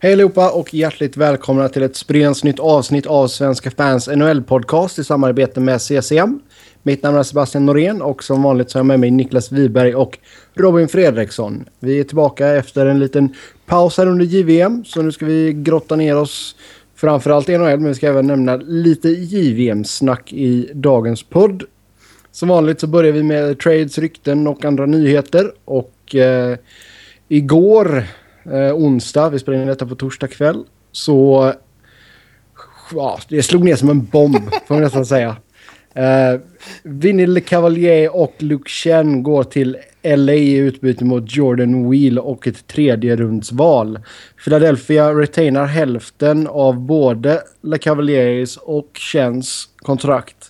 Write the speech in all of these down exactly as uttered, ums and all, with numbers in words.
Hej allihopa och hjärtligt välkomna till ett sprens nytt avsnitt av Svenska Fans N H L-podcast i samarbete med C C M. Mitt namn är Sebastian Norén och som vanligt så har jag med mig Niklas Wiberg och Robin Fredriksson. Vi är tillbaka efter en liten paus här under J V M, så nu ska vi grotta ner oss framförallt i N H L, men vi ska även nämna lite J V M-snack i dagens podd. Som vanligt så börjar vi med trades, rykten och andra nyheter och eh, igår... Eh, onsdag, vi spelade in detta på torsdag kväll, så ja, det slog ner som en bomb får man nästan säga. Eh, Vinny LeCavalier och Luke Chen går till L A i utbyte mot Jordan Wheel och ett tredje rundsval. Philadelphia retainar hälften av både LeCavaliers och Chens kontrakt.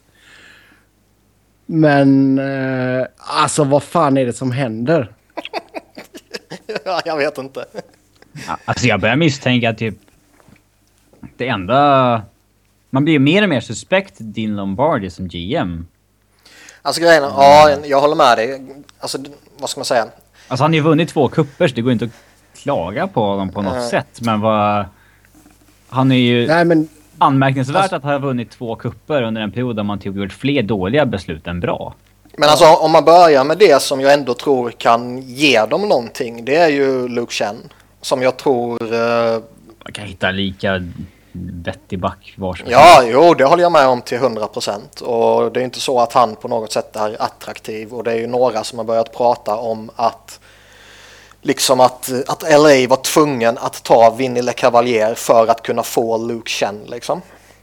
Men eh, alltså vad fan är det som händer? Ja, jag vet inte. Alltså jag börjar misstänka att typ det enda... Man blir ju mer och mer suspekt Dean Lombardi som G M. Alltså grejen, mm. ja, jag håller med dig. Alltså, vad ska man säga? Alltså han har ju vunnit två kupper, så det går inte att klaga på honom på något mm. sätt. Men vad... Han är ju... Nej, men... anmärkningsvärt alltså... att ha vunnit två kupper under en period där man typ gjort fler dåliga beslut än bra. Men alltså om man börjar med det som jag ändå tror kan ge dem någonting, det är ju Luke Chen. Som jag tror... Uh... Man kan hitta lika vettig back var som Ja, helst. Jo, det håller jag med om till hundra procent. Och det är inte så att han på något sätt är attraktiv. Och det är ju några som har börjat prata om att liksom att, att L A var tvungen att ta Vinny LeCavalier för att kunna få Luke Chen liksom.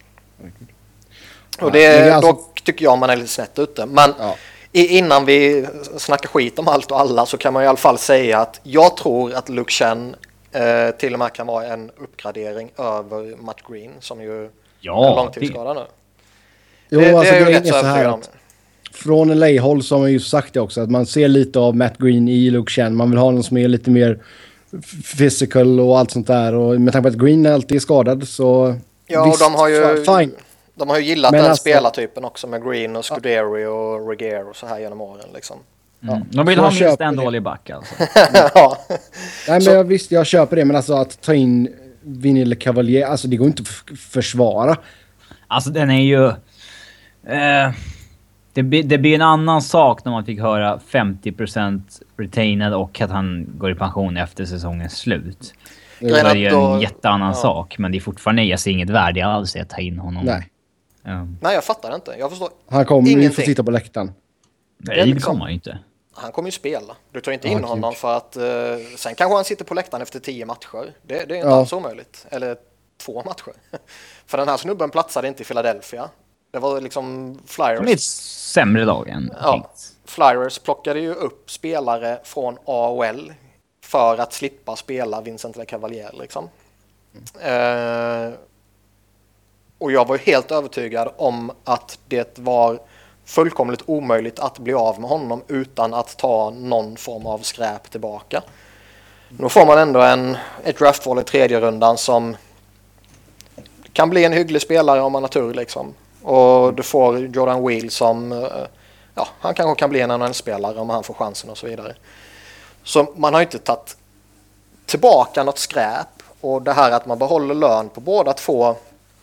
Och det, ja, alltså... då tycker jag man är lite snett ute. Men... Ja. Innan vi snackar skit om allt och alla så kan man i alla fall säga att jag tror att Luke Chen eh, till och med kan vara en uppgradering över Matt Green som ju ja, är långtidsskadad nu. Jo, det, alltså det är ju rätt så här att från L A-håll så har man ju sagt det också att man ser lite av Matt Green i Luke Chen. Man vill ha någon som är lite mer physical och allt sånt där. Och med tanke på att Green alltid är skadad så... Ja, visst, och de har ju... fine. De har ju gillat men den alltså, spelartypen också med Green och Scuderi och Regier och så här genom åren liksom. Mm. Ja. De vill ha minst en dålig back alltså. Ja. Nej, men jag, visst, jag köper det, men alltså att ta in Vinny LeCavalier, alltså det går inte att f- försvara. Alltså den är ju... Eh, det, det blir en annan sak när man fick höra femtio procent retained och att han går i pension efter säsongens slut. Det är ju en då, jätteannan ja. sak, men det är fortfarande, jag ser inget värde alls i att ta in honom. Nej. Um. Nej, jag fattar inte. Jag förstår han kommer ingenting. ju få sitta på läktaren. Nej, det kommer han ju inte. Han kommer ju spela. Du tar inte ja, in honom för att... Uh, sen kanske han sitter på läktaren efter tio matcher. Det, det är inte ja. alls omöjligt. Eller två matcher. För den här snubben platsade inte i Philadelphia. Det var liksom Flyers... Det är ett sämre lag än ja, tänkt. Flyers plockade ju upp spelare från A H L för att slippa spela Vincent LeCavalier liksom. Mm. Uh, och jag var ju helt övertygad om att det var fullkomligt omöjligt att bli av med honom utan att ta någon form av skräp tillbaka. Då får man ändå en, ett draftval i tredje rundan som kan bli en hygglig spelare om man har tur liksom. Och du får Jordan Wheel som ja, han kanske kan bli en N H L-spelare om han får chansen och så vidare. Så man har inte tagit tillbaka något skräp, och det här att man behåller lön på båda två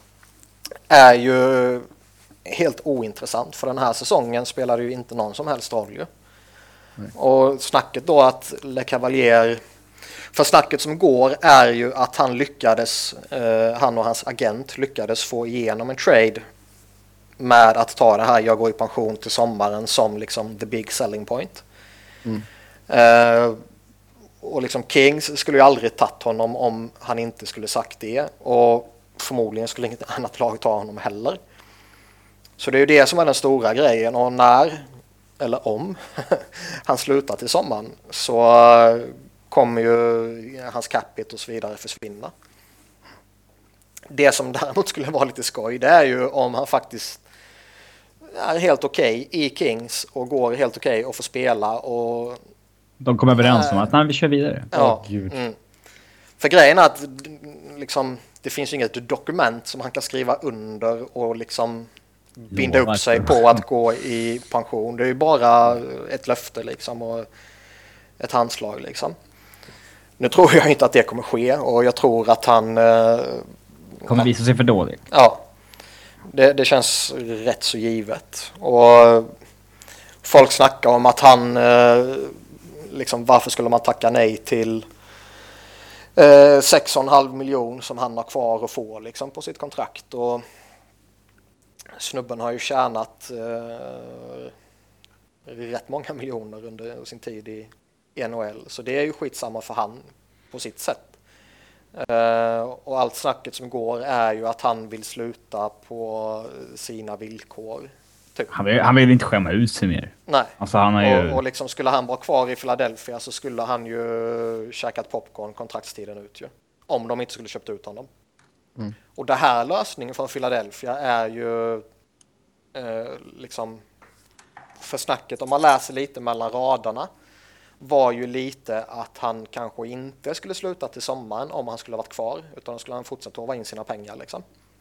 är ju helt ointressant, för den här säsongen spelar ju inte någon som helst roll ju. Nej. Och snacket då att LeCavalier, för snacket som går är ju att han lyckades, eh, han och hans agent lyckades få igenom en trade med att ta det här jag går i pension till sommaren som liksom the big selling point. Mm. Eh, och liksom Kings skulle ju aldrig tagit honom om han inte skulle sagt det, och förmodligen skulle inget annat lag ta honom heller. Så det är ju det som är den stora grejen, och när, eller om, han slutar till sommaren så kommer ju hans capita och så vidare försvinna. Det som däremot skulle vara lite skoj, det är ju om han faktiskt är helt okej okay i Kings och går helt okej okay och får spela. Och de kommer överens om att nej, vi kör vidare. Ja, oh, mm. För grejen är att liksom, det finns inget dokument som han kan skriva under och liksom binda upp sig på att gå i pension. Det är ju bara ett löfte liksom och ett handslag liksom. Nu tror jag inte att det kommer ske och jag tror att han... Eh, kommer visa sig för dålig. Ja, det, det känns rätt så givet. Och folk snackar om att han... Eh, liksom, varför skulle man tacka nej till eh, sex komma fem miljoner som han har kvar att få liksom, på sitt kontrakt. Och snubben har ju tjänat eh, rätt många miljoner under sin tid i N H L. Så det är ju skitsamma för han på sitt sätt. Uh, och allt snacket som går är ju att han vill sluta på sina villkor. Typ. Han, vill, han vill inte skämma ut sig mer. Nej. Alltså, han är ju... och, och liksom skulle han vara kvar i Philadelphia så skulle han ju käkat popcorn kontraktstiden ut ju. Om de inte skulle köpt ut honom. Mm. Och det här lösningen för Philadelphia är ju eh, liksom för snacket, om man läser lite mellan raderna, var ju lite att han kanske inte skulle sluta till sommaren om han skulle varit kvar, utan då skulle han fortsätta att vara in sina pengar liksom.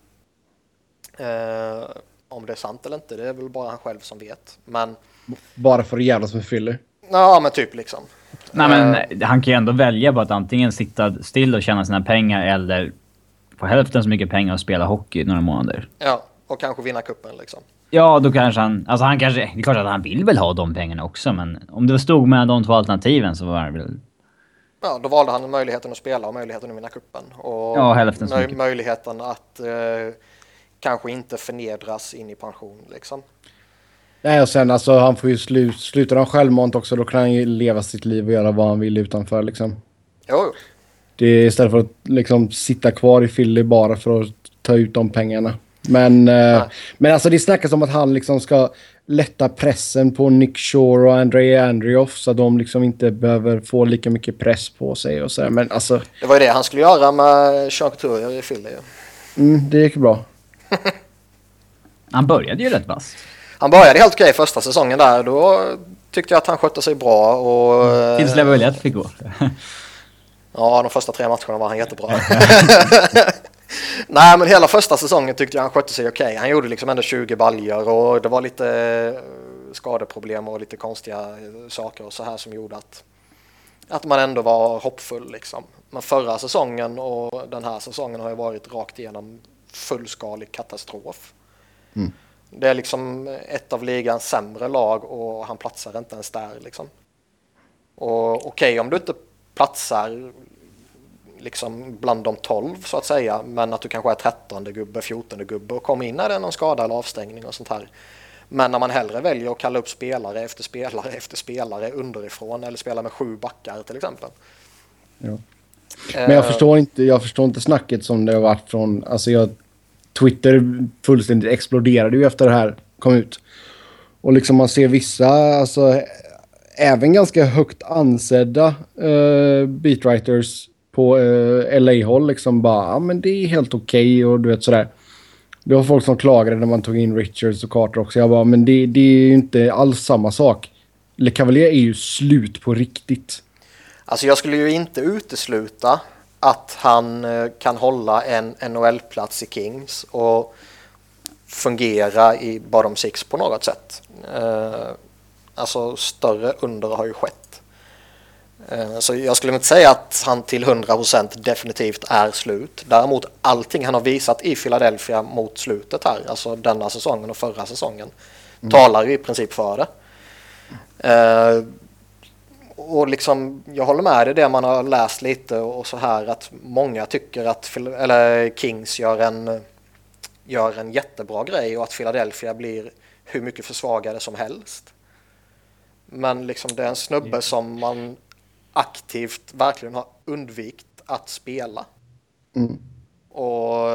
Eh, om det är sant eller inte, det är väl bara han själv som vet. Men bara för att jävlas med Philly. Ja, men typ liksom. Nej, men uh, han kan ju ändå välja på att antingen sitta still och tjäna sina pengar eller få hälften så mycket pengar och spela hockey några månader. Ja, och kanske vinna kuppen liksom. Ja, då kanske han... Alltså han kanske... Det är klart att han vill väl ha de pengarna också, men om det stod med de två alternativen så var det väl... Ja, då valde han möjligheten att spela och möjligheten att vinna kuppen. Och ja, hälften så möj- mycket. möjligheten att eh, kanske inte förnedras in i pension liksom. Nej, och sen alltså han får ju slu- sluta han självmant också, då kan han ju leva sitt liv och göra vad han vill utanför liksom. Jo. Det är istället för att liksom sitta kvar i Philly bara för att ta ut de pengarna. Men, eh, men alltså det snackas om att han liksom ska lätta pressen på Nick Shore och Andrei Andreoff så att de liksom inte behöver få lika mycket press på sig och så här. Men alltså... Det var ju det han skulle göra med Sean Couturier i Philly. Mm, det gick bra. Han började ju rätt vass. Han började helt okej första säsongen där. Då tyckte jag att han skötte sig bra. Och, mm. Tills level ett fick gå. Ja, de första tre matcherna var han jättebra. Nej, men hela första säsongen tyckte jag han skötte sig okej. Han gjorde liksom ändå tjugo baljor och det var lite skadeproblem och lite konstiga saker och så här som gjorde att, att man ändå var hoppfull liksom. Men förra säsongen och den här säsongen har ju varit rakt igenom fullskalig katastrof. Mm. Det är liksom ett av ligans sämre lag och han platsar inte ens där liksom. Och okej, okay, om du inte platsar liksom bland de tolv så att säga, men att du kanske är trettonde gubbe, fjortonde gubbe och kommer in när det är någon skada eller avstängning och sånt här. Men när man hellre väljer att kalla upp spelare efter spelare efter spelare underifrån eller spela med sju backar till exempel. Ja. Men jag uh, förstår inte, jag förstår inte snacket som det har varit från, alltså jag, Twitter fullständigt exploderade ju efter det här kom ut. Och liksom man ser vissa, alltså även ganska högt ansedda uh, beatwriters på uh, L A-håll liksom bara, ja men det är helt okej okay, och du vet sådär. Det var folk som klagade när man tog in Richards och Carter också. Jag bara, men det, det är ju inte alls samma sak. Le Cavalier är ju slut på riktigt. Alltså jag skulle ju inte utesluta att han uh, kan hålla en N H L-plats i Kings och fungera i bottom six på något sätt. Uh, alltså större under har ju skett. Så jag skulle inte säga att han till hundra procent definitivt är slut. Däremot allting han har visat i Philadelphia mot slutet här, alltså denna säsongen och förra säsongen, mm. talar ju i princip för det. Mm. Uh, och liksom, jag håller med dig det man har läst lite och så här att många tycker att eller Kings gör en, gör en jättebra grej och att Philadelphia blir hur mycket försvagade som helst. Men liksom det är en snubbe som man aktivt verkligen har undvikit att spela. Mm. Och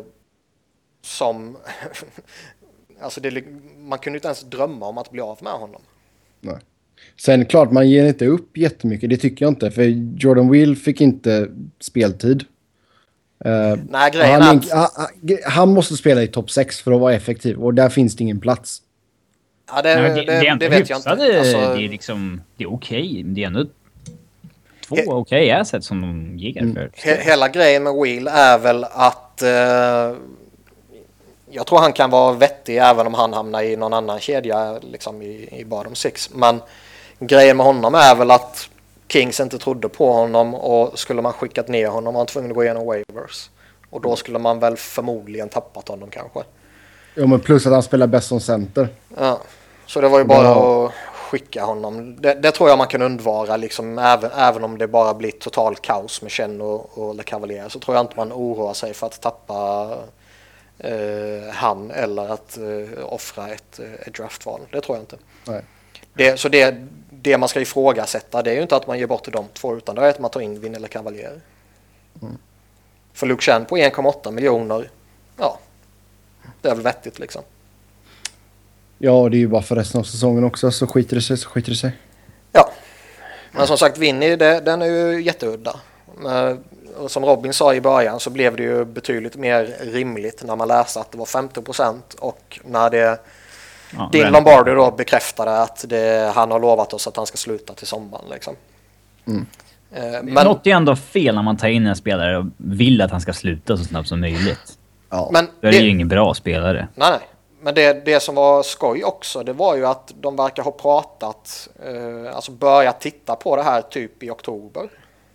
som alltså det, man kunde inte ens drömma om att bli av med honom. Nej. Sen klart, man ger inte upp jättemycket, det tycker jag inte. För Jordan Will fick inte speltid. Uh, Nej, grejen han, att... han, han måste spela i topp sex för att vara effektiv. Och där finns det ingen plats. Ja, det, Nej, det, det, det, det, det vet jag inte. Alltså, det är liksom, det är okej. Okay. Det är ändå två okej okay assets som de ger för. Mm. He, hela grejen med Will är väl att uh, jag tror han kan vara vettig även om han hamnar i någon annan kedja liksom i, i bottom six. Men grejen med honom är väl att Kings inte trodde på honom och skulle man skickat ner honom var man tvungen att gå igenom waivers. Och då skulle man väl förmodligen tappat honom kanske. Ja, men plus att han spelar bäst som center. Ja, så det var ju bara ja. att skicka honom. Det, det tror jag man kan undvara liksom, även, även om det bara blir total kaos med Chen och, och Le Cavalier, så tror jag inte man oroar sig för att tappa eh, han eller att eh, offra ett, ett draftval. Det tror jag inte. Nej. Det, så det, det man ska ifrågasätta, det är ju inte att man ger bort de två, utan det är att man tar in Vin eller Cavalier. Mm. För Luke Chen på en komma åtta miljoner, ja, det är väl vettigt liksom. Ja, det är ju bara för resten av säsongen också, så skiter det sig så skiter det sig. Ja, men som sagt, Vinny, det, den är ju jätteudda. Och som Robin sa i början så blev det ju betydligt mer rimligt när man läste att det var femtio procent och när det ja, Din Lombardi då bekräftade att det, han har lovat oss att han ska sluta till sommaren liksom. Mm. Men något är ändå fel när man tar in en spelare och vill att han ska sluta så snabbt som möjligt. Ja. Men det är det, ju ingen bra spelare. Nej, nej. Men det, det som var skoj också, det var ju att de verkar ha pratat, eh, alltså börjat titta på det här typ i oktober.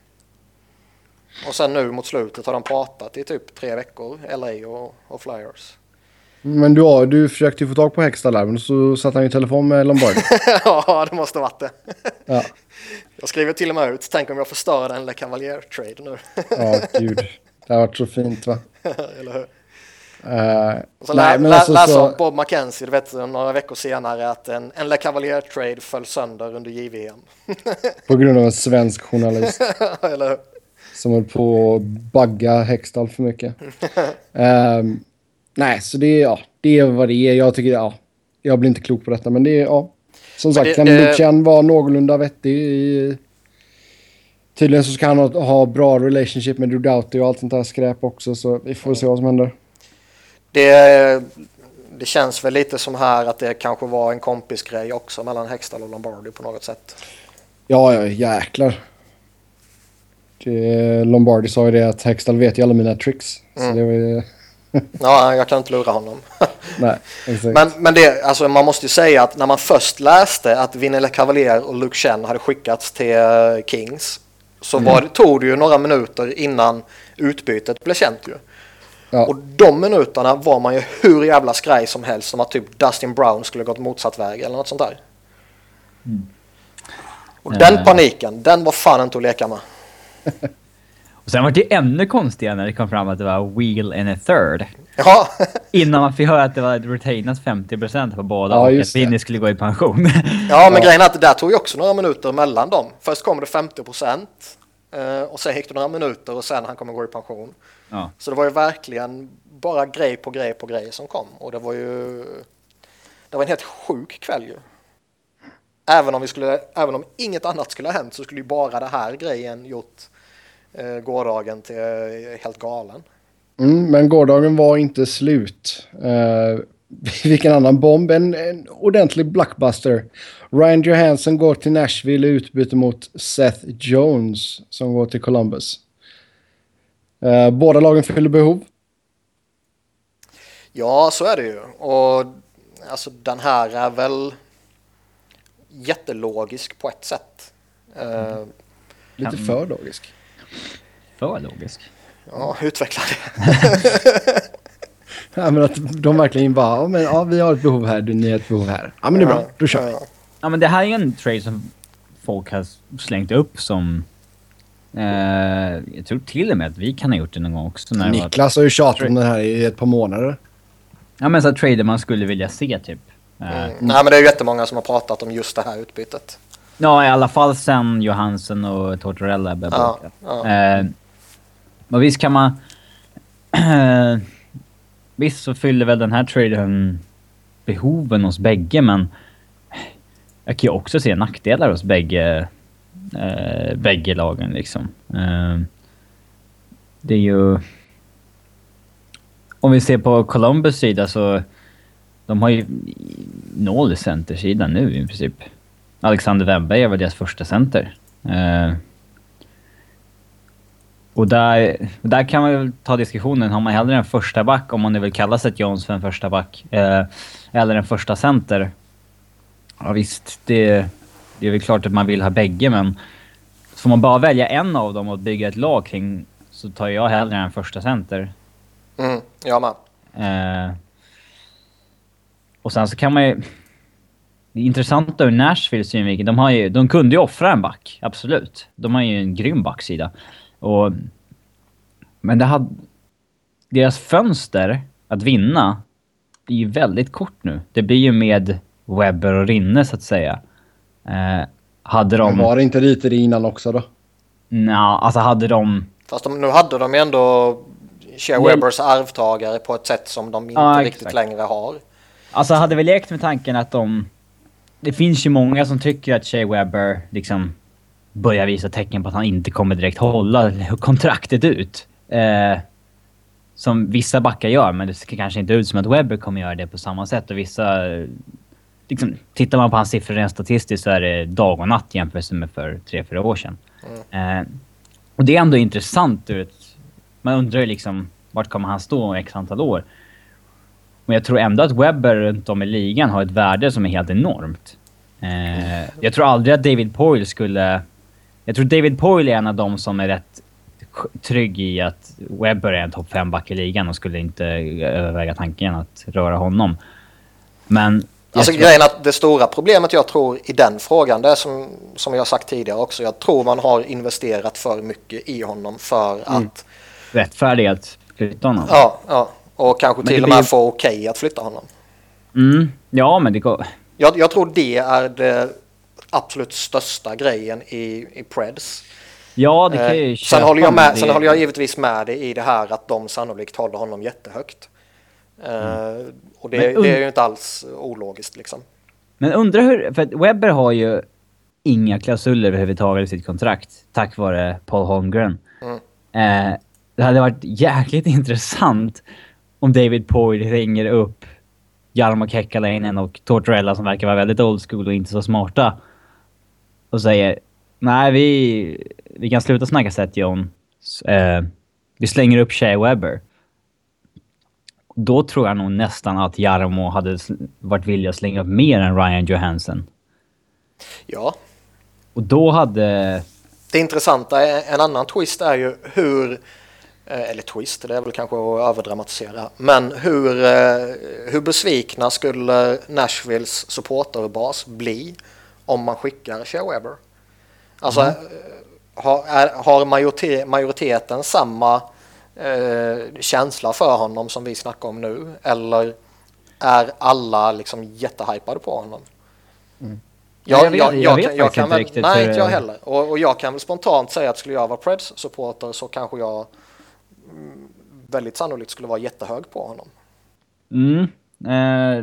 Och sen nu mot slutet har de pratat i typ tre veckor, L A och, och Flyers. Men du, ja, du försökte ju få tag på Hextall där, men så satt han ju i telefon med Lombardi. Ja, det måste ha varit det. Ja. Jag skriver till och med ut, tänk om jag förstör en Le Cavalier-trade nu. Ja, gud. Det har varit så fint, va? Eller hur? Uh, och så nej, lä- men lä- alltså, läsa så... om Bob McKenzie, du vet, några veckor senare att en, en Le Cavalier-trade föll sönder under J V M. På grund av en svensk journalist. Eller hur? Som höll på att bagga Hextall för mycket. um, nej, så det är, ja, det är vad det är. Jag tycker, ja, jag blir inte klok på detta, men det är, ja. Som sagt, det, när det... Luke Chen var någorlunda vettig i... Tydligen så ska han ha, ha bra relationship med Drew Doughty och allt sånt där skräp också, så vi får se vad som händer. Det, det känns väl lite som här att det kanske var en kompisgrej också mellan Hextall och Lombardi på något sätt. Ja, ja, jäklar. Det, Lombardi sa ju det att Hextall vet ju alla mina tricks. Mm. Så det var ju... Ja, jag kan inte lura honom. Nej, exakt. Men, men det, alltså man måste ju säga att när man först läste att Vin eller Cavalier och Luke Chen hade skickats till Kings, så Mm. var, tog det ju några minuter innan utbytet blev känt ju. Ja. Och de minuterna var man ju hur jävla skraj som helst, som att typ Dustin Brown skulle gått motsatt väg eller något sånt där. Mm. Och den äh. paniken, den var fan inte att leka med. Och sen var det ännu konstigare när det kom fram att det var wheel and a third. Ja. Innan man fick höra att det var retainat femtio procent på båda ja, och att Vinny skulle gå i pension. Ja, men ja. Grejen är att det där tog ju också några minuter mellan dem. Först kom det femtio procent och sen gick det några minuter och sen han kommer gå i pension. Ja. Så det var ju verkligen bara grej på grej på grej som kom. Och det var ju det var en helt sjuk kväll ju. Även om, vi skulle, även om inget annat skulle ha hänt så skulle ju bara det här grejen gjort eh, gårdagen till eh, helt galen. Mm, men gårdagen var inte slut. Uh, vilken annan bomb. En, en ordentlig blockbuster. Ryan Johansson går till Nashville i utbyte mot Seth Jones som går till Columbus. Uh, båda lagen fyller behov. Ja, så är det ju. Och alltså den här är väl jättelogisk på ett sätt. Mm. Uh, Lite för logisk. För logisk? Ja, utveckla det. Ja, men att de verkligen bara, ja, men, ja, vi har ett behov här, du ni har ett behov här. Ja, men det är bra, då kör vi. Ja. ja, men det här är en trade som folk har slängt upp som... Eh, jag tror till och med att vi kan ha gjort det någon gång också. När Niklas har ju tjatat om den här i ett par månader. Ja, men så trader man skulle vilja se, typ. Mm. Mm. Nej, men det är ju jättemånga som har pratat om just det här utbytet. Ja, i alla fall sen Johansson och Tortorella blev ja, borta. ja. Eh, och visst kan man... visst så fyller väl den här traden behoven hos bägge, men jag kan ju också se nackdelar hos bägge, eh, bägge lagen liksom. Eh, det är ju... Om vi ser på Columbus sida så de har ju noll centersida nu i princip. Alexander Wennberg är väl deras första center. Eh, och där, där kan man ju ta diskussionen. Har man hellre en första back, om man vill kalla Seth Jones för en första back, eh, eller en första center? Ja visst, det, det är väl klart att man vill ha bägge, men Så får man bara välja en av dem och bygga ett lag kring, så tar jag hellre en första center. Mm, jag med. Eh, och sen så kan man ju... Det är intressant ur Nashvilles synvinkel. De, har ju, de kunde ju offra en back, absolut. De har ju en grym backsida. Och, men det hade, deras fönster att vinna är ju väldigt kort nu. Det blir ju med Webber och Rinne, så att säga. Eh, hade de... Men var det inte lite det innan också då? Nja, alltså hade de... Fast de, nu hade de ju ändå Shea Webbers arvtagare på ett sätt som de inte Ja, riktigt exakt. längre har. Alltså hade vi lekt med tanken att de... Det finns ju många som tycker att Shea Webber liksom börjar visa tecken på att han inte kommer direkt hålla kontraktet ut. Eh, som vissa backar gör, men det ser kanske inte ut som att Webber kommer göra det på samma sätt. Och vissa... Liksom, tittar man på hans siffror rent statistiskt så är det dag och natt jämfört med för tre, fyra år sedan. Mm. Eh, och det är ändå intressant ur ett... Man undrar ju liksom, vart kommer han stå om x antal år? Men jag tror ändå att Webber runt om i ligan har ett värde som är helt enormt. Eh, jag tror aldrig att David Poile skulle... Jag tror David Poile är en av dem som är rätt trygg i att Webber är en topp fem back i ligan och skulle inte överväga tanken att röra honom. Men... Alltså tror... grejen att det stora problemet jag tror i den frågan, det är som, som jag sagt tidigare också, jag tror man har investerat för mycket i honom för mm. att... Rättfärdigt flytta honom. Ja, ja. Och kanske men till och blir... med få okej okay att flytta honom. Mm, ja men det går... Jag, jag tror det är det absolut största grejen i, i Preds. Ja, det kan ju eh, sen, håller jag med, det... sen håller jag givetvis med dig i det här att de sannolikt håller honom jättehögt. Eh, mm. Och det, und... det är ju inte alls ologiskt liksom. Men undrar hur... För att Webber har ju inga klausuler överhuvudtaget i sitt kontrakt tack vare Paul Holmgren. Mm. Eh, det hade varit jäkligt intressant om David Poile ringer upp Jarmo Kekäläinen och Tortorella som verkar vara väldigt old school och inte så smarta och säger nej, vi, vi kan sluta snacka Seth Jones. Eh, vi slänger upp Shea Webber. Då tror jag nog nästan att Jarmo hade varit villig att slänga upp mer än Ryan Johansson. Ja. Och då hade... Det intressanta, är, en annan twist är ju hur... Eller twist, det är väl kanske att överdramatisera. Men hur, hur besvikna skulle Nashvilles supporterbas bli om man skickar Shea Webber? Alltså, mm. har, är, har majoritet, majoriteten samma eh, känsla för honom som vi snackar om nu? Eller är alla liksom jättehypade på honom? Mm. Jag, jag, jag, jag, jag, vet jag kan inte väl, riktigt. Nej, för... inte jag heller. Och, och jag kan väl spontant säga att skulle jag vara Preds-supporter så kanske jag väldigt sannolikt skulle vara jättehög på honom. Mm. Uh,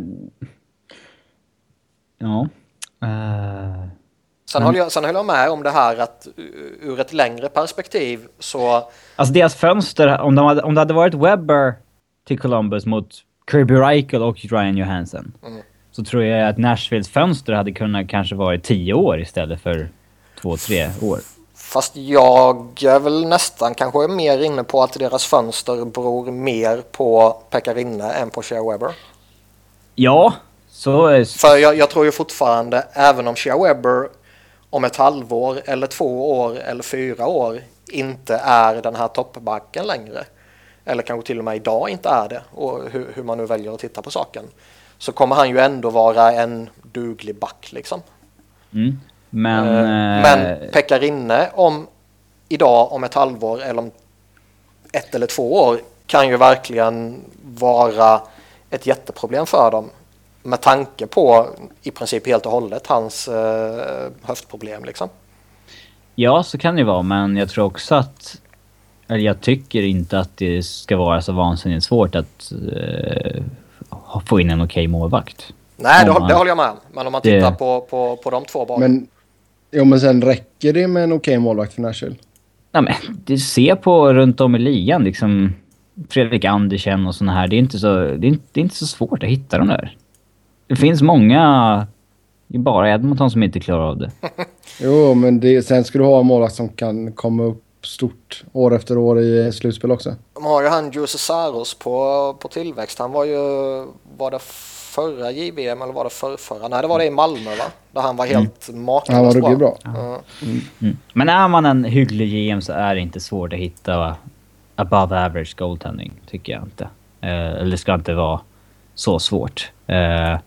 ja. Uh, sen, mm. håller jag, sen håller jag med om det här att ur ett längre perspektiv så... Alltså deras fönster, om, de hade, om det hade varit Webber till Columbus mot Kirby Reichel och Ryan Johansson mm. så tror jag att Nashvilles fönster hade kunnat kanske varit tio år istället för två, tre år. Fast jag är väl nästan kanske mer inne på att deras fönster beror mer på Pekka Rinne än på Shea Webber. Ja, så är... För jag, jag tror ju fortfarande, även om Shea Webber om ett halvår eller två år eller fyra år inte är den här toppbacken längre, eller kanske till och med idag inte är det, och hur, hur man nu väljer att titta på saken, så kommer han ju ändå vara en duglig back liksom. Mm. Men, uh, men Pekka Rinne om idag, om ett halvår eller om ett eller två år kan ju verkligen vara ett jätteproblem för dem med tanke på i princip helt och hållet hans uh, höftproblem liksom. Ja, så kan det vara, men jag tror också att eller jag tycker inte att det ska vara så vansinnigt svårt att uh, få in en okej målvakt. Nej, det, man, det håller jag med om. Men om man tittar det, på, på, på de två banorna. Men, jo, men sen räcker det med en okej målvakt för Nashville? Ja, men du ser på runt om i ligan liksom Fredrik Andersen och såna här. Det är inte så, det är inte, det är inte så svårt att hitta dem där. Det finns många i bara Edmonton som inte klarar av det. Jo, men det, sen ska du ha en målvakt som kan komma upp stort år efter år i slutspel också. De har ju han Juuse Saros på, på tillväxt. Han var ju var det förra J V M eller var det förrförra? Nej, det var det i Malmö, va? Där han var helt mm. makalös Han var ruggigt bra. bra. Ja. Mm. Mm. Men är man en hygglig G M så är det inte svårt att hitta above average goaltending, tycker jag inte. Eh, eller det ska inte vara så svårt. Eh,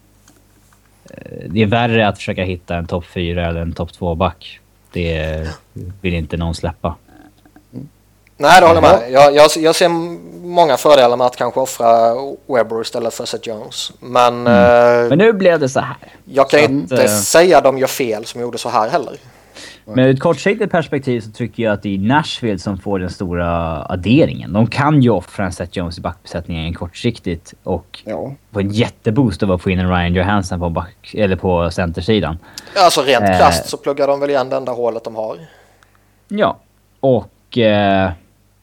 det är värre att försöka hitta en topp fyra eller en topp två back. Det vill inte någon släppa. Nej, det håller jag med. Jag, jag, jag ser många fördelar med att kanske offra Weber istället för Seth Jones. Men, mm. eh, Men nu blev det så här. Jag kan så inte att, säga att de gör fel som gjorde så här heller. Men ur ett kortsiktigt perspektiv så tycker jag att det är Nashville som får den stora adderingen. De kan ju offra en Seth Jones i backbesättningen kortsiktigt och ja. få en jätteboost av att få in en Ryan Johansson på, back, eller på centersidan. Alltså rent eh, krasst så pluggar de väl igen det enda hålet de har. Ja, och eh,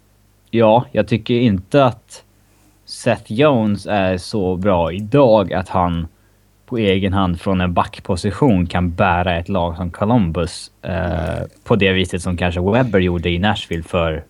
ja, jag tycker inte att Seth Jones är så bra idag att han på egen hand från en backposition kan bära ett lag som Columbus eh, på det viset som kanske Weber gjorde i Nashville för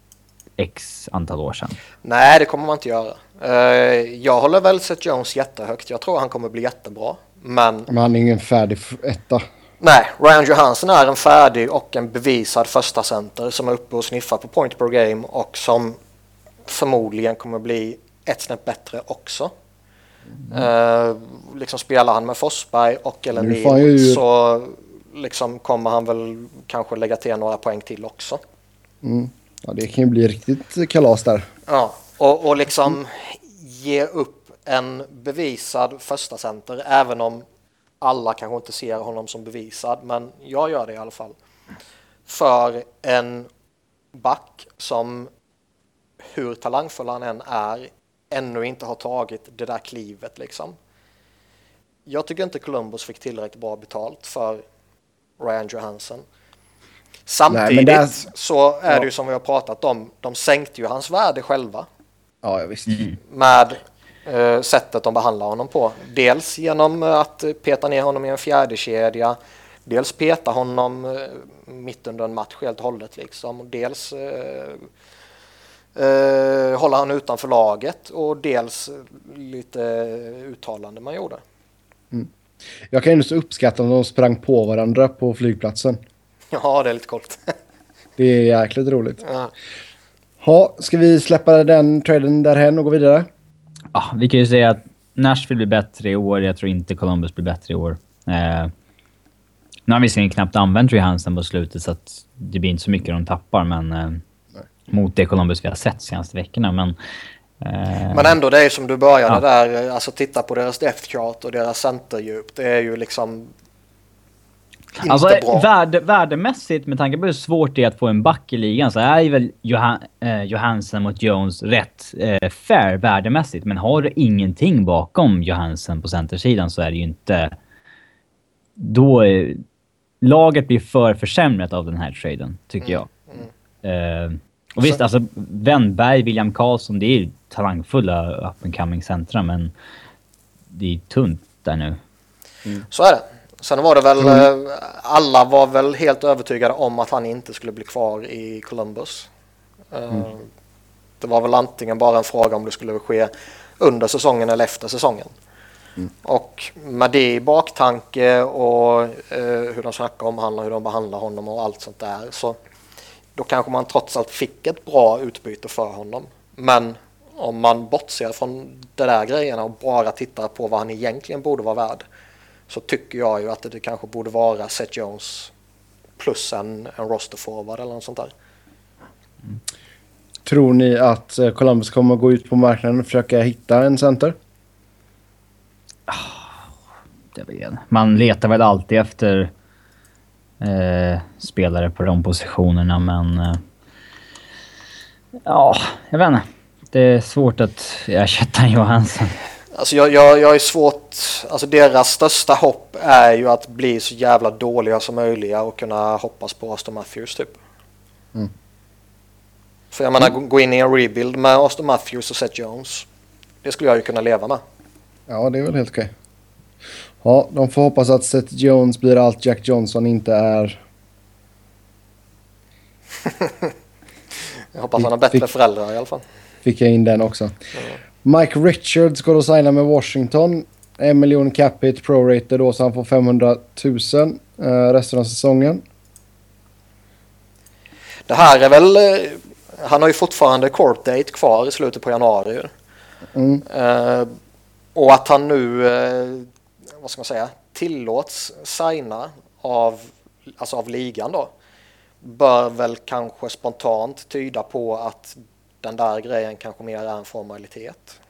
x antal år sedan. Nej, det kommer man inte göra. Uh, jag håller väl Seth Jones jättehögt. Jag tror han kommer bli jättebra. Men, men han är ingen färdig etta. Nej, Ryan Johansson är en färdig och en bevisad första center som är uppe och sniffar på point per game och som förmodligen kommer bli ett snäpp bättre också. Mm. Uh, liksom spelar han med Forsberg och eller Neil ju... så liksom kommer han väl kanske lägga till några poäng till också. Mm. Ja, det kan ju bli riktigt kalas där. Ja, och, och liksom mm. ge upp en bevisad första center även om alla kanske inte ser honom som bevisad, men jag gör det i alla fall. För en back som hur talangfull han än är ännu inte har tagit det där klivet liksom. Jag tycker inte Columbus fick tillräckligt bra betalt för Ryan Johansson. Samtidigt Nej, är... så är ja. det ju som vi har pratat om, de sänkte ju hans värde själva. Ja, visst. Mm. Med eh, sättet de behandlar honom på. Dels genom att peta ner honom i en fjärde kedja, dels peta honom eh, mitt under en match helt och hållet liksom. Dels eh, Uh, håller han utanför laget och dels lite uttalande man gjorde. Mm. Jag kan ju så uppskatta om de sprang på varandra på flygplatsen. Ja, det är lite coolt. Det är jäkligt roligt. Ja. Ha, ska vi släppa den traden därhen och gå vidare? Ja, vi kan ju säga att Nashville blir bättre i år. Jag tror inte Columbus blir bättre i år. Eh, nu har vi visserligen knappt använt Johansson på slutet så att det blir inte så mycket de tappar, men eh, mot det Columbus vi har sett senaste veckorna, men eh... men ändå det är som du började ja. där, alltså titta på deras depth chart och deras centerdjup, det är ju liksom inte alltså, bra. Värde, värdemässigt med tanke på hur svårt det är att få en back i ligan så är ju väl Johan, eh, Johansson mot Jones rätt eh, fair värdemässigt, men har du ingenting bakom Johansson på centersidan så är det ju inte då eh, laget blir för försämrat av den här traden, tycker mm. jag. Mm. Eh, Och visst, alltså Wennberg, William Karlsson, det är ju talangfulla up and coming centra, men det är tunt där nu. Mm. Så är det. Sen var det väl, mm. alla var väl helt övertygade om att han inte skulle bli kvar i Columbus. Mm. Det var väl antingen bara en fråga om det skulle ske under säsongen eller efter säsongen. Mm. Och med det i baktanke och eh, hur de snackar om honom, hur de behandlar honom och allt sånt där, så då kanske man trots allt fick ett bra utbyte för honom. Men om man bortser från de där grejerna och bara tittar på vad han egentligen borde vara värd, så tycker jag ju att det kanske borde vara Seth Jones plus en, en roster forward eller något sånt där. Mm. Tror ni att Columbus kommer att gå ut på marknaden och försöka hitta en center? Det vet. Man letar väl alltid efter Eh, spelare på de positionerna, men eh, ja, jag vet inte. Det är svårt att ersätta Johansson. Alltså jag, jag, jag är svårt, alltså deras största hopp är ju att bli så jävla dåliga som möjliga och kunna hoppas på Auston Matthews typ. Mm. För jag menar, mm. gå in i en rebuild med Auston Matthews och Seth Jones, det skulle jag ju kunna leva med. Ja, det är väl helt okej. Ja, de får hoppas att Seth Jones blir allt Jack Johnson inte är. Jag hoppas han har bättre fick, föräldrar i alla fall. Fick jag in den också. Mm. Mike Richards går och signa med Washington. En miljon cap hit pro-rated då, så han får femhundratusen eh, resten av säsongen. Det här är väl... Eh, han har ju fortfarande court date kvar i slutet på januari. Mm. Eh, och att han nu, eh, vad ska man säga, tillåts signa av, alltså av ligan då, bör väl kanske spontant tyda på att den där grejen kanske mer är en formalitet.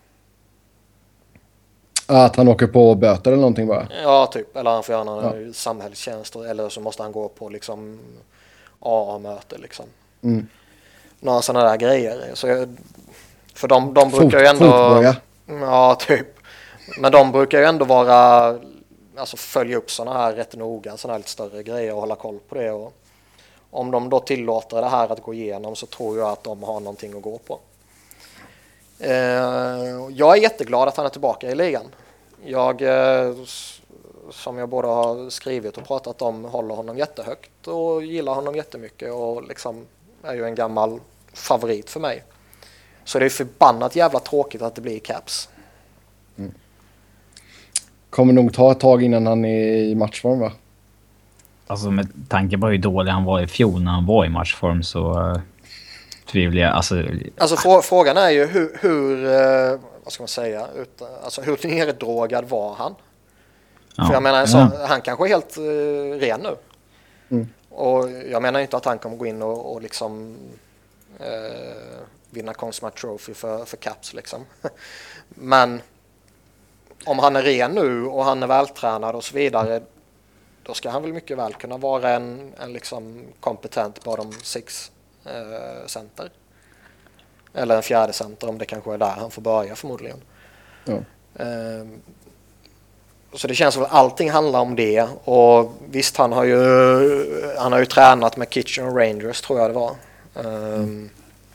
Att han åker på böter eller någonting bara. Ja, typ. Eller han får göra någon Ja. samhällstjänst, eller så måste han gå på liksom A A-möte liksom. Mm. Några sådana där grejer. Så jag, för de, de brukar Fot, ju ändå... fotboja. Ja, typ. Men de brukar ju ändå vara... Alltså följa upp sådana här rätt noga, sådana här lite större grejer och hålla koll på det. Och om de då tillåter det här att gå igenom så tror jag att de har någonting att gå på. Eh, jag är jätteglad att han är tillbaka i ligan. Jag, eh, som jag både har skrivit och pratat om, håller honom jättehögt och gillar honom jättemycket och liksom är ju en gammal favorit för mig. Så det är förbannat jävla tråkigt att det blir Caps. Mm. Kommer nog ta ett tag innan han är i matchform, va? Alltså med tanke på hur dålig han var i fjol när han var i matchform så uh, tvivlar jag. Alltså, alltså frå- frågan är ju hur, hur uh, vad ska man säga, ut, alltså hur neddrogad var han? ja. För jag menar, så, ja. han kanske är helt uh, ren nu. Mm. Och jag menar inte att han kommer gå in och, och liksom uh, vinna Consummate Trophy för, för Caps liksom. Men om han är ren nu och han är vältränad och så vidare, då ska han väl mycket väl kunna vara en, en liksom kompetent bottom six eh, center. Eller en fjärde center om det kanske är där han får börja förmodligen. Ja. Eh, så det känns som att allting handlar om det. Och visst, han har ju, han har ju tränat med Kitchen Rangers tror jag det var. Eh, mm.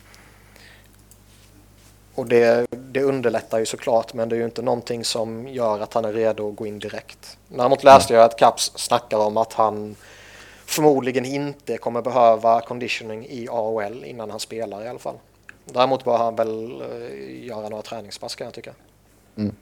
Och det, det underlättar ju såklart, men det är ju inte någonting som gör att han är redo att gå in direkt. Däremot läste jag att Caps snackar om att han förmodligen inte kommer behöva conditioning i A H L innan han spelar i alla fall. Däremot bör han väl uh, göra några träningspass kan jag tycka. Mm.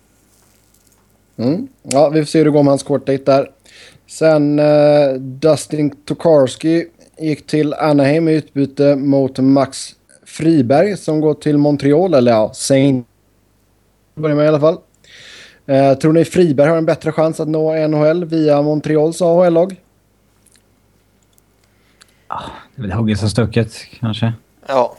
Mm. Ja, vi får se hur det går med hans court date där. Sen uh, Dustin Tokarski gick till Anaheim i utbyte mot Max Friberg som går till Montreal, eller ja, Saint börjar med i alla fall. Eh, tror ni Friberg har en bättre chans att nå N H L via Montreals A H L-lag? Ah, det är väl hugget som stucket kanske. Ja.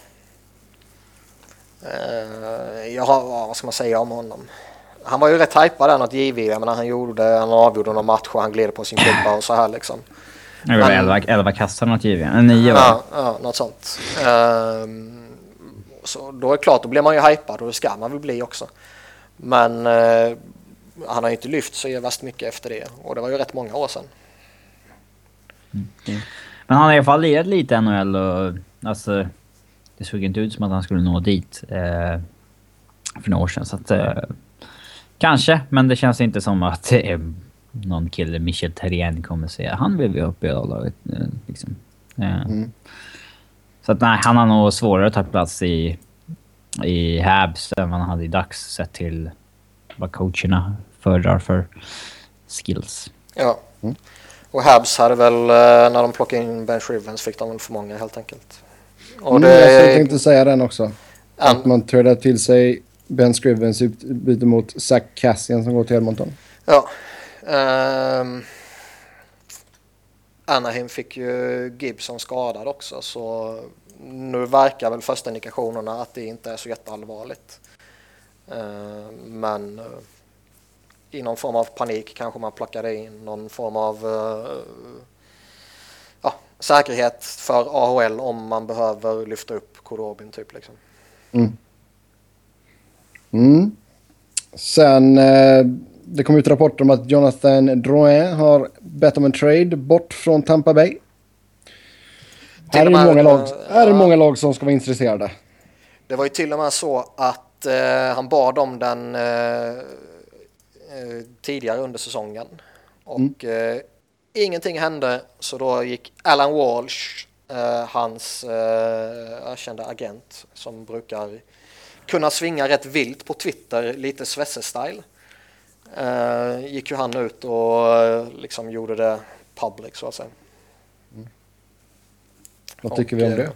Eh, jag har, vad ska man säga om honom? Han var ju rätt hypad där något J V, men han gjorde, han avgjorde någon match och han gled på sin klubba och så här liksom. Det var elva, elva kastar något givet. En nio var ja, ja, något sånt. Um, så då är det klart, då blir man ju hypad och det ska man väl bli också. Men uh, han har ju inte lyft så värst mycket efter det. Och det var ju rätt många år sedan. Mm. Men han har i alla fall lirat lite N H L och alltså, det såg inte ut som att han skulle nå dit eh, för några år sedan. Så att, eh, kanske, men det känns inte som att eh, någon kille, Michel Therrien, kommer säga han vill vi upp i A-laget. Eh, liksom. eh. mm. Så att nej, han har nog svårare att ta plats i, i Habs än vad han hade i Ducks, sett till vad coacherna föredrar för skills. Ja, mm. och Habs hade väl, när de plockade in Ben Shrivens fick de väl för många helt enkelt. Och mm, det, jag tänkte säga den också. En, att man trädde till sig Ben Scrivens utbyte mot Zach Kassian som går till Edmonton. Ja. Um, Anaheim fick ju Gibson skadad också, så nu verkar väl första indikationerna att det inte är så jätteallvarligt. Uh, men uh, i någon form av panik kanske man plockade in någon form av uh, ja, säkerhet för A H L om man behöver lyfta upp Khudobin typ liksom. Mm. Mm. Sen uh, det kom ut rapporter om att Jonathan Drouin har bett om en trade bort från Tampa Bay. Här är, det många lag, här är det många lag som ska vara intresserade. Det var ju till och med så att eh, han bad om den eh, tidigare under säsongen. Och mm. eh, ingenting hände, så då gick Alan Walsh, eh, hans eh, kända agent, som brukar kunna svinga rätt vilt på Twitter, lite Svesse-style. Uh, gick ju han ut och uh, liksom gjorde det public så att säga. Mm. Vad tycker och, vi om det? Uh,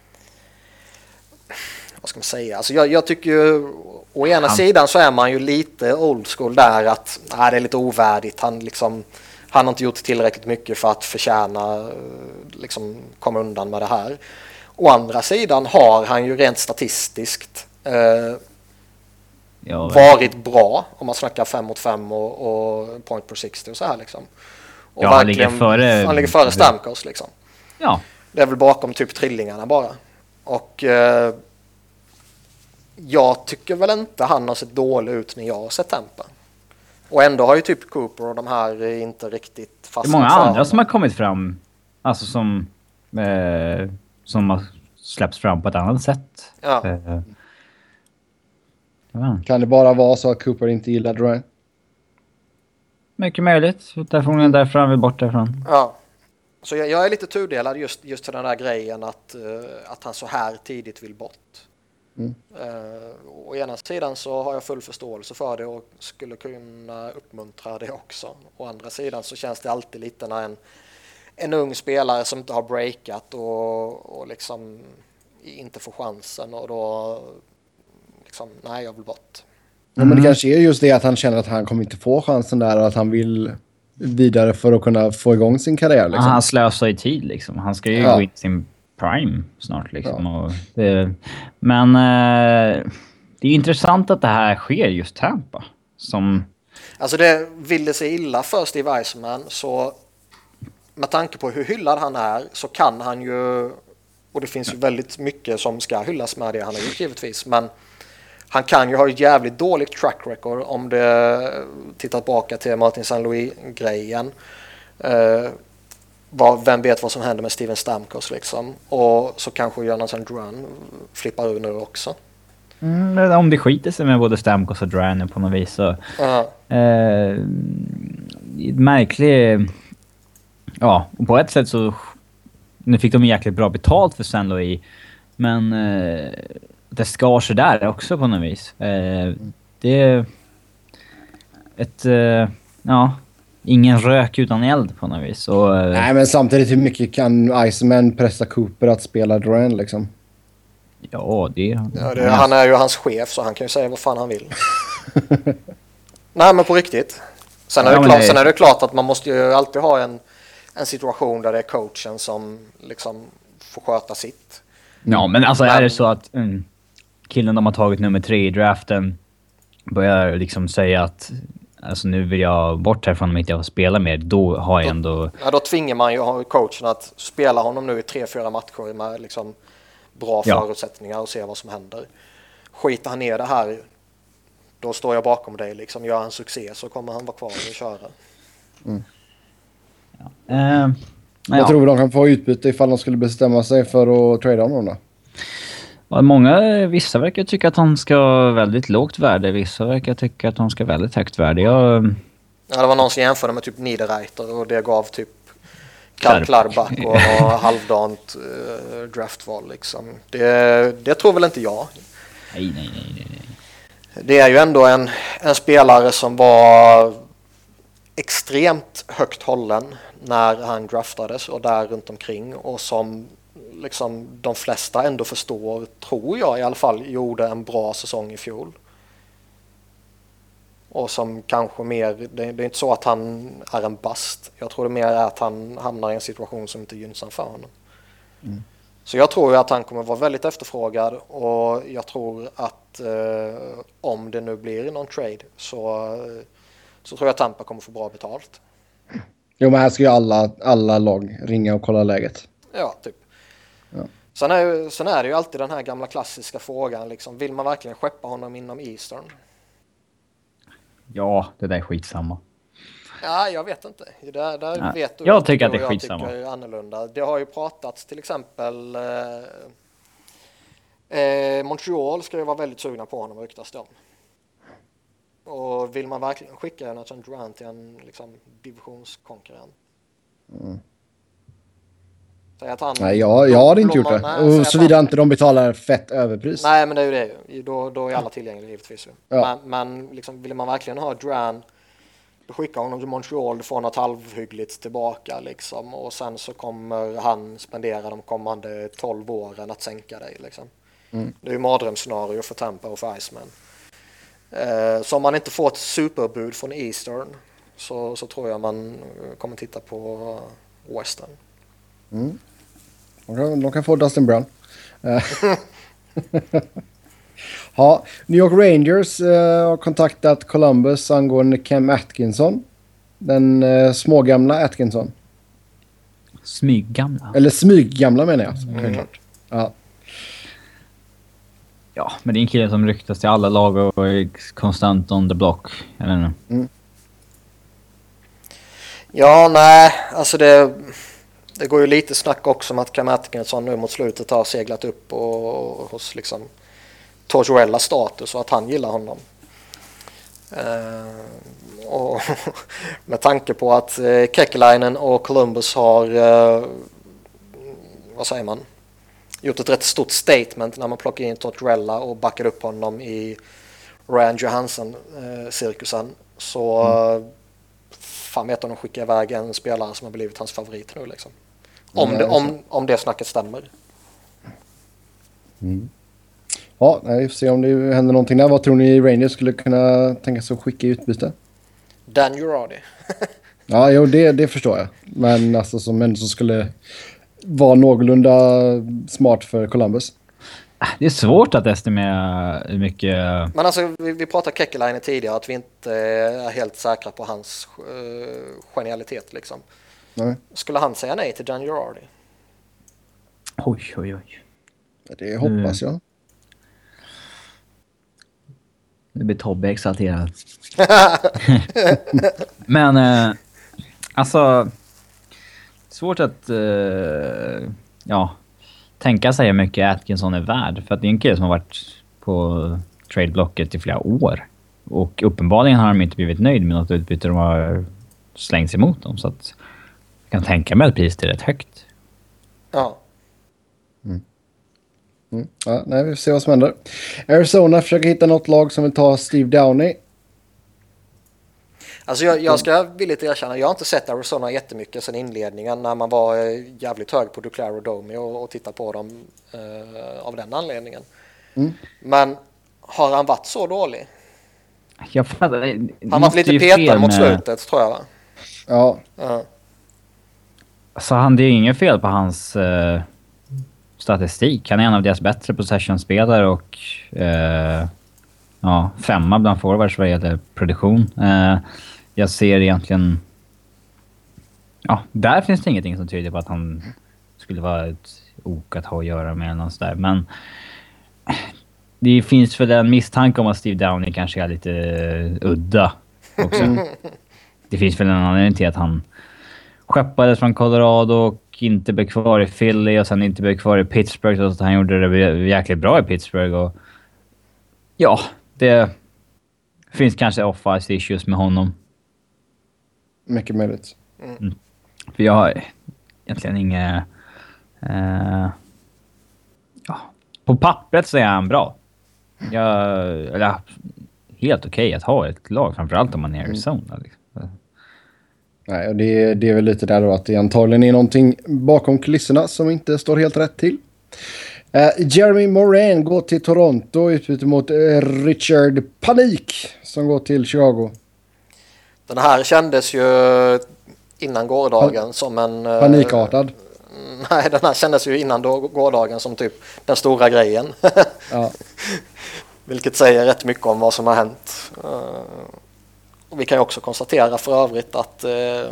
vad ska man säga? Alltså jag, jag tycker ju, å ena han. sidan så är man ju lite old school där att nej, det är lite ovärdigt. Han liksom han har inte gjort tillräckligt mycket för att förtjäna liksom komma undan med det här. Å andra sidan har han ju rent statistiskt uh, Ja, varit bra om man snackar fem mot fem och, och point per sextio och så här liksom. Och ja, han ligger före han ligger före Stamkos liksom. Ja. Det är väl bakom typ trillingarna bara. Och eh, jag tycker väl inte han har sett dålig ut när jag har sett Tampa. Och ändå har ju typ Cooper och de här inte riktigt fastnat. Det är många andra som har kommit fram, alltså som eh, som har släppts fram på ett annat sätt. Ja. Eh, Ja. Kan det bara vara så att Cooper inte gillar Durant? Mycket möjligt. Därför, därför han vill bort därifrån. Ja. Så jag, jag är lite tudelad just, just till den där grejen att, uh, att han så här tidigt vill bort. Mm. Uh, å ena sidan så har jag full förståelse för det och skulle kunna uppmuntra det också. Å andra sidan så känns det alltid lite när en, en ung spelare som inte har breakat och, och liksom inte får chansen och då liksom, nej, jag vill bort. Ja, men det kanske är just det att han känner att han kommer inte få chansen där och att han vill vidare för att kunna få igång sin karriär. Liksom. Ja, han slösar i tid liksom. Han ska ju ja. gå in i sin prime snart liksom. Ja. Och det, men eh, det är intressant att det här sker just Tampa. Som... Alltså det vill det sig illa för Steve Eisenman så med tanke på hur hyllad han är så kan han ju, och det finns ju väldigt mycket som ska hyllas med det han har gjort givetvis, men han kan ju ha ett jävligt dåligt track record om det tittar tillbaka till Martin Saint Louis-grejen. Uh, vad, vem vet vad som händer med Steven Stamkos liksom. Och så kanske Jonathan Drouin flippar ur nu också. Mm, om det skiter sig med både Stamkos och Drouin på något vis så... Uh-huh. Uh, märklig... Ja, och på ett sätt så... Nu fick de jäkligt bra betalt för Saint Louis. Men... Uh, det skar sig där också på något vis. Eh, det är ett, eh, ja, ingen rök utan eld på något vis. Och, eh, nej, men samtidigt hur mycket kan Iceman pressa Cooper att spela Durant liksom? Ja, det... Ja, det han är ju hans chef så han kan ju säga vad fan han vill. Nej, men på riktigt. Sen är, ja, det klart, det... sen är det klart att man måste ju alltid ha en, en situation där det är coachen som liksom får sköta sitt. Ja, men alltså men... är det så att... Mm, killen de har tagit nummer tre i draften börjar liksom säga att alltså nu vill jag bort härifrån om inte jag får spela mer, då har jag ändå... Ja, då tvingar man ju coachen att spela honom nu i tre, fyra matcher med liksom bra ja. förutsättningar och se vad som händer. Skiter han ner det här, då står jag bakom dig liksom. Gör han succé så kommer han vara kvar och köra. Mm. Ja. Uh, jag ja. tror de kan få utbyte ifall de skulle bestämma sig för att trada honom då. Många, vissa verkar tycka att han ska ha väldigt lågt värde. Vissa verkar tycka att han ska ha väldigt högt värde. Jag... Ja, det var någon som jämförde med typ Niederreiter och det gav typ Karl Klarbach och, och halvdant uh, draftval liksom. Det, det tror väl inte jag. Nej, nej, nej, nej, nej. Det är ju ändå en, en spelare som var extremt högt hållen när han draftades och där runt omkring och som liksom de flesta ändå förstår, tror jag i alla fall, gjorde en bra säsong i fjol. Och som kanske mer, det, det är inte så att han är en bast. Jag tror det mer är att han hamnar i en situation som inte är gynnsam för honom. Mm. Så jag tror ju att han kommer vara väldigt efterfrågad och jag tror att eh, om det nu blir någon trade så, så tror jag att Tampa kommer få bra betalt. Jo, men här ska ju alla, alla lag ringa och kolla läget. Ja, typ. Ja. Sen, är, sen är det ju alltid den här gamla klassiska frågan liksom, vill man verkligen skeppa honom inom Eastern? Ja, det där är skitsamma. Ja, jag vet inte. Där, där ja, vet du jag tycker att det är skitsamma. Jag tycker annorlunda. Det har ju pratats till exempel eh, eh, Montreal ska ju vara väldigt sugna på honom, ryktas det om. Och vill man verkligen skicka Jonathan Drouin till en liksom, divisionskonkurrent? Mm. Att han, nej, jag, jag hade inte gjort det. Nej, och såvida inte de betalar fett överpris. Nej, men det är ju det. Då, då är alla tillgängliga givetvis. Ja. Men, men liksom, vill man verkligen ha Drouin skicka honom till Montreal från något halvhyggligt tillbaka liksom, och sen så kommer han spendera de kommande tolv åren att sänka dig liksom. Mm. Det är ju mardrömsscenario för Tampa och för Iceman. Eh, så om man inte får ett superbud från Eastern så, så tror jag man kommer titta på Western. Mm. De, kan, de kan få Dustin Brown. Ja, New York Rangers eh, har kontaktat Columbus angående Cam Atkinson. Den eh, smågamla Atkinson. Smyggamla. Eller smyggamla menar jag. Mm. Klart. Ja. Ja, men det är en kille som ryktas till alla lag och är konstant on the block. Eller mm. Ja, nej. Alltså det, det går ju lite snack också om att Cam Atkinson nu mot slutet har seglat upp och, och hos liksom Tortorella status och att han gillar honom. Uh, och med tanke på att uh, Kekalainen och Columbus har uh, vad säger man, gjort ett rätt stort statement när man plockar in Tortorella och backar upp honom i Ryan Johansson-cirkusen. Uh, så mm. uh, fan vet om de skickar iväg en spelare som har blivit hans favorit nu liksom. Om, mm, det, om, om det snacket stämmer. Mm. Ja, vi får se om det händer någonting där. Vad tror ni Rangers skulle kunna tänka sig att skicka i utbyte? Dan Girardi. Ja, jo, det, det förstår jag. Men alltså som en som skulle vara någorlunda smart för Columbus. Det är svårt att estimera hur mycket... Men alltså, vi, vi pratade Kekalainen tidigare, att vi inte är helt säkra på hans uh, genialitet liksom. Nej. Skulle han säga nej till Dan Girardi? Oj, oj, oj. Det hoppas jag. Nu blir Tobbe exalterad. Men eh, alltså svårt att eh, ja, tänka sig hur mycket Atkinson är värd, för att det är en kille som har varit på tradeblocket i flera år och uppenbarligen har de inte blivit nöjd med något utbyte de har slängt emot dem, så att jag kan tänka mig att priset är rätt högt. Ja. Mm. Mm. Ja, nej, vi får se vad som händer. Arizona försöker hitta något lag som vill ta Steve Downey. Alltså jag, jag ska villigt erkänna, jag har inte sett Arizona jättemycket sedan inledningen när man var jävligt hög på Duclair och Domi och, och tittade på dem uh, av den anledningen. Mm. Men har han varit så dålig? Jag fattar, han var lite petad mot slutet, tror jag, va? Ja. Uh. Så han, det är inget fel på hans uh, statistik. Han är en av deras bättre possession-spelare och uh, ja, femma bland forwards vad gäller produktion. Uh, jag ser egentligen... Ja, där finns det ingenting som tyder på att han skulle vara ett ok att ha att göra med något där. Men det finns väl en misstanke om att Steve Downey kanske är lite udda också. Det finns väl en anledning till att han skeppades från Colorado och inte blev kvar i Philly och sen inte blev kvar i Pittsburgh, så att han gjorde det jäkligt bra i Pittsburgh. Och ja, det finns kanske off-ice issues med honom. Mycket möjligt. Mm. För jag har egentligen inga... Uh, ja, på pappret så är han bra. Jag, eller, helt okej okay att ha ett lag, framförallt om man är i Arizona. Mm. Liksom. Nej, och det, det är väl lite där då att det antagligen är någonting bakom kulisserna som inte står helt rätt till. Uh, Jeremy Morin går till Toronto utbyte mot uh, Richard Panik som går till Chicago. Den här kändes ju innan gårdagen pa- som en... Uh, panikartad. Nej, den här kändes ju innan då, gårdagen som typ den stora grejen. Ja. Vilket säger rätt mycket om vad som har hänt. Uh, och vi kan ju också konstatera för övrigt att uh,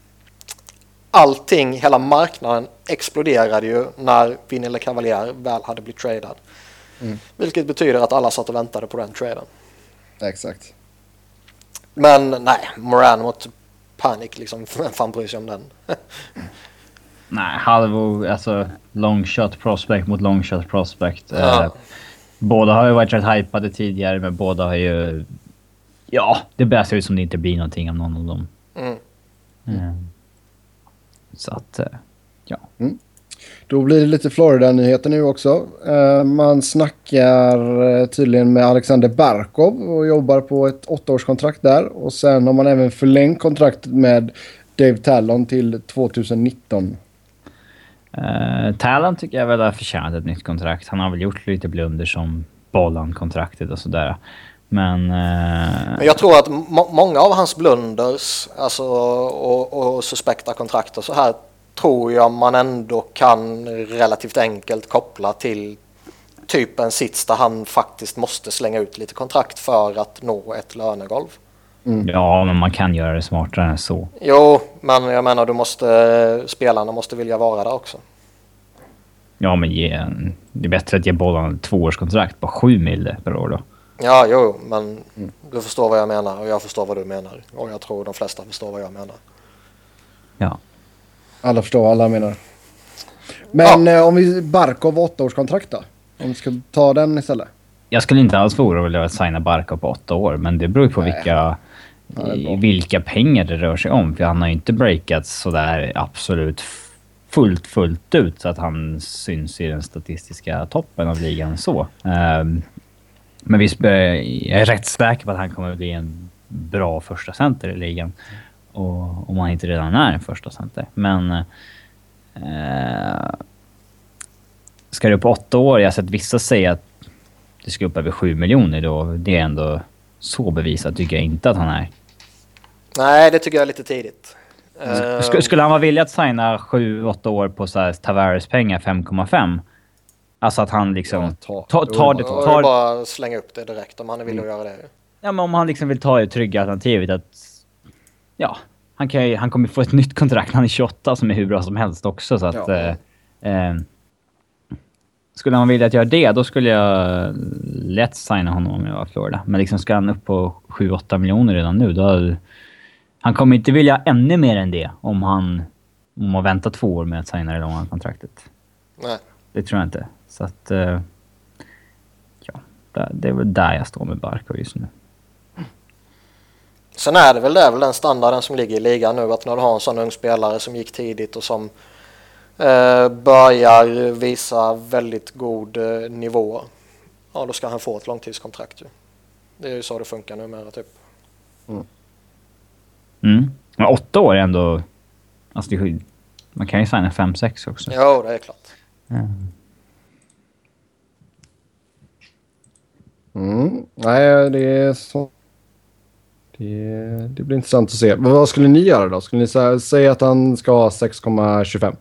allting, hela marknaden exploderade ju när Vinny Cavalier väl hade blivit tradad. Mm. Vilket betyder att alla satt och väntade på den traden. Exakt. Men nej, Moran mot Panik, liksom, vem fan bryr sig om den? Nej, halv, alltså long shot prospect mot long shot prospect. Ja. Eh, båda har ju varit rätt hypade tidigare, men båda har ju... Ja, det börjar se ut som det inte blir någonting av någon av dem. Mm. Mm. Så att, ja. Mm. Då blir det lite Florida-nyheter nu också. Uh, man snackar uh, tydligen med Alexander Barkov och jobbar på ett åttaårskontrakt där. Och sen har man även förlängt kontraktet med Dave Talon till tjugonitton. Uh, Talon tycker jag väl har förtjänat ett nytt kontrakt. Han har väl gjort lite blunder som Bollan-kontraktet och sådär. Men, uh... Men jag tror att må- många av hans blunders alltså, och, och suspekta kontrakt och så här tror jag man ändå kan relativt enkelt koppla till typ en sits där han faktiskt måste slänga ut lite kontrakt för att nå ett lönegolv. Mm. Ja, men man kan göra det smartare än så. Jo, men jag menar du måste, spelarna måste vilja vara där också. Ja, men ge en, det är bättre att ge bollen ett tvåårskontrakt på sju mil per år då. Ja, jo, men mm. du förstår vad jag menar och jag förstår vad du menar. Och jag tror de flesta förstår vad jag menar. Ja. Alla förstår vad alla menar. Men ja. eh, om vi Barkov åttaårskontrakt då? Om vi ska ta den istället. Jag skulle inte alls vara orolig att signa Barkov på åtta år. Men det beror på vilka, ja, vilka pengar det rör sig om. För han har ju inte breakat sådär absolut fullt, fullt ut. Så att han syns i den statistiska toppen av ligan så. Um, men visst, jag är rätt säker på att han kommer att bli en bra första center i ligan. Och om han inte redan är en första center. Men eh, ska det upp på åtta år? Jag har sett vissa säga att det ska upp över sju miljoner då. Det är ändå så bevisat tycker jag inte att han är. Nej, det tycker jag är lite tidigt. Sk- skulle han vara villig att signa sju åtta år på så här Tavares pengar fem komma fem? Alltså att han liksom ja, ta, ta, tar det. Tar, tar, bara slänga upp det direkt om han är villig att göra det. Ja, men om han liksom vill ta det trygga alternativet att ja, han, kan ju, han kommer få ett nytt kontrakt. Han är tjugoåtta som är hur bra som helst också. Så att, ja. eh, eh, skulle han vilja att göra det, då skulle jag lätt signa honom om jag var Florida. Men liksom ska han upp på sju åtta miljoner redan nu, då han kommer inte vilja ännu mer än det om han om man väntar två år med att signa det långa kontraktet. Nej. Det tror jag inte. Så att eh, ja, det är väl där jag står med Barkov just nu. Sen är det väl, det är väl den standarden som ligger i ligan nu, att när du har en sån ung spelare som gick tidigt och som eh, börjar visa väldigt god eh, nivå, ja då ska han få ett långtidskontrakt ju. Det är ju så det funkar numera typ. Mm. Mm. Men åtta år är ändå, alltså det är, man kan ju signa fem sex också. Jo, det är klart. Mm. Mm. Nej, det är så. Det, det blir intressant att se. Men vad skulle ni göra då? Skulle ni säga, säga att han ska ha sex komma tjugofem?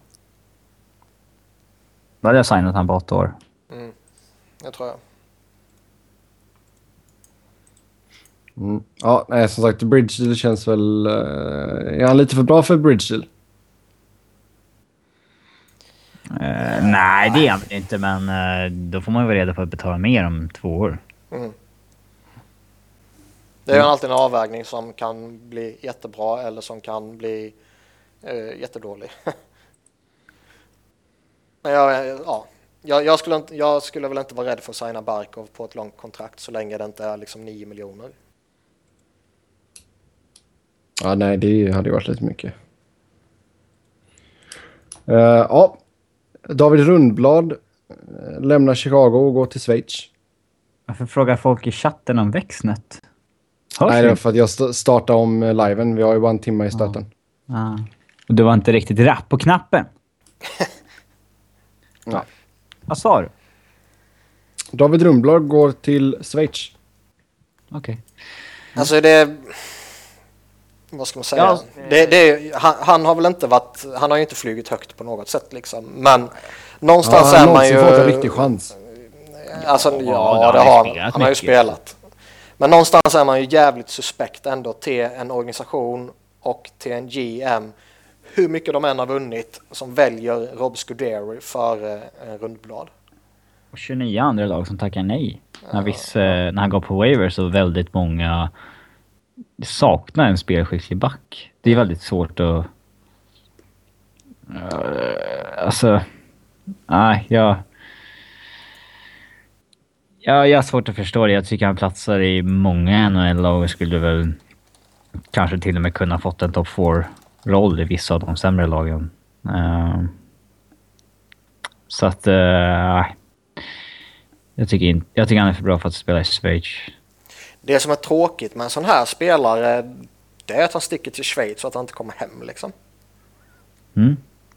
Då hade jag signat han på åtta år. Mm. Jag tror jag. Mm. Ja, nej, som sagt, Bridge Deal känns väl... Uh, är han lite för bra för Bridge Deal? Uh, nej, det är han inte, men uh, då får man ju vara redo på att betala mer om två år. Mm. Det är ju alltid en avvägning som kan bli jättebra eller som kan bli uh, jättedålig. Men jag, ja, jag, jag, skulle inte, jag skulle väl inte vara rädd för att signa Barkov på ett långt kontrakt så länge det inte är liksom nio miljoner. Ja, nej, det hade ju varit lite mycket. Uh, ja, David Rundblad lämnar Chicago och går till Schweiz. Varför frågar folk i chatten om Växnet? Hörs nej, det är för att jag st- startar om liven. Vi har ju bara en timme i starten. Ja. Ja. Och du var inte riktigt rapp på knappen? Ja. Vad sa du? David Rundblad går till Schweiz. Okej. Okay. Alltså det... Vad ska man säga? Ja, det, det, han, han har väl inte varit... Han har ju inte flugit högt på något sätt liksom. Men någonstans ja, är man ju... Han har fått en riktig chans. Alltså, ja, ja det har han. Han har ju spelat. Men någonstans är man ju jävligt suspekt ändå till en organisation och till en G M. Hur mycket de än har vunnit som väljer Rob Scuderi för eh, Rundblad. Och tjugonio andra lag som tackar nej. Ja. När, viss, eh, när han går på waiver så väldigt många saknar en spelskicklig back. Det är väldigt svårt att... Uh, alltså... Nej, jag... Ja, jag har svårt att förstå det. Jag tycker han platsar i många N H L-lag och skulle väl kanske till och med kunna fått en top four roll i vissa av de sämre lagen. Uh, Så att... Uh, jag, tycker in, jag tycker han är för bra för att spela i Schweiz. Det som är tråkigt med en sån här spelare, det är att han sticker till Schweiz så att han inte kommer hem liksom. Mm.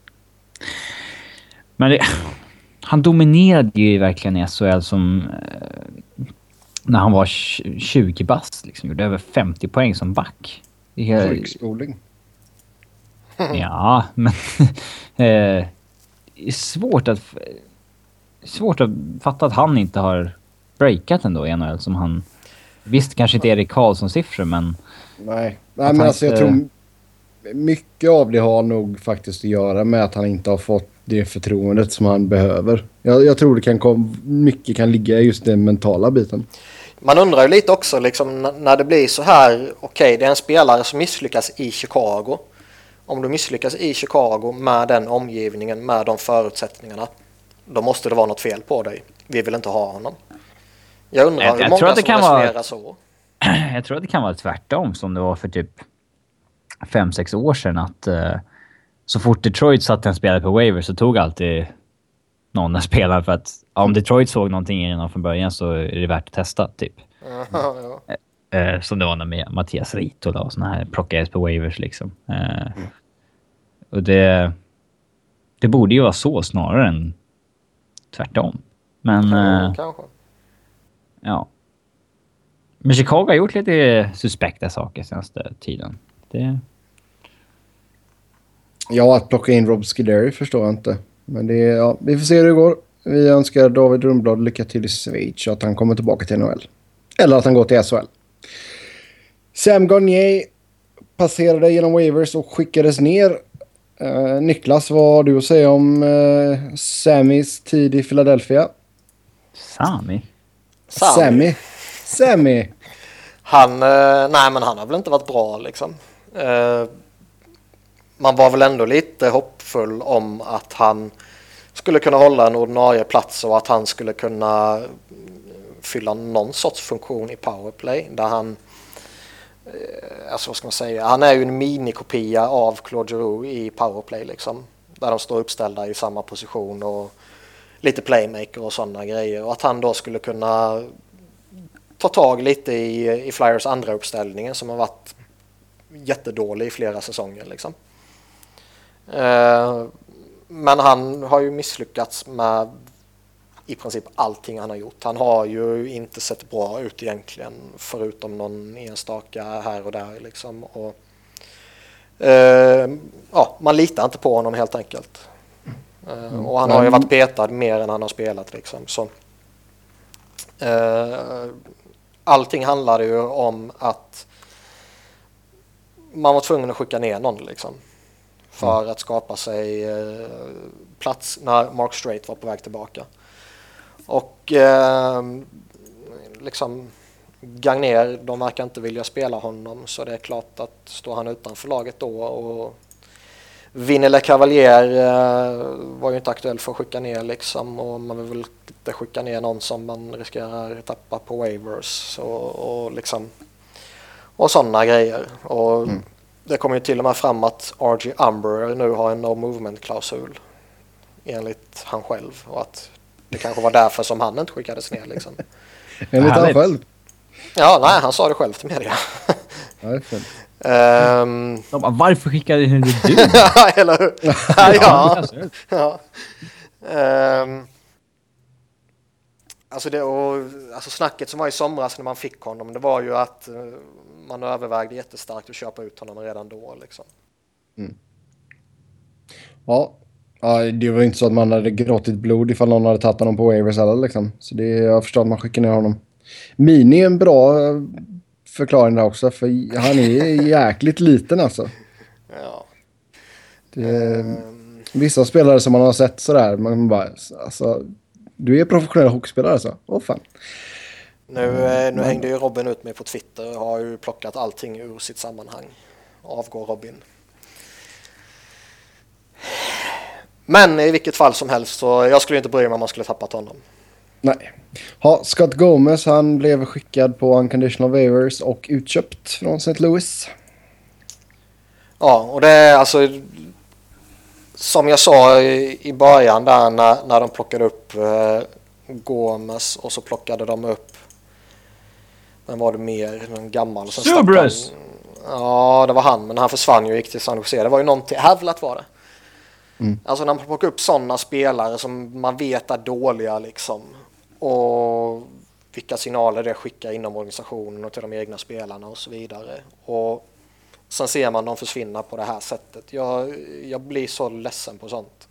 Men det, han dominerade ju verkligen i S H L som... Uh, när han var tjugo bast liksom. Gjorde över femtio poäng som back. Sjukskoling. Ja, men... eh, det är svårt att... Svårt att fatta att han inte har breakat ändå i N H L som han... Visst, kanske inte Erik Karlssons siffror, men... Nej, Nej men alltså jag tror... Mycket av det har nog faktiskt att göra med att han inte har fått det förtroendet som han behöver. Jag, jag tror det kan kom, mycket kan ligga i just den mentala biten. Man undrar ju lite också liksom, när det blir så här, okej, okay, det är en spelare som misslyckas i Chicago. Om du misslyckas i Chicago med den omgivningen, med de förutsättningarna, då måste det vara något fel på dig. Vi vill inte ha honom. Jag undrar jag, hur jag många tror att det som kan resonerar vara, så. Jag tror att det kan vara tvärtom som det var för typ fem sex år sedan. Att uh, så fort Detroit satt en spelare på waiver så tog alltid någon spelare för att ja, om Detroit såg någonting i den från början så är det värt att testa typ. Uh, ja. uh, som det var med Mattias Ritola och såna här plockades på waivers liksom. Uh, mm. Och det det borde ju vara så snarare än tvärtom. Men mm, uh, kanske. Ja. Men Chicago har gjort lite suspekta saker senaste tiden. Det... Ja, att plocka in Rob Scuderi förstår jag inte. Men det är, ja, vi får se hur det går. Vi önskar David Rundblad lycka till i Schweiz och att han kommer tillbaka till N H L. Eller att han går till S H L. Sam Gagner passerade genom waivers och skickades ner. Uh, Niklas, vad har du att säga om uh, Sammys tid i Philadelphia? Sammy? Sammy. Sammy. Han, uh, nej men han har väl inte varit bra liksom. Uh, man var väl ändå lite hoppfull om att han skulle kunna hålla en ordinarie plats och att han skulle kunna fylla någon sorts funktion i powerplay där han alltså vad ska man säga, han är ju en minikopia av Claude Giroux i powerplay liksom, där de står uppställda i samma position och lite playmaker och sådana grejer, och att han då skulle kunna ta tag lite i, i Flyers andra uppställningen som har varit jättedålig i flera säsonger liksom. Uh, men han har ju misslyckats med i princip allting han har gjort. Han har ju inte sett bra ut egentligen, förutom någon enstaka här och där liksom. Och, uh, ja, man litar inte på honom helt enkelt. Uh, mm. Och han har ju varit petad mer än han har spelat liksom. Så, uh, allting handlade ju om att man var tvungen att skicka ner någon liksom. För mm. att skapa sig eh, plats när Mark Streit var på väg tillbaka. Och eh, liksom Gagner, de verkar inte vilja spela honom, så det är klart att står han utanför laget då, och Vinny Cavalier eh, var ju inte aktuell för att skicka ner liksom, och man vill väl inte skicka ner någon som man riskerar att tappa på waivers och, och liksom och sådana grejer. Och mm. det kommer ju till och med fram att R J Umber nu har en no movement-klausul enligt han själv, och att det kanske var därför som han inte skickades ner liksom. Enligt han själv? Ja, nej, han sa det själv till media. Ja, det är fint. Um, De bara, varför skickade du det? Ja, eller hur? Ja, ja. ja. Um, alltså, det, och, alltså snacket som var i somras när man fick honom, det var ju att uh, man övervägde jättestarkt att köpa ut honom redan då liksom. Mm. Ja. Ja, det var inte så att man hade gråtit blod ifall någon hade tagit honom på waivers eller liksom. Så det, jag förstår att man skickar ner honom. Mini är en bra förklaring där också, för han är jäkligt liten alltså. Ja. Det, um, vissa spelare som man har sett sådär, man bara, alltså, du är professionell hockeyspelare alltså. Åh fan. Nu, nu mm. hängde ju Robin ut mig på Twitter och har ju plockat allting ur sitt sammanhang. Avgår Robin. Men i vilket fall som helst, så jag skulle inte bry mig om man skulle tappat honom. Nej. Ja, Scott Gomez, han blev skickad på unconditional waivers och utköpt från Saint Louis. Ja, och det är alltså som jag sa i, i början där när, när de plockade upp eh, Gomes och så plockade de upp, men var det mer en gammal som Subrus. Ja, det var han, men han försvann ju och gick till San Jose. Det var ju någonting, Havlat var det. Mm. Alltså när man plockar upp sådana spelare som man vet är dåliga liksom, och vilka signaler det skickar inom organisationen och till de egna spelarna och så vidare. Och sen ser man dem försvinna på det här sättet. Jag, jag blir så ledsen på sånt.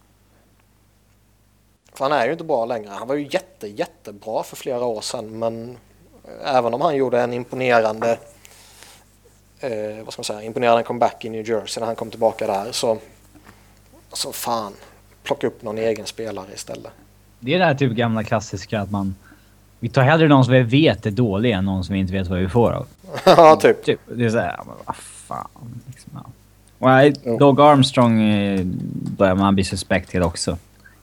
För han är ju inte bra längre. Han var ju jätte, jättebra för flera år sedan, men även om han gjorde en imponerande eh, vad ska man säga, imponerande comeback i New Jersey när han kom tillbaka där, så så fan, plocka upp någon egen spelare istället. Det är det här typ gamla klassiska att man vi tar hellre någon som vi vet är dålig än någon som vi inte vet vad vi får av. Ja, typ. typ. Det är så här, men vad fan. Liksom, ja. Och nej, Doug Armstrong eh, börjar man bli suspekt till också.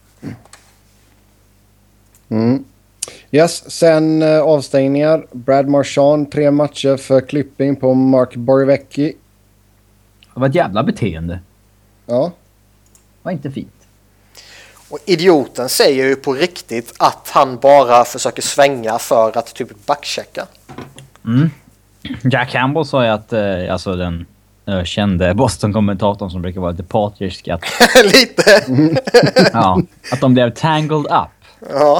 Mm. Yes, sen eh, avstängningar. Brad Marchand, tre matcher för klipping på Mark Borivecki. Det var ett jävla beteende. Ja. Det var inte fint. Och idioten säger ju på riktigt att han bara försöker svänga för att typ backchecka. Mm. Jack Campbell sa ju att eh, alltså den kände Boston-kommentatorn som brukar vara lite patrisk att, lite. ja, att de blev tangled up. Ja.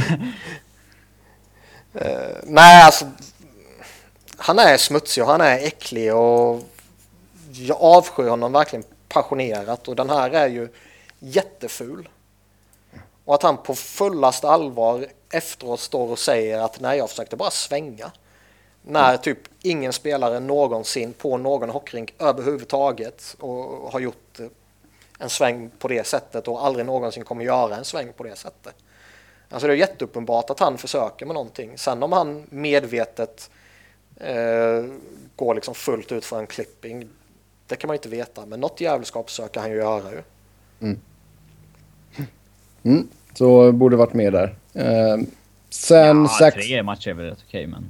uh, nej, alltså han är smutsig och han är äcklig och jag avskyr honom verkligen passionerat, och den här är ju jätteful. Och att han på fullaste allvar efteråt står och säger att nej, jag försökte bara svänga. När mm. typ ingen spelare någonsin på någon hockeyrink överhuvudtaget och har gjort en sväng på det sättet och aldrig någonsin kommer göra en sväng på det sättet. Alltså det är jätteuppenbart att han försöker med någonting. Sen om han medvetet eh, går liksom fullt ut för en clipping, det kan man inte veta. Men något jävelskap försöker han ju göra ju. Mm. Mm. Så borde varit med där. Eh, sen ja, sex... tre matcher är väl rätt okej, men...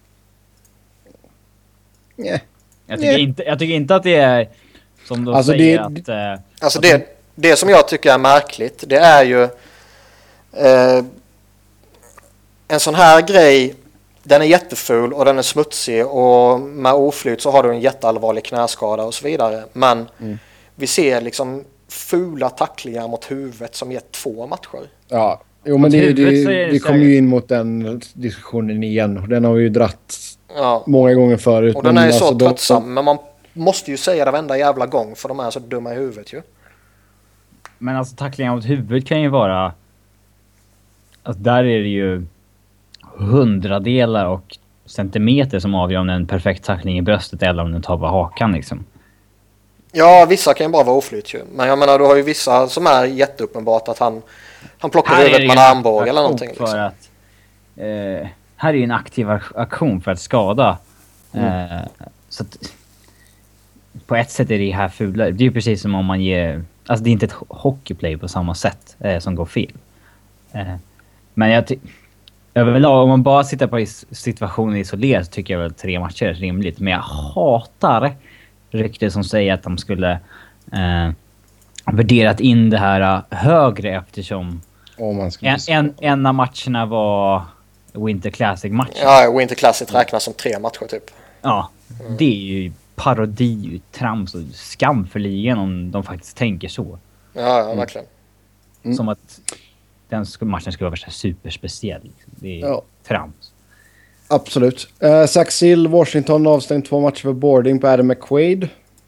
Yeah. Jag, tycker yeah. inte, jag tycker inte att det är som de alltså säger det, att... Eh, alltså att det, de... det som jag tycker är märkligt, det är ju... Eh, en sån här grej, den är jätteful och den är smutsig och med oflyt så har du en jätteallvarlig knäskada och så vidare. Men mm. vi ser liksom fula tacklingar mot huvudet som gett två matcher. Ja, jo, men det, det, det, det kommer ju in mot den diskussionen igen. Den har vi ju dratt ja. många gånger förut. Och den är ju alltså så tröttsam, de... men man måste ju säga det varenda jävla gång för de är så dumma i huvudet ju. Men alltså tacklingar mot huvudet kan ju vara... Alltså där är det ju hundradelar och centimeter som avgör om det är en perfekt tackling i bröstet eller om den tar på hakan liksom. Ja, vissa kan ju bara vara oflyt ju. Men jag menar, du har ju vissa som är jätteuppenbart att han, han plockar huvudet med en armbåge eller någonting. Liksom. För att, eh, här är ju en aktiv aktion för att skada. Mm. Eh, så att, på ett sätt är det här fula. Det är ju precis som om man ger... Alltså det är inte ett hockeyplay på samma sätt eh, som går fel. Eh, men jag tycker... Överlag, om man bara sitter på situationen isolerat så tycker jag väl tre matcher är rimligt. Men jag hatar rykten som säger att de skulle eh, värderat in det här uh, högre eftersom oh, man en, en, en av matcherna var Winter Classic-matchen. Ja, Winter Classic räknas som tre matcher typ. Ja, mm. Det är ju parodi, trams och skam för ligan om de faktiskt tänker så. Ja, ja verkligen. Mm. Som att den matchen skulle vara superspeciell. Det är ja. trams. Absolut. Uh, Zach Sill, Washington avstängt två matcher för boarding på Adam McQuaid.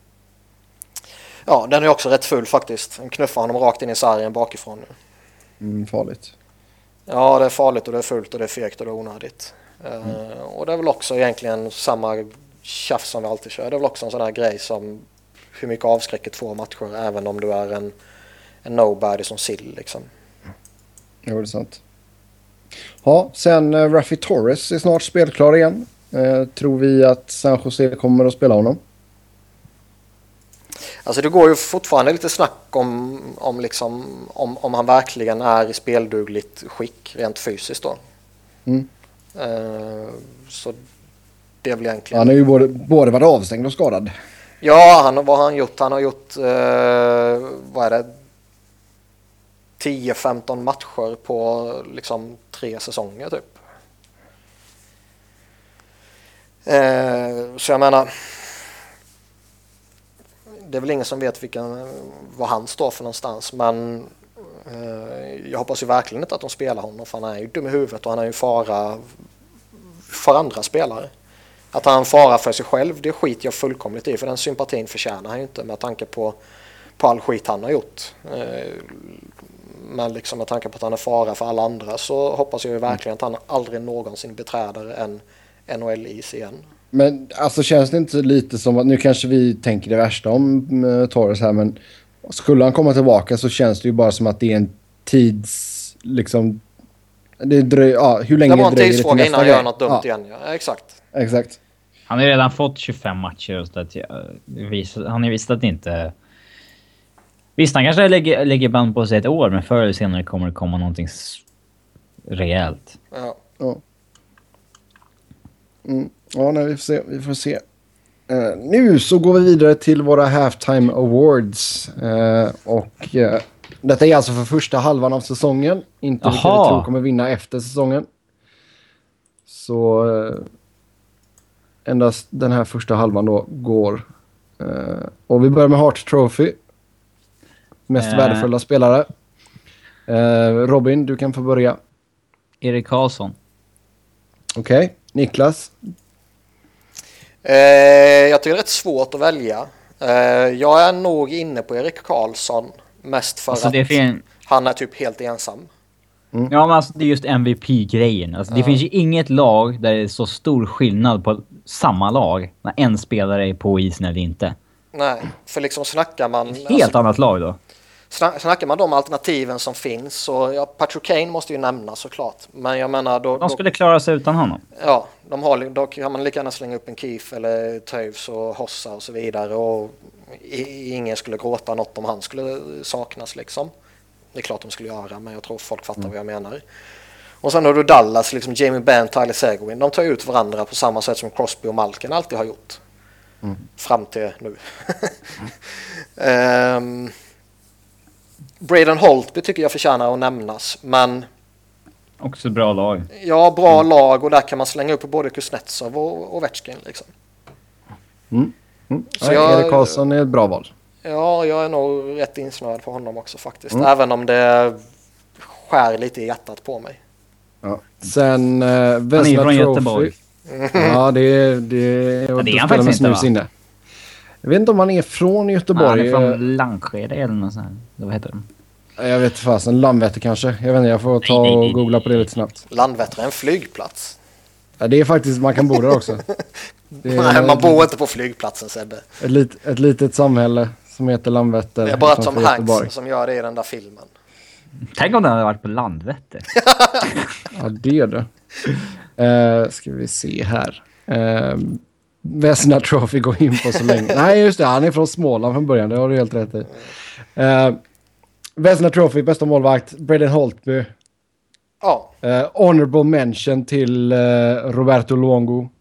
Ja, den är också rätt full faktiskt. Den knuffar honom rakt in i sargen bakifrån nu. Mm, farligt. Ja, det är farligt och det är fullt och det är fegt och det är onödigt. Mm. Uh, och det är väl också egentligen samma tjafs som vi alltid kör. Det är väl också en sån här grej som hur mycket avskräcker två matcher även om du är en, en nobody som Sill liksom. Ja, det är sant. Ja, sen uh, Raffi Torres är snart spelklar igen. Uh, tror vi att San Jose kommer att spela honom? Alltså det går ju fortfarande lite snack om, om, liksom, om, om han verkligen är i speldugligt skick rent fysiskt då. Mm. Uh, så det är väl egentligen... Han har ju både, både varit avstängd och skadad. Ja, han, vad har han gjort? Han har gjort uh, vad är det, tio femton matcher på liksom tre säsonger typ. Eh, så jag menar, det är väl ingen som vet vilken, vad han står för någonstans, men eh, jag hoppas ju verkligen inte att de spelar honom, för han är ju dum i huvudet och han är ju fara för andra spelare. Att han fara för sig själv, det skiter jag fullkomligt i, för den sympatin förtjänar han ju inte med tanke på, på all skit han har gjort. Eh, men liksom med tanke på att han är fara för alla andra, så hoppas jag ju verkligen att han aldrig någonsin beträder en N H L-is igen. Men alltså känns det inte lite som att, nu kanske vi tänker det värsta om uh, Torres här, men skulle han komma tillbaka så känns det ju bara som att det är en tids, liksom, det dröj, ja, hur länge det var en dröjer tidsfråga det till innan han nästa gör något dumt ja. igen. Ja, exakt. Exakt. Han har ju redan fått tjugofem matcher och så att jag, han har ju visst att det inte... Visst, han kanske lägger, lägger band på sig ett år, men förr eller senare kommer det komma någonting rejält. Ja. Ja. Mm. Ja, nej, vi får se. Vi får se. Uh, nu så går vi vidare till våra halftime awards. Uh, och uh, detta är alltså för första halvan av säsongen. Inte vilka vi tror kommer vinna efter säsongen. Så uh, endast den här första halvan då går. Uh, och vi börjar med Hart Trophy. Mest uh. värdefulla spelare. Uh, Robin, du kan få börja. Erik Karlsson. Okej. Okay. Niklas? Eh, jag tycker det är rätt svårt att välja. Eh, jag är nog inne på Erik Karlsson. Mest för alltså, att fin- han är typ helt ensam. Mm. Ja, men alltså, det är just M V P-grejen. Alltså, det ja. finns ju inget lag där det är så stor skillnad på samma lag när en spelare är på isen eller inte. Nej, för liksom snackar man... Ett helt alltså, annat lag då. Snackar man de alternativen som finns, så ja, Patrick Kane måste ju nämnas såklart. Men jag menar då... De skulle klara sig utan honom. Ja, de har, då kan man lika gärna slänga upp en Keith eller Toews och Hossa och så vidare. Och ingen skulle gråta något om han skulle saknas liksom. Det är klart de skulle göra, men jag tror folk fattar mm. vad jag menar. Och sen har du Dallas, liksom Jamie Benn, Tyler Seguin. De tar ut varandra på samma sätt som Crosby och Malkin alltid har gjort. Mm. Fram till nu. um, Braden Holtby tycker jag förtjänar att nämnas, men... Också bra lag. Ja, bra mm. lag, och där kan man slänga upp både Kuznetsov och Ovechkin liksom. Mm. Mm. Så ja, jag, Erik Karlsson är ett bra val. Ja, jag är nog rätt insnöad på honom också faktiskt. Mm. Även om det skär lite i hjärtat på mig. Ja. Sen uh, Vesna Trophy. Han är från Göteborg. Mm. Ja, det är... Det är, ja, det är han faktiskt inte, va? Inne. Jag vet inte om han är från Göteborg. Han är från Landskede eller något sånt. Vad heter det? Jag vet inte fasen. Landvetter kanske. Jag vet inte, jag får ta och googla på det lite snabbt. Landvetter är en flygplats. Ja, det är faktiskt, man kan bo där också. Det är, nej, man bor inte på flygplatsen, Sebbe. Ett, lit, ett litet samhälle som heter Landvetter. Det är bara Tom Hanks som gör det i den där filmen. Tänk om den hade varit på Landvetter. Ja, det är det. Uh, ska vi se här. Uh, Vesna Trophy går in på så länge. Nej, just det. Han är från Småland från början. Det har du helt rätt i. Uh, Vesna Trophy, bästa målvakt. Braden Holtby. Ja. Uh, honorable mention till uh, Roberto Luongo. Mm.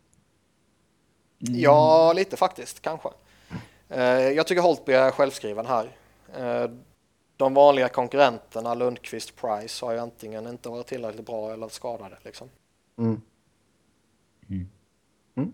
Ja, lite faktiskt. Kanske. Uh, jag tycker Holtby är självskriven här. Uh, de vanliga konkurrenterna, Lundqvist, Price, har ju antingen inte varit tillräckligt bra eller skadade. Liksom. Mm. Mm. Mm.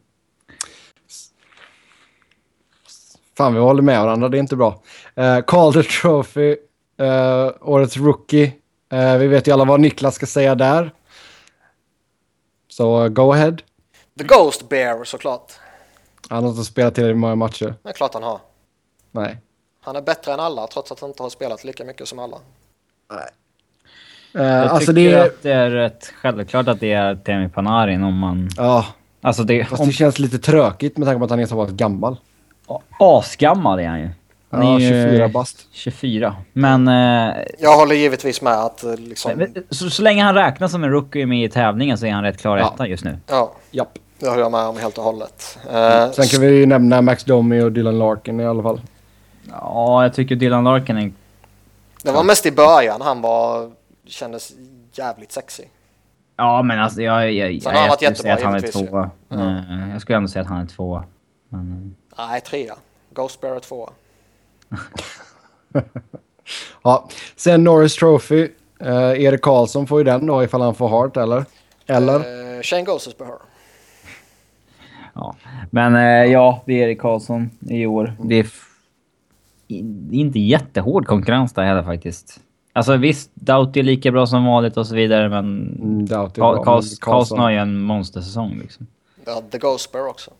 Fan, vi håller med varandra. Det är inte bra. Uh, Calder Trophy. Uh, årets rookie. Uh, vi vet ju alla vad Niklas ska säga där. Så uh, go ahead. The Ghost Bear, såklart. Han har inte spelat till i många matcher. Det är klart han har. Nej. Han är bättre än alla, trots att han inte har spelat lika mycket som alla. Nej. Uh, jag alltså tycker det är... att det är rätt självklart att det är Temi Panarin om man... Ja. Alltså det... Fast om... det känns lite tråkigt med tanke på att han är så pass gammal. Asgammal är han ju. Han ja, är ju tjugofyra bast. tjugofyra. Men... Eh, jag håller givetvis med att liksom... Så, så länge han räknas som en rookie med i tävlingen så är han rätt klar ja. etta just nu. Ja, japp. Det har jag med om helt och hållet. Mm. Sen kan vi ju nämna Max Domi och Dylan Larkin i alla fall. Ja, jag tycker Dylan Larkin är... Det var mest i början. Han var... kändes jävligt sexy. Ja, men alltså jag... jag, jag, Sen har han varit jättebra, att han är två. Mm. Jag skulle ändå säga att han är två. Men... Nej, trea. Ghost Bear två. Ja, sen Norris Trophy. Uh, Erik Karlsson får ju den då ifall han får Hart, eller? Eller? Uh, Shane Gosses behöver. Ja, men eh, ja, det är Erik Karlsson i år. Det är, f- det är inte jättehård konkurrens där heller faktiskt. Alltså visst, Doughty är lika bra som vanligt och så vidare, men Mm, Doughty är Karl- bra, Karls- men Karlsson har ju en monstersäsong liksom. Ja, The Ghostbear också.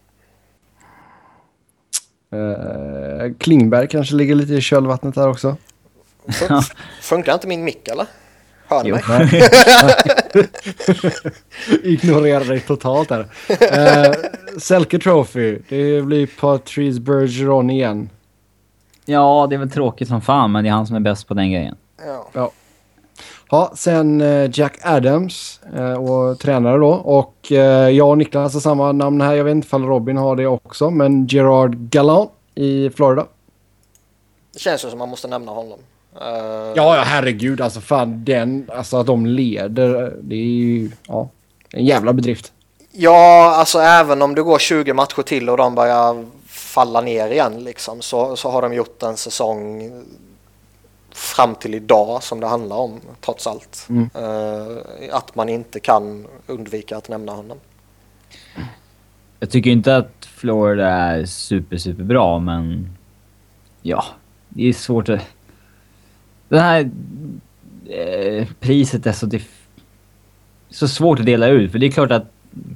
Uh, Klingberg kanske ligger lite i kölvattnet där också. Fun- funkar inte min mick eller? Hör ni Jo. mig? Ignorerar dig totalt där. Uh, Selke Trophy. Det blir Patrice Bergeron igen. Ja, det är väl tråkigt som fan, men det är han som är bäst på den grejen. Ja. Ja. Ja, sen uh, Jack Adams uh, och tränare då. Och uh, jag och Niklas har samma namn här. Jag vet inte om Robin har det också. Men Gerard Gallant i Florida. Det känns ju som man måste nämna honom. Uh, Ja, ja, herregud. Alltså fan, den, alltså att de leder, det är ju, ja, en jävla bedrift. Ja, alltså även om det går tjugo matcher till och de börjar falla ner igen liksom, så, så har de gjort en säsong fram till idag som det handlar om, trots allt. Mm. Uh, att man inte kan undvika att nämna honom. Jag tycker inte att Florida är super, super bra, men ja, det är svårt att... Det här eh, priset är så, dif- så svårt att dela ut, för det är klart att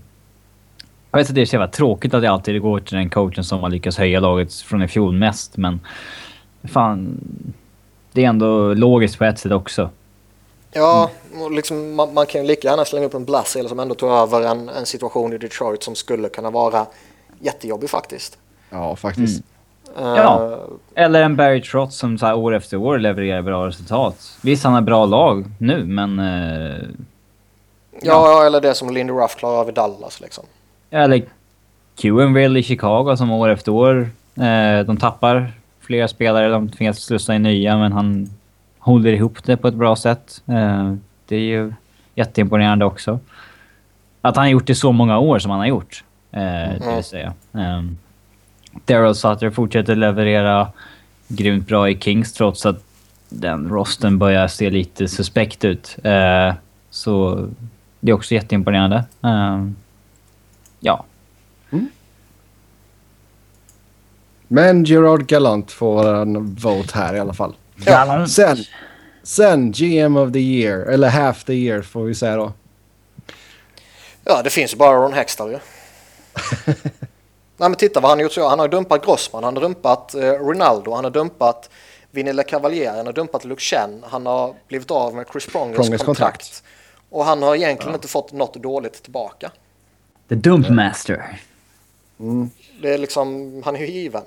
jag vet att det är så jävla tråkigt att det alltid går till den coachen som har lyckats höja laget från i fjol mest, men fan, det är ändå logiskt på ett sätt också. Ja, och liksom, man, man kan ju lika gärna slänga upp en Blashill som ändå tog över en, en situation i Detroit som skulle kunna vara jättejobbig faktiskt. Ja, faktiskt. Mm. Uh, Ja. Eller en Barry Trotz som så här år efter år levererar bra resultat. Visst, han har bra lag nu, men... Eh, ja, ja, eller det som Lindy Ruff klarar av i Dallas liksom. eller Quenneville i Chicago som år efter år. Eh, de tappar flera spelare, de tvingas slussa in nya, men han håller ihop det på ett bra sätt. Eh, det är ju jätteimponerande också. Att han har gjort det så många år som han har gjort, eh, det vill säga. Eh, Daryl Sutter fortsätter leverera grymt bra i Kings trots att den rosten börjar se lite suspekt ut. Eh, så det är också jätteimponerande. Eh, ja. Mm. Men Gerard Gallant får en vote här i alla fall. Ja. Sen, sen G M of the year, eller half the year får vi säga då. Ja, det finns ju bara Ron Hextall ju. Nej, men titta vad han har gjort så. Han har dumpat Grossman, han har dumpat eh, Ronaldo, han har dumpat Vinny LeCavalier, han har dumpat Luke Chen, han har blivit av med Chris Prongers kontrakt. kontrakt. Och han har egentligen ja. inte fått något dåligt tillbaka. The Dump Master. Mm. Det är liksom, han är ju given.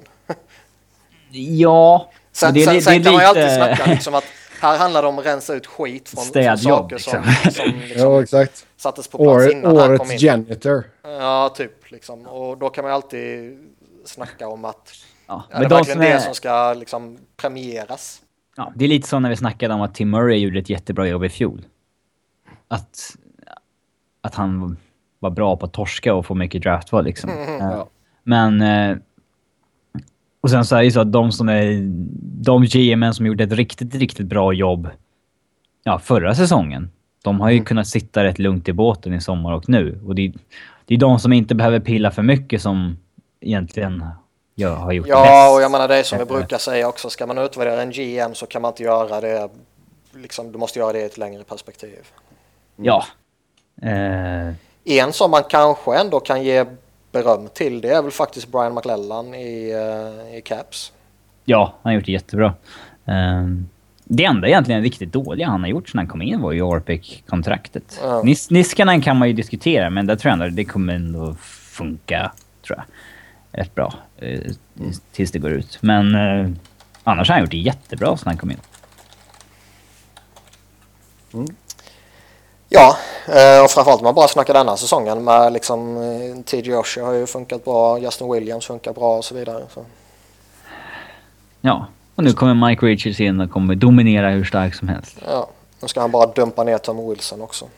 Ja. Sen, det, sen, det, sen det, det kan man ju alltid lite... snacka liksom att här handlar det om att rensa ut skit från, från saker som, som liksom ja, exakt. sattes på plats År, innan han kom in. Årets janitor. Ja, typ. Liksom. Och då kan man ju alltid snacka om att ja, är det de verkligen som är... det som ska liksom premieras. Ja, det är lite så när vi snackade om att Tim Murray gjorde ett jättebra jobb i fjol. Att, att han var bra på att torska och få mycket draftval liksom. Mm, ja. Men... Och sen så är det så att de som är... De G M som gjorde ett riktigt, riktigt bra jobb ja, förra säsongen. De har ju mm. kunnat sitta rätt lugnt i båten i sommar och nu. Och det, det är de som inte behöver pilla för mycket som egentligen ja, har gjort ja, bäst. Ja, och jag menar det som vi brukar säga också. Ska man utvärdera en G M så kan man inte göra det... Liksom, du måste göra det i ett längre perspektiv. Mm. Ja. Eh. En som man kanske ändå kan ge beröm till, det är väl faktiskt Brian McClellan i, uh, i Caps. Ja, han har gjort det jättebra. Um, det enda egentligen riktigt dåliga han har gjort när han kom in var ju Orpik-kontraktet. Ja. Nis- Niskanen kan man ju diskutera, men det tror jag ändå det kommer ändå funka, tror jag. Rätt bra. Uh, tills det går ut. Men uh, annars har han gjort det jättebra när han kom in. Mm. Ja, och framförallt man bara snackar denna säsongen med liksom T J Oshie har ju funkat bra, Justin Williams funkar bra och så vidare. Så. Ja, och nu kommer Mike Richards in och kommer dominera hur stark som helst. Ja, nu ska han bara dumpa ner Tom Wilson också.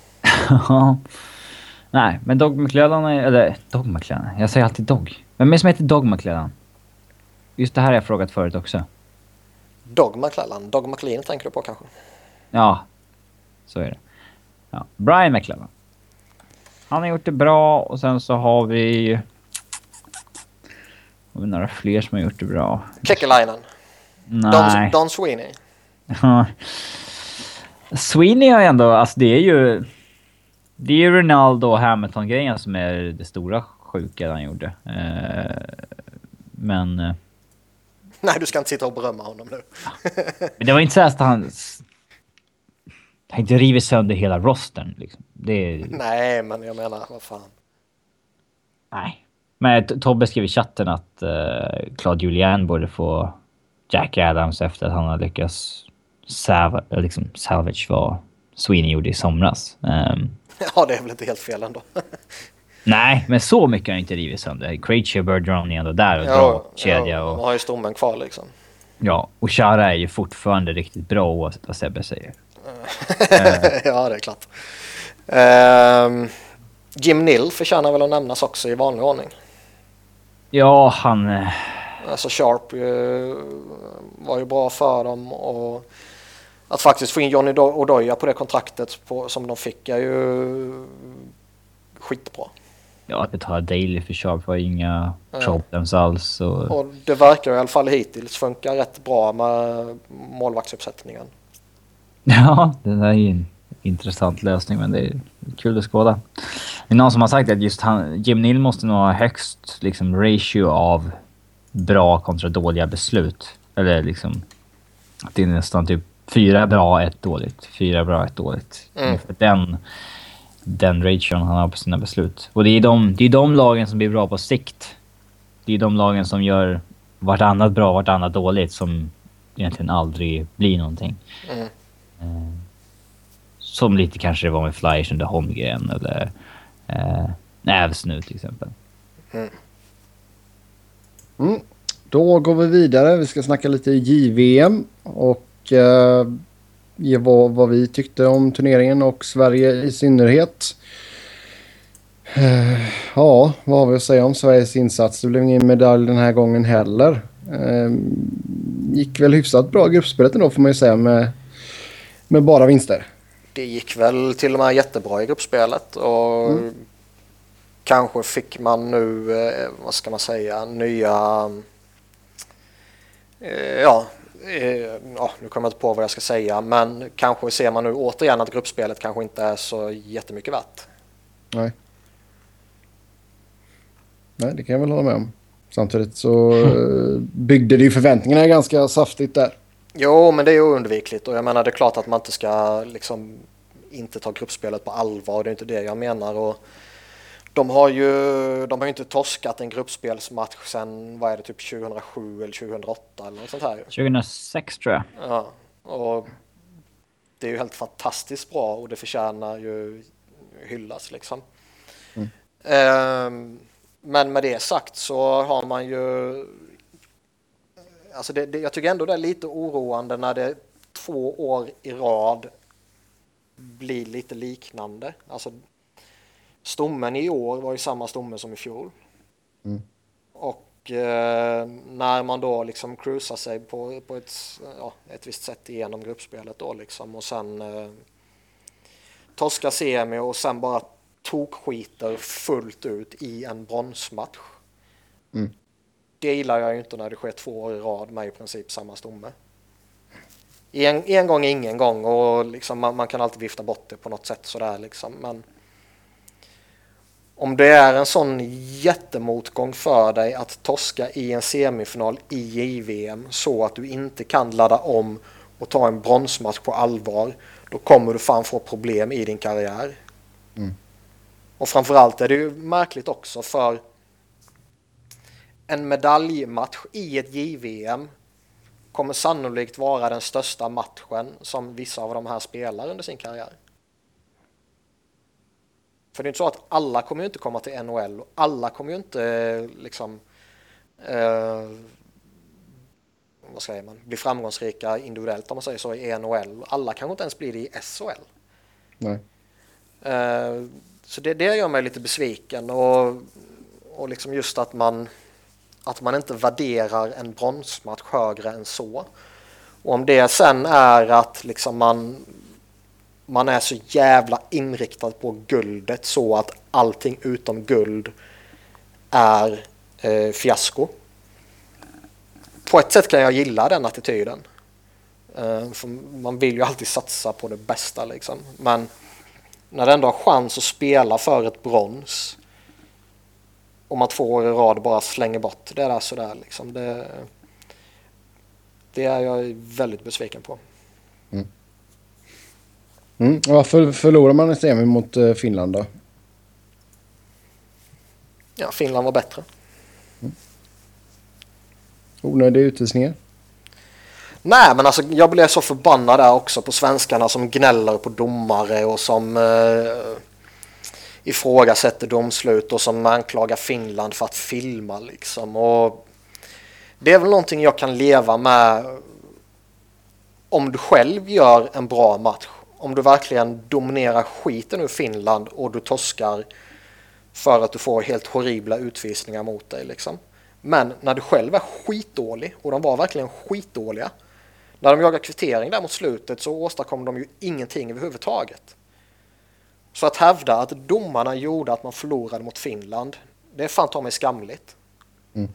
Nej, men Doug McClellan är, eller Doug McClellan, jag säger alltid Doug. Vem är det som heter Doug McClellan? Just det här har jag frågat förut också. Doug McClellan. Doug McLean tänker du på kanske? Ja, så är det. Ja. Brian McClellan. Han har gjort det bra och sen så har vi... Har vi några fler som har gjort det bra? Kekkelainen. Nej. Don, Don Sweeney. Sweeney har ändå... Alltså det är ju... Det är ju Ronaldo och Hamilton-grejen som är det stora sjuka han gjorde. Eh, men... Eh, Nej, du ska inte sitta och berömma honom nu. men det var inte så att han... Han inte river sönder hela rostern liksom. Det är... Nej, men jag menar, vad fan. Nej. Men Tobbe skrev i chatten att uh, Claude Julien borde få Jack Adams efter att han har lyckats salva, liksom salvage vad Sweeney gjorde i somras. Um, ja, det är väl inte helt fel ändå. nej, men så mycket har han inte rivit sönder. Krejci och Bergeron är ändå där och ja, drar kedja. Ja, och, man har ju stommen kvar liksom. Ja, och Chara är ju fortfarande riktigt bra oavsett vad Sebbe säger. ja, det är klart. Um, Jim Nill förtjänar väl att nämnas också i vanlig ordning. Ja, han... Uh... Alltså Sharp uh, var ju bra för dem och att faktiskt få in Johnny Oduya på det kontraktet på, som de fick är ju skitbra. Ja, att betala daily för Sharp var inga ja. problems alls. Och... och det verkar i alla fall hittills funka rätt bra med målvaktsuppsättningen. Ja, det där är ju en intressant lösning, men det är kul att skåda. Det är någon som har sagt att just han, Jim Nill måste nog ha högst liksom, ratio av bra kontra dåliga beslut. Eller liksom, att det är nästan typ fyra bra, ett dåligt. Fyra bra, ett dåligt. Mm. För den, den ration han har på sina beslut. Och det är, de, det är de lagen som blir bra på sikt. Det är de lagen som gör vartannat bra, vartannat dåligt som egentligen aldrig blir någonting. Mm. Eh, som lite kanske det var med Flyers under Holmgren eller eh, Nävs nu till exempel. Mm. Mm. Då går vi vidare. Vi ska snacka lite J V M och eh, ge vad, vad vi tyckte om turneringen och Sverige i synnerhet. Eh, ja, vad har vi att säga om Sveriges insats? Det blev ingen medalj den här gången heller. Eh, gick väl hyfsat bra gruppspelet ändå får man ju säga med, med bara vinster. Det gick väl till och med jättebra i gruppspelet och mm. kanske fick man nu, eh, vad ska man säga, nya eh, ja, eh, ja, nu kommer jag inte på vad jag ska säga, men kanske ser man nu återigen att gruppspelet kanske inte är så jättemycket värt. Nej. Nej, det kan jag väl hålla med om. Samtidigt så mm. byggde det ju förväntningarna ganska saftigt där. Jo, men det är ju oundvikligt och jag menar det är klart att man inte ska liksom inte ta gruppspelet på allvar, det är inte det jag menar och de har ju de har ju inte torskat en gruppspelsmatch sen, vad är det, typ tjugohundrasju eller tjugohundraåtta eller något sånt här. tjugohundrasex tror jag. Ja, och det är ju helt fantastiskt bra och det förtjänar ju hyllas liksom. Mm. Um, men med det sagt så har man ju alltså det, det, jag tycker ändå det är lite oroande när det två år i rad blir lite liknande. Alltså stommen i år var ju samma stomme som i fjol. Mm. Och eh, när man då liksom cruisar sig på, på ett, ja, ett visst sätt igenom gruppspelet då liksom och sen eh, torska semi och sen bara tokskiter fullt ut i en bronsmatch. Mm. Det gillar jag ju inte när det sker två år i rad med i princip samma stomme. En, en gång ingen gång och liksom man, man kan alltid vifta bort det på något sätt sådär liksom, men om det är en sån jättemotgång för dig att torska i en semifinal i J V M så att du inte kan ladda om och ta en bronsmatch på allvar, då kommer du fan få problem i din karriär. Mm. Och framförallt är det ju märkligt också för en medaljmatch i ett J V M kommer sannolikt vara den största matchen som vissa av de här spelar under sin karriär. För det är inte så att alla kommer ju inte komma till N H L och alla kommer ju inte liksom eh, vad säger man, bli framgångsrika individuellt om man säger så i N H L. Alla kanske inte ens blir det i S H L. Nej. Eh, så det, det gör mig lite besviken och, och liksom just att man att man inte värderar en bronsmatch högre än så. Och om det sen är att liksom man, man är så jävla inriktad på guldet så att allting utom guld är eh, fiasko. På ett sätt kan jag gilla den attityden. Uh, för man vill ju alltid satsa på det bästa liksom. Men när det ändå har chans att spela för ett brons och man två år i rad bara slänger bort det där sådär liksom. Det, det är jag väldigt besviken på. Mm. Mm. Varför förlorar man en semi mot uh, Finland då? Ja, Finland var bättre. Mm. Onödiga utvisningar. Nej, men alltså jag blev så förbannad där också på svenskarna som gnäller på domare och som eh, ifrågasätter domslut och som anklagar Finland för att filma liksom. Och det är väl någonting jag kan leva med om du själv gör en bra match. Om du verkligen dominerar skiten ur Finland och du torskar för att du får helt horribla utvisningar mot dig liksom. Men när du själv är skitdålig, och de var verkligen skitdåliga, när de jagar kvittering där mot slutet så åstadkom de ju ingenting överhuvudtaget. Så att hävda att domarna gjorde att man förlorade mot Finland, det är fan ta mig skamligt. Mm.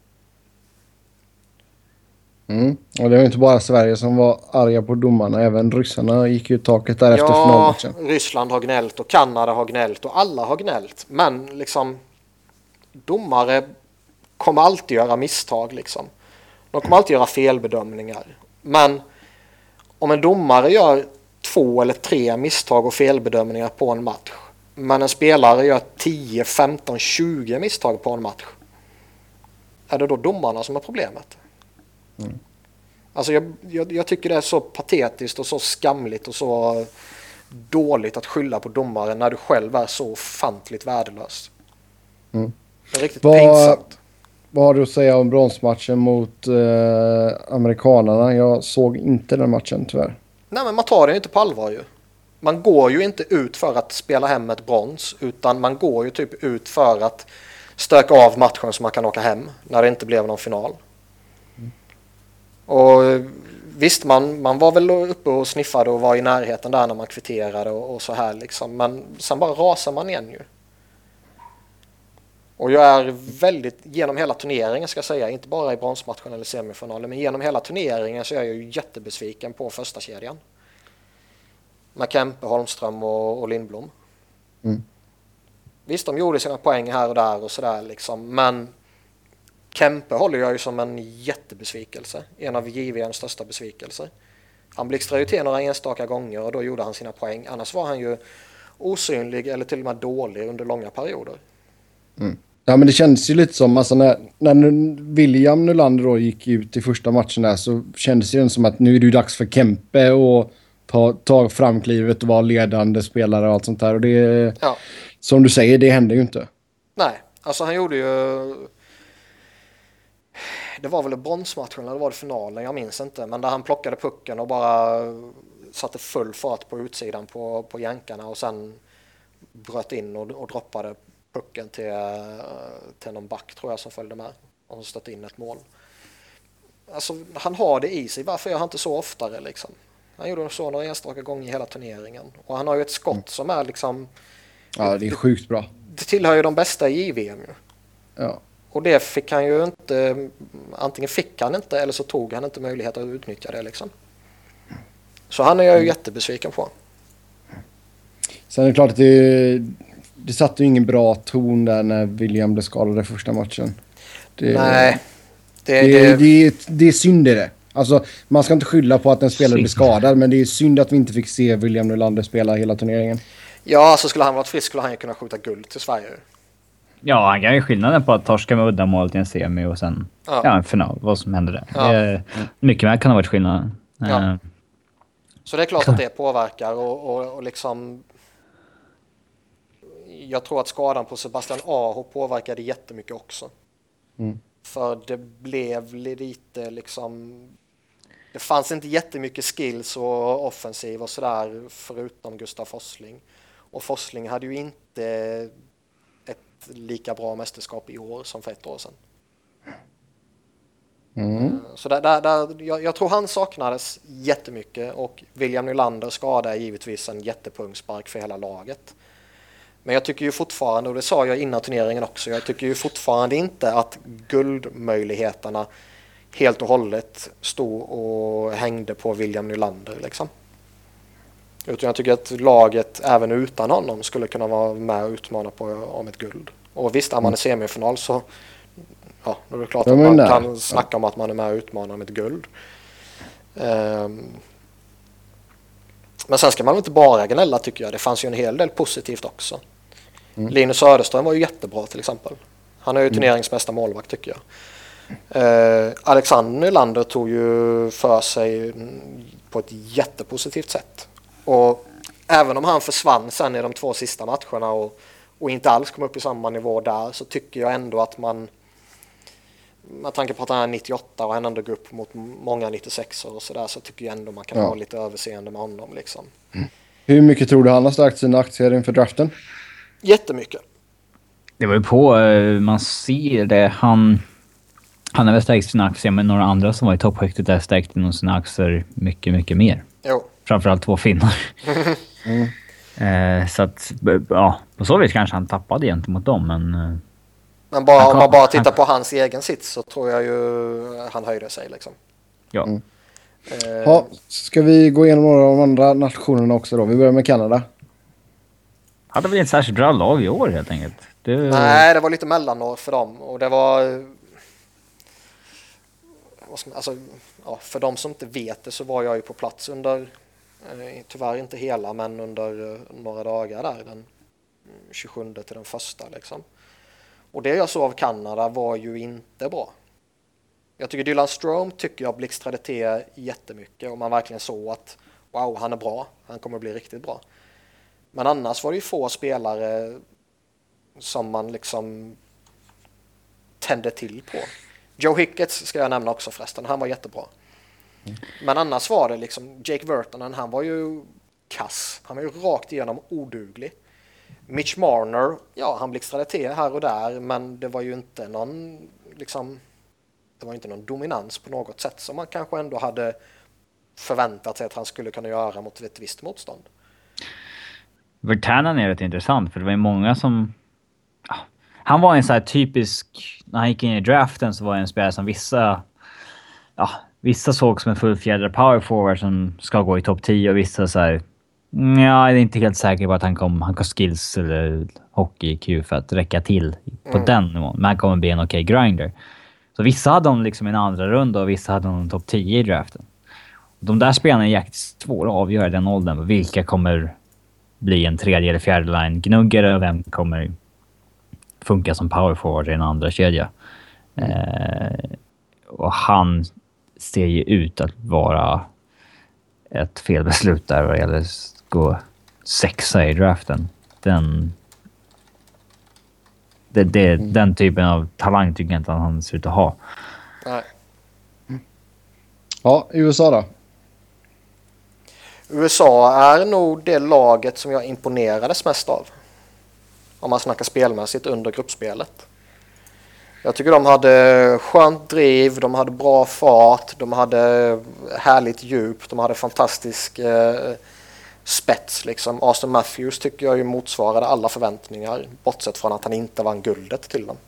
Mm. Och det var inte bara Sverige som var arga på domarna, även ryssarna gick ju taket där efter ja, finalmatchen. Ryssland har gnällt och Kanada har gnällt och alla har gnällt. Men liksom domare kommer alltid göra misstag liksom. De kommer alltid göra felbedömningar. Men om en domare gör två eller tre misstag och felbedömningar på en match, men en spelare gör tio, femton, tjugo misstag på en match, är det då domarna som är problemet? Mm. Alltså jag, jag, jag tycker det är så patetiskt och så skamligt och så dåligt att skylla på domare när du själv är så ofantligt värdelös. Mm. Det är riktigt Vad, pinsamt. Vad har du att säga om bronsmatchen mot eh, amerikanerna? Jag såg inte den matchen tyvärr. Nej, men man tar det ju inte på allvar ju. Man går ju inte ut för att spela hem ett brons, utan man går ju typ ut för att stöka av matchen så man kan åka hem när det inte blev någon final. Mm. Och visst, man, man var väl uppe och sniffade och var i närheten där när man kvitterade och, och så här liksom. Men sen bara rasar man igen ju. Och jag är väldigt, genom hela turneringen ska jag säga, inte bara i bronsmatchen eller semifinalen, men genom hela turneringen så är jag ju jättebesviken på första kedjan. Med Kempe, Holmström och, och Lindblom. Mm. Visst, de gjorde sina poäng här och där och sådär liksom, men Kempe håller jag ju som en jättebesvikelse. En av J V M:s största besvikelser. Han blixtrade ju till några enstaka gånger och då gjorde han sina poäng. Annars var han ju osynlig eller till och med dålig under långa perioder. Mm. Ja, men det kändes ju lite som, alltså när, när William Nylander då gick ut i första matchen där, så kändes det som att nu är det ju dags för Kempe och ta, ta fram klivet och vara ledande spelare och allt sånt där. Och det, ja. Som du säger, det hände ju inte. Nej, alltså han gjorde ju... Det var väl bronsmatchen eller var det finalen, jag minns inte. Men där han plockade pucken och bara satte full fart på utsidan på, på jänkarna och sen bröt in och, och droppade pucken till, till någon back tror jag som följde med och stött in ett mål. Alltså han har det i sig, varför gör han inte så oftare liksom? Han gjorde så några enstaka gånger i hela turneringen och han har ju ett skott mm. som är liksom, ja, det är sjukt bra. Det tillhör ju de bästa i J V M ju. Ja. Och det fick han ju inte, antingen fick han inte eller så tog han inte möjlighet att utnyttja det liksom. Så han är jag ju mm. jättebesviken på. Sen är det klart att det, det satt ju ingen bra ton där när William blev skadad i första matchen. Det, Nej. Det, det, det, det, det är synd i det. Alltså, man ska inte skylla på att en spelare blir skadad, men det är synd att vi inte fick se William Nylander spela hela turneringen. Ja, så alltså skulle han varit frisk skulle han ju kunna skjuta guld till Sverige. Ja, han kan ju skillnaden på att torska med uddamål till en semi och sen ja. Ja, en final. Vad som händer där. Ja. Det, mycket mer kan ha varit skillnaden. Ja. Så det är klart att det påverkar och, och, och liksom... Jag tror att skadan på Sebastian Aho påverkade jättemycket också. Mm. För det blev lite liksom... Det fanns inte jättemycket skills och offensiv och sådär förutom Gustav Forsling. Och Forsling hade ju inte ett lika bra mästerskap i år som för ett år sedan. Mm. Så där, där, där, jag, jag tror han saknades jättemycket och William Nylander skada är givetvis en jättepungspark för hela laget. Men jag tycker ju fortfarande, och det sa jag innan turneringen också, jag tycker ju fortfarande inte att guldmöjligheterna helt och hållet stod och hängde på William Nylander liksom. Utan jag tycker att laget även utan honom skulle kunna vara med och utmana på om ett guld. Och visst, är man i semifinal så ja, då är det klart att man där kan snacka om att man är med och utmanar om ett guld. Um, men sen ska man inte bara gnälla tycker jag. Det fanns ju en hel del positivt också. Mm. Linus Söderström var ju jättebra till exempel. Han är ju turneringens bästa målvakt tycker jag. Uh, Alexander Nylander tog ju för sig på ett jättepositivt sätt. Och även om han försvann sen i de två sista matcherna och, och inte alls kom upp i samma nivå där, så tycker jag ändå att man, med tanke på att han är nittioåtta och han ändå går upp mot många nittiosex och sådär, så tycker jag ändå man kan ja. ha lite överseende med honom liksom. Mm. Hur mycket tror du han har stärkt sina aktier inför draften? Jättemycket. Det var ju på, man ser det, han han har väl stärkt sina aktier, men några andra som var i toppskiktet där stärkte nog sina aktier mycket, mycket mer. Jo. Framförallt två finnar. mm. eh, så att, ja, på så vis kanske han tappade gentemot dem, men... Eh, men bara, kom, om man bara tittar han, på hans egen sits så tror jag ju han höjde sig liksom. Ja. Mm. Eh. Ja, ska vi gå igenom några av de andra nationerna också då? Vi börjar med Kanada. Hade väl inte särskilt bra lag i år helt enkelt. Det... Nej, det var lite mellanår för dem. Och det var... Alltså, ja, för de som inte vet det så var jag ju på plats under, eh, tyvärr inte hela, men under eh, några dagar där, den tjugosjunde till den första liksom. Och det jag såg av Kanada var ju inte bra. Jag tycker Dylan Strome tycker jag blixtrade till jättemycket och man verkligen såg att wow, han är bra, han kommer bli riktigt bra. Men annars var det ju få spelare som man liksom tände till på. Joe Hicketts ska jag nämna också förresten, han var jättebra. Mm. Men annars var det liksom Jake Virtanen, han var ju kass. Han var ju rakt igenom oduglig. Mitch Marner, ja han blixtrade till här och där, men det var ju inte någon liksom, det var inte någon dominans på något sätt som man kanske ändå hade förväntat sig att han skulle kunna göra mot ett visst motstånd. Virtanen är rätt intressant för det var ju många som... Ja, han var en så här typisk... När han gick in i draften så var det en spelare som vissa... Ja, vissa såg som en fullfjädrad power forward som ska gå i topp tio och vissa så här... Ja, jag är inte helt säker på att han kommer han har skills eller hockey-I Q för att räcka till på mm. den nivån. Men han kommer bli en okej grinder. Så vissa hade de liksom en andra runda och vissa hade de en topp tio i draften. De där spelarna är jäkligt svåra att avgöra i den åldern. Vilka kommer bli en tredje eller fjärde line gnuggare och vem kommer funka som power forward i en andra kedja. Mm. Eh, och han ser ju ut att vara ett felbeslut där vad gäller att gå sexa i draften. Den det, det, mm. den typen av talang tycker jag inte att han ser ut att ha. Nej. Ja, U S A då? U S A är nog det laget som jag imponerades mest av. Om man snackar spelmässigt under gruppspelet. Jag tycker de hade skönt driv, de hade bra fart, de hade härligt djup, de hade fantastisk eh, spets liksom. Austin Matthews tycker jag ju motsvarade alla förväntningar, bortsett från att han inte vann guldet till dem.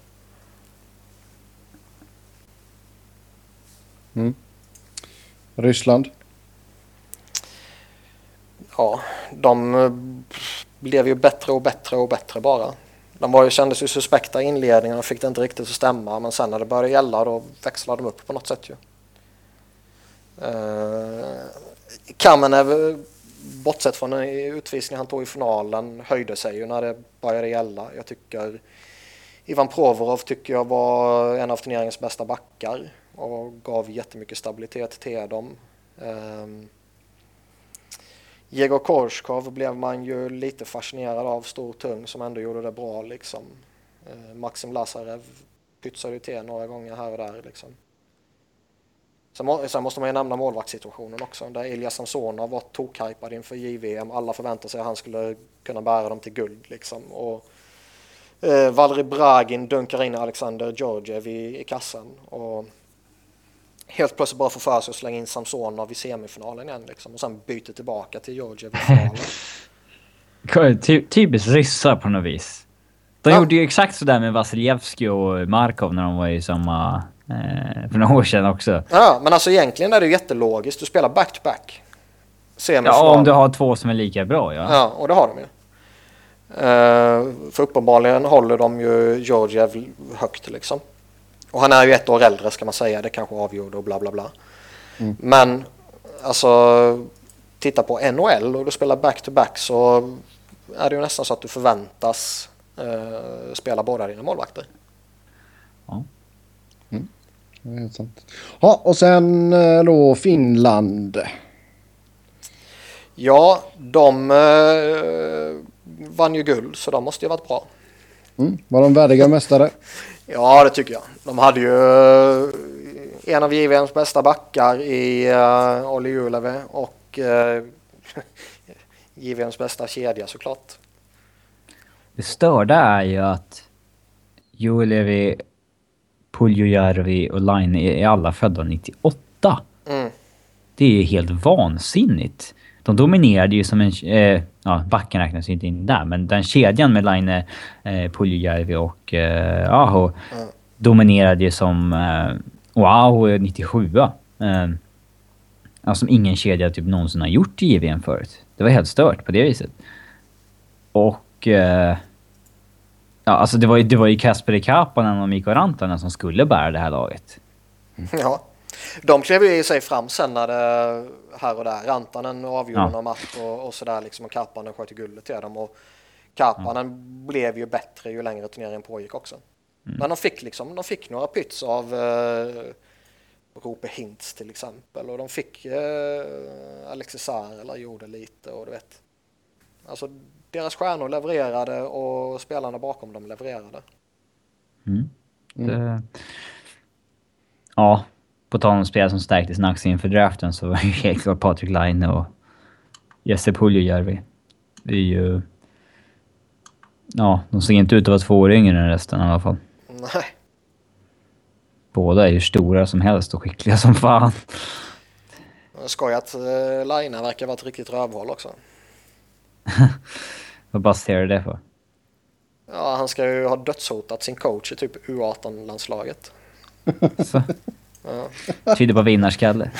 Mm. Ryssland? Ja, de blev ju bättre och bättre och bättre bara. De var ju, kändes ju suspekta i inledningen och fick det inte riktigt att stämma, men sen när det började gälla då växlade de upp på något sätt ju. Uh, Kamenev, bortsett från en utvisning han tog i finalen, höjde sig ju när det började gälla. Jag tycker Ivan Provorov tycker jag var en av turneringens bästa backar och gav jättemycket stabilitet till dem. Uh, Jegor Korskov blev man ju lite fascinerad av, stor tung som ändå gjorde det bra liksom. Eh, Maxim Lazarev pytsade ju till några gånger här och där liksom. Sen, må, sen måste man ju nämna målvaktssituationen också, där Ilja Samsonov var tokhypad inför J V M. Alla förväntade sig att han skulle kunna bära dem till guld liksom. Och eh, Valeri Bragin dunkar in Alexander Georgiev i, i kassan och helt plötsligt bara får för sig att slänga in Samsonov i semifinalen igen liksom, och sen byter tillbaka till Georgiev i finalen. Ty- typiskt ryssar på något vis. De Ja. gjorde ju exakt sådär med Vasiljevskij och Markov när de var i samma... Eh, för några år sedan också. Ja, men alltså egentligen är det ju jättelogiskt. Du spelar back-to-back. Ja, om du har två som är lika bra, ja. Ja, och det har de ju. Uh, för uppenbarligen håller de ju Georgiev högt liksom. Och han är ju ett år äldre ska man säga. Det kanske avgjorde och bla bla bla. Mm. Men alltså titta på N H L och du spelar back-to-back så är det ju nästan så att du förväntas uh, spela båda dina målvakter. Ja. Mm. Det är helt sant. Ja, och sen då Finland. Ja, de uh, vann ju guld så de måste ju ha varit bra. Mm. Var de värdiga mästare? Ja, det tycker jag. De hade ju uh, en av J V M:s bästa backar i uh, Olli Juolevi och uh, J V M:s bästa kedja såklart. Det störda är ju att Juolevi, Puljujärvi och Laine är alla födda nittioåtta. Mm. Det är ju helt vansinnigt. De dominerade ju som en... Eh, ja, backen räknas ju inte in där. Men den kedjan med Laine, eh, Puljujärvi och eh, Aho mm. dominerade ju som... Eh, och Aho är nittiosju. Eh, alltså som ingen kedja typ någonsin har gjort i J V M förut. Det var helt stört på det viset. Och... Eh, ja, alltså det var ju, det var ju Kasperi Kapanen och Mikko Rantanen som skulle bära det här laget. Ja. De klev ju i sig fram sen när det här och där. Rantanen avgjorde ja. någon match och, och sådär liksom. Och Kapanen sköt i guldet till dem. Och Kapanen ja. blev ju bättre ju längre turneringen pågick också. Mm. Men de fick liksom, de fick några pyts av eh, Rope Hintz till exempel. Och de fick eh, Alexis Saarela gjorde lite och du vet. Alltså deras stjärnor levererade och spelarna bakom dem levererade. Mm. Mm. Det... Ja. På tal om spel som stärkte sin aktie inför draften så var det ju helt klart Patrik Laine och Jesse Puljujärvi. Det är ju... Ja, de ser inte ut att vara två år yngre än resten i alla fall. Nej. Båda är ju stora som helst och skickliga som fan. Jag skojar att uh, Laine verkar vara ett riktigt rövhål också. Vad baserar det på? Ja, han ska ju ha dödshotat sin coach i typ U arton-landslaget. Så... Ja. Tyder på vinnarskalle.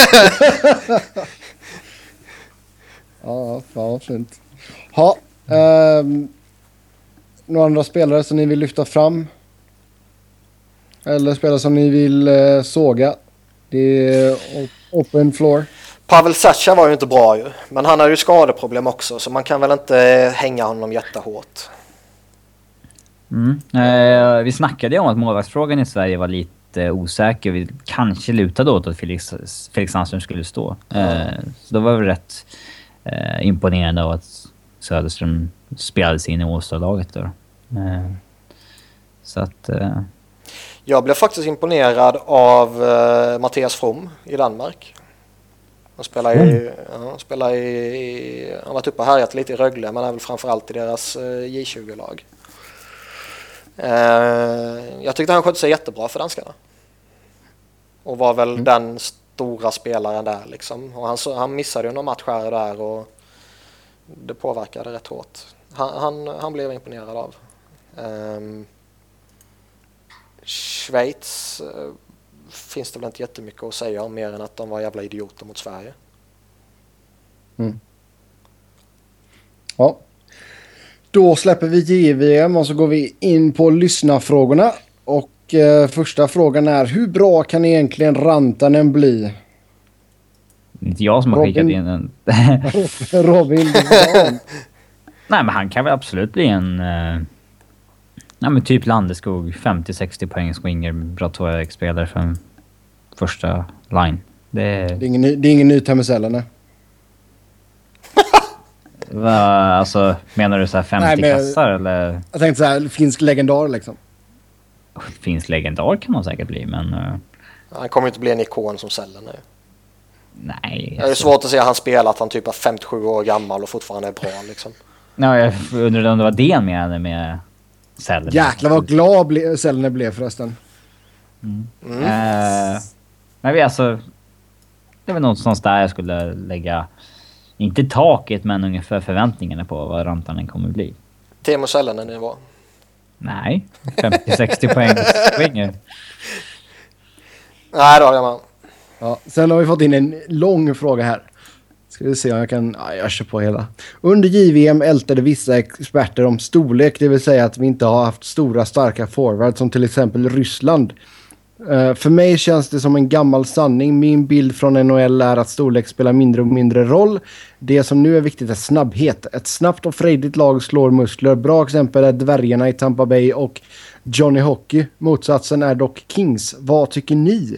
Ja, fan fint. Ha, um, några andra spelare som ni vill lyfta fram? Eller spelare som ni vill uh, såga? Det är open floor. Pavel Zacha var ju inte bra ju. Men han har ju skadeproblem också. Så man kan väl inte hänga honom jättehårt. Mm. Eh, vi snackade ju om att målvaktsfrågan i Sverige var lite osäker. Vi kanske lutade åt att Felix, Felix Sandström skulle stå. Mm. Eh, så det var väl rätt eh, imponerande av att Söderström spelade sig in i Åstad-laget då. Eh, så att... Eh. Jag blev faktiskt imponerad av eh, Mattias From i Danmark. Han spelar i... Mm. Ja, han spelar i, i... Han har varit uppe och härjat lite i Rögle, men är väl framförallt i deras eh, J tjugo-lag. Uh, jag tyckte han skötte sig jättebra för danskarna. Och var väl mm. den stora spelaren där liksom. Och han, han missade ju någon match här och där och det påverkade rätt hårt. Han, han, han blev imponerad av. Um, Schweiz uh, finns det väl inte jättemycket att säga om mer än att de var jävla idioter mot Sverige. Mm. Ja. Då släpper vi J V M och så går vi in på lyssnarfrågorna. Och eh, första frågan är, hur bra kan egentligen Rantanen bli? Inte jag som har Robin. skickat in en... Robin. Nej, men han kan väl absolut bli en... Eh... Ja, men typ Landeskog, femtio sextio poäng swinger, bra två-spelare för en första line. Det är, det är ingen ny, det är ingen ny Temesella, nej. Va, alltså, menar du så här femtio Nej, men, kassar eller? Jag tänkte så här, finsk legendar liksom. Finsk legendar kan man säkert bli, men... Uh... Han kommer inte bli en ikon som Sällen nu. Nej. Alltså... Det är svårt att se att han spelar att han typ är femtiosju år gammal och fortfarande är bra liksom. Nej, jag undrar om det var det med med Sällen. Jäklar vad glad ble, Sällen blev förresten. Mm. Mm. Uh, Men alltså... Det är väl någonstans där jag skulle lägga... Inte taket, men ungefär förväntningarna på vad Rantanen kommer bli. Teemu Selänne nivå. Nej, femtio sextio poäng springer. Nej, då är man. Ja, sen har vi fått in en lång fråga här. Ska vi se om jag kan... Ja, jag kör på hela. Under J V M ältade vissa experter om storlek, det vill säga att vi inte har haft stora starka forwards som till exempel Ryssland. Uh, för mig känns det som en gammal sanning. Min bild från N H L är att storlek spelar mindre och mindre roll. Det som nu är viktigt är snabbhet. Ett snabbt och frejdigt lag slår muskler. Bra exempel är dvärgarna i Tampa Bay och Johnny Hockey. Motsatsen är dock Kings. Vad tycker ni?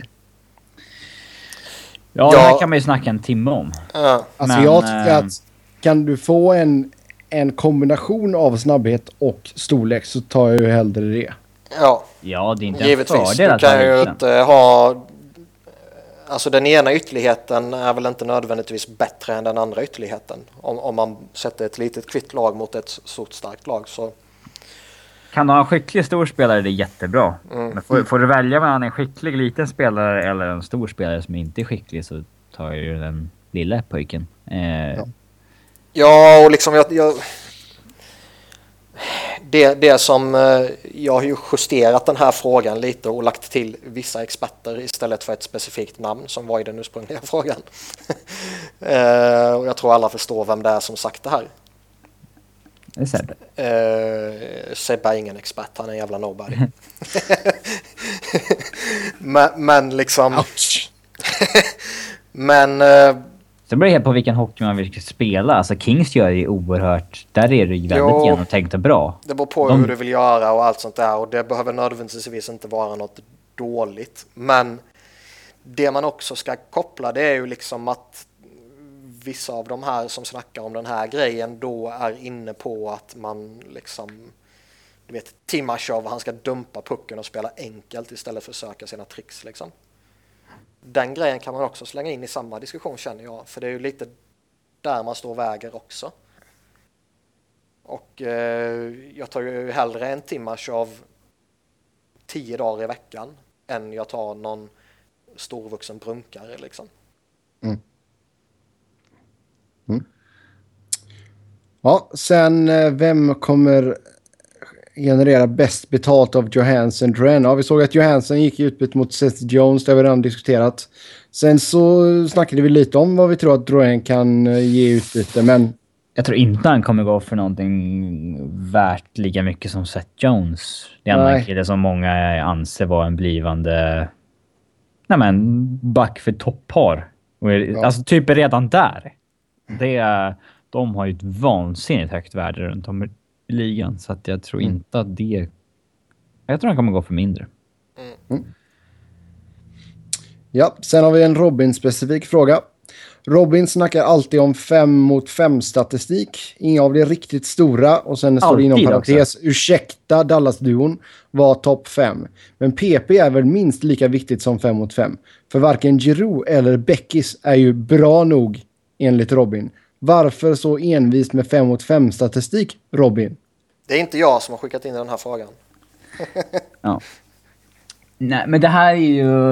Ja, det här kan man ju snacka en timme om. Ja. Alltså Men, jag tycker äh, att kan du få en, en kombination av snabbhet och storlek så tar jag ju hellre det. Ja, Ja, det är inte givetvis. en fördel Du att ha kan ju liten. inte ha... Alltså den ena ytterligheten är väl inte nödvändigtvis bättre än den andra ytterligheten. Om, om man sätter ett litet kvitt lag mot ett stort starkt lag så... Kan du ha en skicklig stor spelare, det är jättebra. Mm. Men får, får du välja mellan en skicklig liten spelare eller en stor spelare som inte är skicklig, så tar jag ju den lilla pojken. Eh, Ja. Ja, och liksom jag... jag det, det som... eh, Jag har ju justerat den här frågan lite och lagt till vissa experter istället för ett specifikt namn som var i den ursprungliga frågan. Eh, och jag tror alla förstår vem det är som sagt det här. det är Sebbe. Uh, Sebbe är ingen expert, han är en jävla nobody. men, men liksom... Ouch. men... Uh, Så beror det helt på vilken hockey man vill spela. Alltså Kings gör det oerhört... Där är det ju väldigt Jo. genomtänkt och bra. det beror på De- hur du vill göra och allt sånt där. Och det behöver nödvändigtvis inte vara något dåligt. Men det man också ska koppla, det är ju liksom att vissa av de här som snackar om den här grejen då är inne på att man liksom... Du vet, Timashov, han ska dumpa pucken och spela enkelt istället för att söka sina tricks liksom. Den grejen kan man också slänga in i samma diskussion, känner jag. För det är ju lite där man står och väger också. Och eh, jag tar ju hellre en Timashov tio dagar i veckan än jag tar någon storvuxen brunkare liksom. Mm. Mm. Ja, sen eh, vem kommer generera bäst betalt av Johansson Dren? Ja, vi såg att Johansson gick i utbyte mot Seth Jones, det har vi redan diskuterat. Sen så snackade vi lite om vad vi tror att Dren kan eh, ge utbyte, men Jag tror inte han kommer gå för någonting värt lika mycket som Seth Jones. Det är en Nej. kille som många anser vara en blivande... Nej men, back för toppar. Och är- Ja. Alltså typ redan där. Det är, de har ju ett vansinnigt högt värde runt om i ligan. Så att jag tror Mm. inte att det... Jag tror han kommer gå för mindre. ja, sen har vi en Robin-specifik fråga. Robin snackar alltid om fem mot fem statistik. Inga av de riktigt stora. Och sen står det inom Alltid parentes. Ursäkta Dallas-duon var topp fem. Men P P är väl minst lika viktigt som fem mot fem. För varken Giroux eller Beckis är ju bra nog enligt Robin. Varför så envist med fem mot fem statistik, Robin? Det är inte jag som har skickat in den här frågan. Ja. Nej, men det här är ju...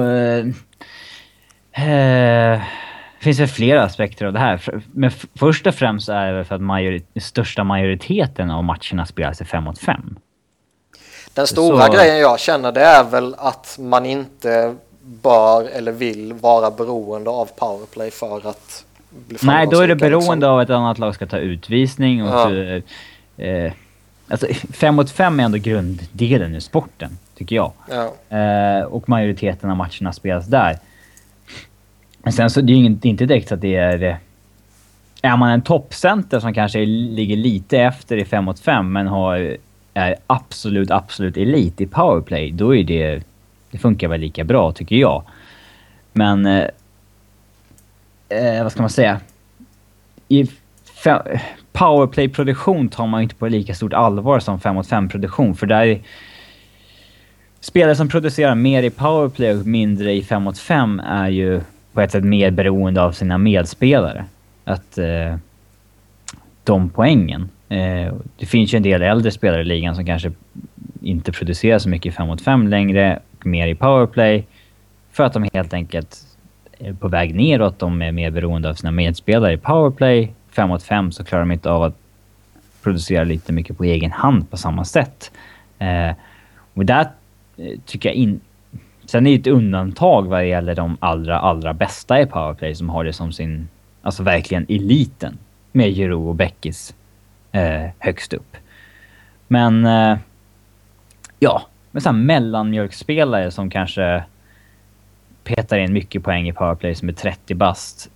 Eh, det finns väl flera aspekter av det här. För- Men f- först och främst är det väl för att majori- största majoriteten av matcherna spelas i fem mot fem. Den stora Så- grejen jag känner, det är väl att man inte bör eller vill vara beroende av powerplay för att bli Nej, då är det framgångsrika, beroende liksom. av att ett annat lag ska ta utvisning. Och Ja. så, eh, alltså, fem mot fem är ändå grunddelen i sporten, tycker jag. Ja. Eh, och majoriteten av matcherna spelas där. Men sen så det är ju inte, inte direkt så att det är... eh, Är man en toppcenter som kanske är, ligger lite efter i fem mot fem men har, är absolut, absolut elit i powerplay, då är det... Det funkar väl lika bra, tycker jag. Men... Eh, eh, vad ska man säga? I fe- powerplay-produktion tar man ju inte på lika stort allvar som fem mot fem-produktion. För där är... Spelare som producerar mer i powerplay och mindre i fem mot fem är ju på ett sätt mer beroende av sina medspelare. Att eh, de poängen. Eh, det finns ju en del äldre spelare i ligan som kanske inte producerar så mycket i fem mot fem längre och mer i powerplay. För att de helt enkelt är på väg neråt. De är mer beroende av sina medspelare i powerplay. fem mot fem så klarar de inte av att producera lite mycket på egen hand på samma sätt. Eh, och där eh, tycker jag in... Sen är det ett undantag vad det gäller de allra, allra bästa i powerplay som har det som sin... Alltså verkligen eliten. Med Giroux och Beckis eh, högst upp. Men... Eh, ja, med sådana mellanmjölkspelare som kanske petar in mycket poäng i powerplay som är trettio bast.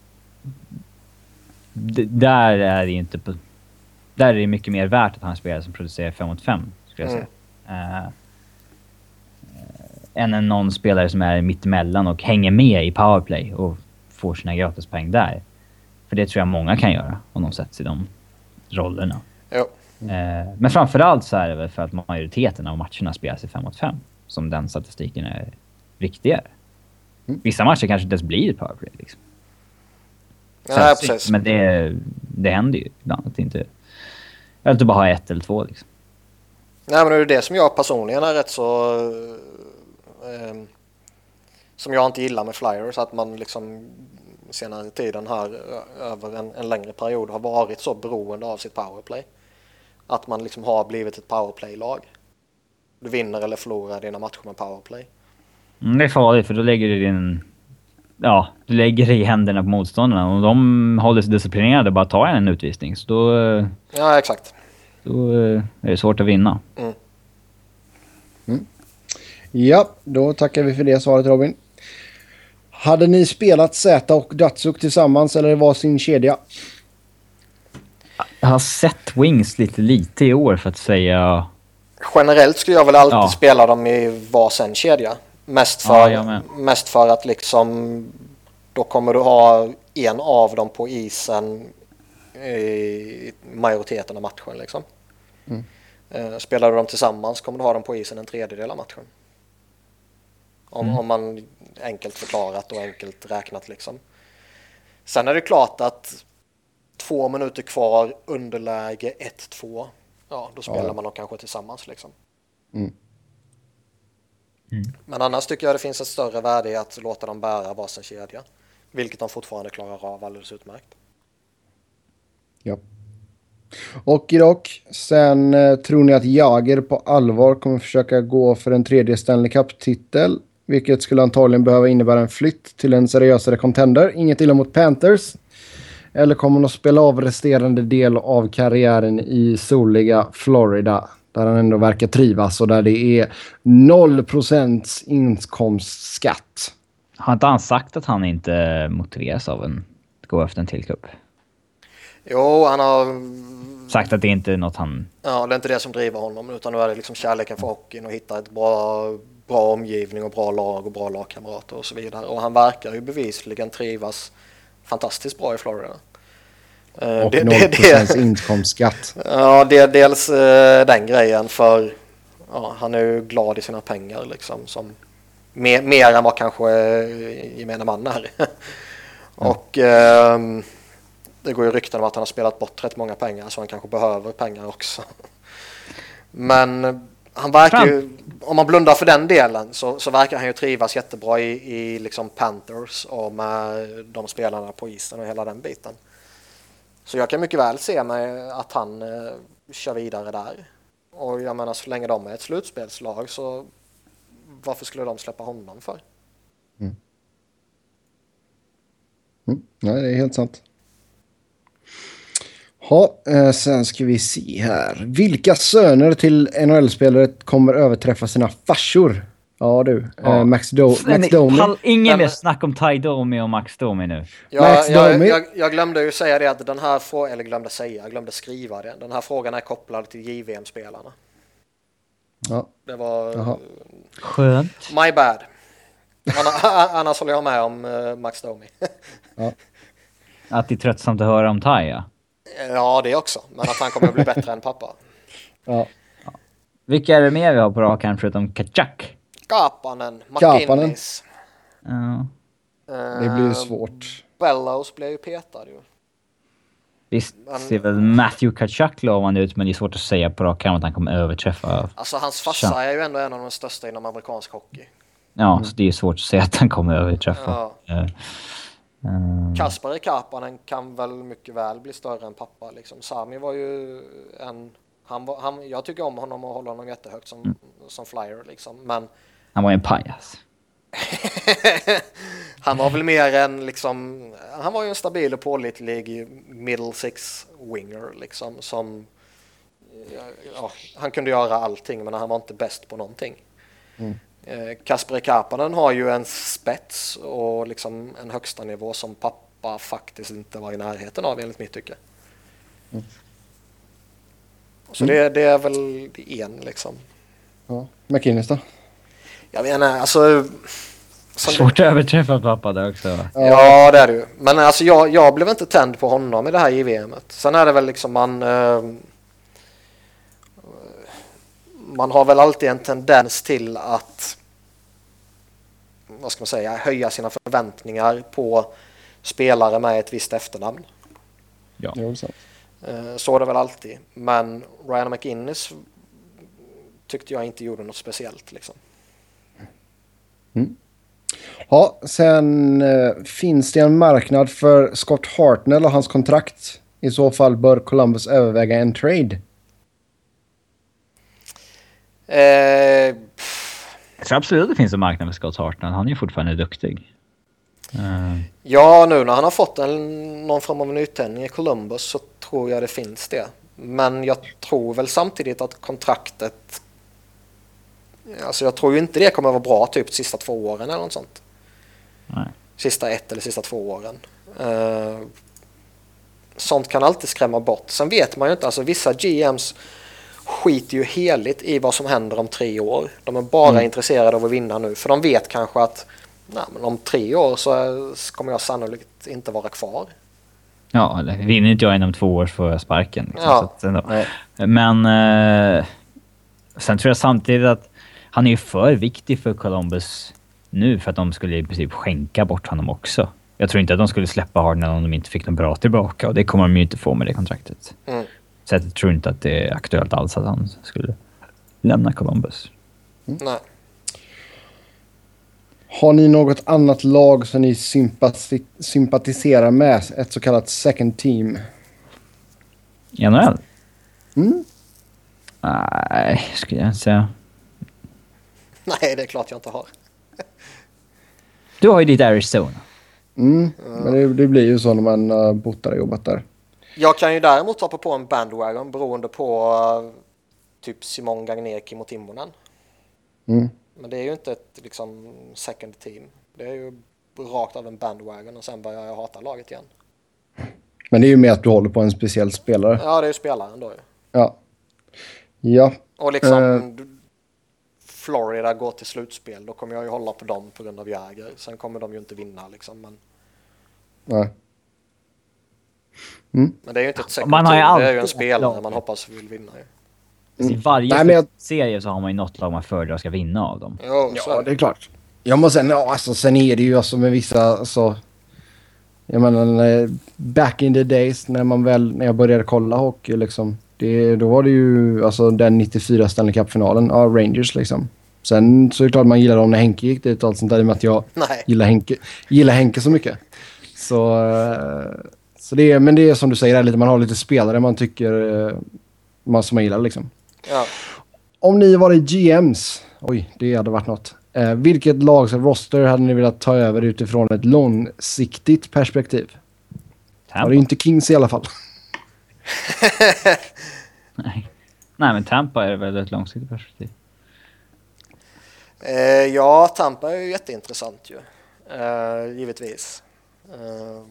D- där är det inte på... Där är det mycket mer värt att han spelar som producerar fem mot fem, skulle jag säga. Mm. Uh, än en någon spelare som är mittemellan och hänger med i powerplay och får sina gratispoäng där. För det tror jag många kan göra om de sätts i de rollerna. Jo. Uh, men framförallt så är det väl för att majoriteten av matcherna spelas i fem mot fem som den statistiken är riktigare. Mm. Vissa matcher kanske inte ens blir powerplay liksom. Nej, precis. Men det, det händer ju ibland att det inte... Eller inte bara ha ett eller två liksom. Nej, men det är det som jag personligen är rätt så... Eh, som jag inte gillar med Flyers. Att man liksom senare tiden här över en, en längre period har varit så beroende av sitt powerplay. Att man liksom har blivit ett powerplay-lag. Du vinner eller förlorar dina matcher med powerplay. Mm, det är farligt för då lägger du din... Ja, du lägger det i händerna på motståndarna och de håller sig disciplinerade och bara tar en utvisning. Så då... Ja, exakt. Då är det svårt att vinna. Mm. Mm. Ja, då tackar vi för det svaret, Robin. Hade ni spelat Zäta och Datsuk tillsammans eller var sin kedja? Jag har sett Wings lite lite i år för att säga... Generellt skulle jag väl alltid ja. spela dem i varsin kedja. Mest för, ja, mest för att liksom då kommer du ha en av dem på isen i majoriteten av matchen liksom. Mm. Spelar du dem tillsammans kommer du ha dem på isen en tredjedel av matchen. Om, mm. om man enkelt förklarat och enkelt räknat liksom. Sen är det klart att två minuter kvar, underläge ett två. Ja, då spelar ja. man dem kanske tillsammans liksom. Mm. Mm. Men annars tycker jag det finns ett större värde i att låta dem bära varsin kedja. Vilket de fortfarande klarar av alldeles utmärkt. Ja. Och dock, sen eh, tror ni att Jager på allvar kommer försöka gå för en tredje Stanley Cup-titel. Vilket skulle antagligen behöva innebära en flytt till en seriösare contender. Inget illa mot Panthers. Eller kommer han att spela av resterande del av karriären i soliga Florida. Där han ändå verkar trivas och där det är noll procent inkomstskatt. Har inte han sagt att han inte motiveras av en gå efter en till klubb? Jo, han har sagt att det inte är något han... Ja, det är inte det som driver honom utan nu är det liksom kärleken för hockeyn och hitta ett bra, bra omgivning och bra lag och bra lagkamrater och så vidare. Och han verkar ju bevisligen trivas fantastiskt bra i Florida. Och det, noll procent inkomstskatt. Ja, det är dels uh, den grejen för ja, han är ju glad i sina pengar liksom som mer, mer än vad kanske uh, gemene man är. mm. Och uh, det går ju rykten om att han har spelat bort rätt många pengar så han kanske behöver pengar också. Men han verkar ju, om man blundar för den delen så, så verkar han ju trivas jättebra i, i liksom Panthers och med de spelarna på isen och hela den biten. Så jag kan mycket väl se mig att han eh, kör vidare där. Och jag menar så länge de är ett slutspelslag så varför skulle de släppa honom för? Mm. Mm. Nej, det är helt sant. Ja, eh, sen ska vi se här. Vilka söner till N H L-spelare kommer överträffa sina farsor? Ja du, ja. Eh, Max, Do- Max Domi. Ingen mer snack om Ty Domi och Max Domi nu. Ja, Max jag, Domi. Jag, jag glömde ju säga det att den här frågan, eller glömde säga, jag glömde skriva det. Den här frågan är kopplad till J V M-spelarna. Ja. Det var... Jaha. Skönt. My bad. Annars håller jag med om uh, Max Domi. Ja. Att det är tröttsamt att höra om Ty, ja. Ja, det också. Men att han kommer att bli bättre än pappa. Ja. Ja. Vilka är det mer vi har på rakan förutom Tkachuk? Kapanen, McInnes. Ja. Uh, det blir ju svårt. Bellows blev ju petad ju. Visst ser väl Matthew Tkachuk lovande ut, men det är svårt att säga på rakan att han kommer överträffa. Alltså hans farsa är ju ändå en av de största inom amerikansk hockey. Ja, mm. så det är svårt att säga att han kommer överträffa. Ja. Uh, uh. Kasperi Kapanen kan väl mycket väl bli större än pappa. Liksom. Sami var ju en... Han var, han, jag tycker om honom och håller honom jättehögt som, mm. som flyer. Liksom. Men... Han var en pajas. Han var väl mer en liksom... Han var ju en stabil och pålitlig middle six winger liksom, som... Ja, han kunde göra allting, men han var inte bäst på någonting. Mm. Kasperi Kapanen har ju en spets och liksom en högsta nivå som pappa faktiskt inte var i närheten av enligt mitt tycke. Mm. Så mm. Det, det är väl en liksom. Ja. McInnes då? Jag vet inte, alltså... Svårt att överträffa pappa där också. Ja, det är det ju. Men alltså jag, jag blev inte tänd på honom i det här J V M-et. Sen är det väl liksom man... Eh, man har väl alltid en tendens till att, vad ska man säga, höja sina förväntningar på spelare med ett visst efternamn. Ja. Så är det väl alltid. Men Ryan McInnes tyckte jag inte gjorde något speciellt liksom. Mm. Ja, sen eh, finns det en marknad för Scott Hartnell och hans kontrakt. I så fall bör Columbus överväga en trade. Eh, jag tror absolut att det finns en marknad för Scott Hartnell. Han är ju fortfarande duktig. Uh. Ja, nu när han har fått en, någon form av nytändning i Columbus så tror jag det finns det. Men jag tror väl samtidigt att kontraktet... Alltså jag tror ju inte det kommer att vara bra typ de sista två åren eller något sånt. Nej. Sista ett eller sista två åren. Uh, sånt kan alltid skrämma bort. Sen vet man ju inte, alltså vissa G Ms skiter ju heligt i vad som händer om tre år. De är bara mm. intresserade av att vinna nu. För de vet kanske att nej, men om tre år så kommer jag sannolikt inte vara kvar. Ja, eller vinner inte jag inom två år så får jag sparken. Liksom. Ja. Så att, men eh, sen tror jag samtidigt att han är ju för viktig för Columbus nu för att de skulle i princip skänka bort honom också. Jag tror inte att de skulle släppa Harden om de inte fick något bra tillbaka och det kommer de ju inte få med det kontraktet. Mm. Så jag tror inte att det är aktuellt alls att han skulle lämna Columbus. Mm. Nej. Har ni något annat lag som ni sympati- sympatiserar med? Ett så kallat second team? I N H L? Mm. Nej, skulle jag inte säga. Nej, det är klart jag inte har. Du har ju ditt Arizona. Mm, mm. Men det, det blir ju så när man uh, bott där och jobbat där. Jag kan ju däremot hoppa på en bandwagon beroende på uh, typ Simon Gagner, Kimmo Timonen. Mm. Men det är ju inte ett liksom second team. Det är ju rakt av en bandwagon och sen börjar jag hata laget igen. Men det är ju med att du håller på en speciell spelare. Ja, det är ju spelaren då ju. Ja. Ja. Och liksom uh. Florida går till slutspel, då kommer jag ju hålla på dem på grund av Jäger. Sen kommer de ju inte vinna liksom, men... Nej. Mm. Men det är ju inte ett second man har team, ju det är ju en spelare man hoppas vill vinna ju. Mm. I varje Nej, men jag... serie så har man ju något lag man föredrar ska vinna av dem. Jo, ja, det är klart. Jag måste säga, ja, alltså, sen är det ju alltså med vissa, alltså... Jag menar, back in the days när man väl, när jag började kolla hockey liksom... Det, då var det ju alltså den nittiofyra Stanley Cup-finalen, ja, Rangers liksom. Sen så är det klart man gillar dem när Henke gick dit och allt sånt där, med att jag Nej. gillar Henke, gillar Henke så mycket. Så, så det är, men det är som du säger, lite, man har lite spelare man tycker man, som man gillar liksom. Ja. Om ni var i G Ms, oj, det hade varit något. Eh, vilket lags roster hade ni velat ta över utifrån ett långsiktigt perspektiv? Ja, det är inte Kings i alla fall. Nej. Nej, men Tampa är väl ett långsiktigt perspektiv. Eh, ja, Tampa är ju jätteintressant ju. Eh, givetvis. Eh,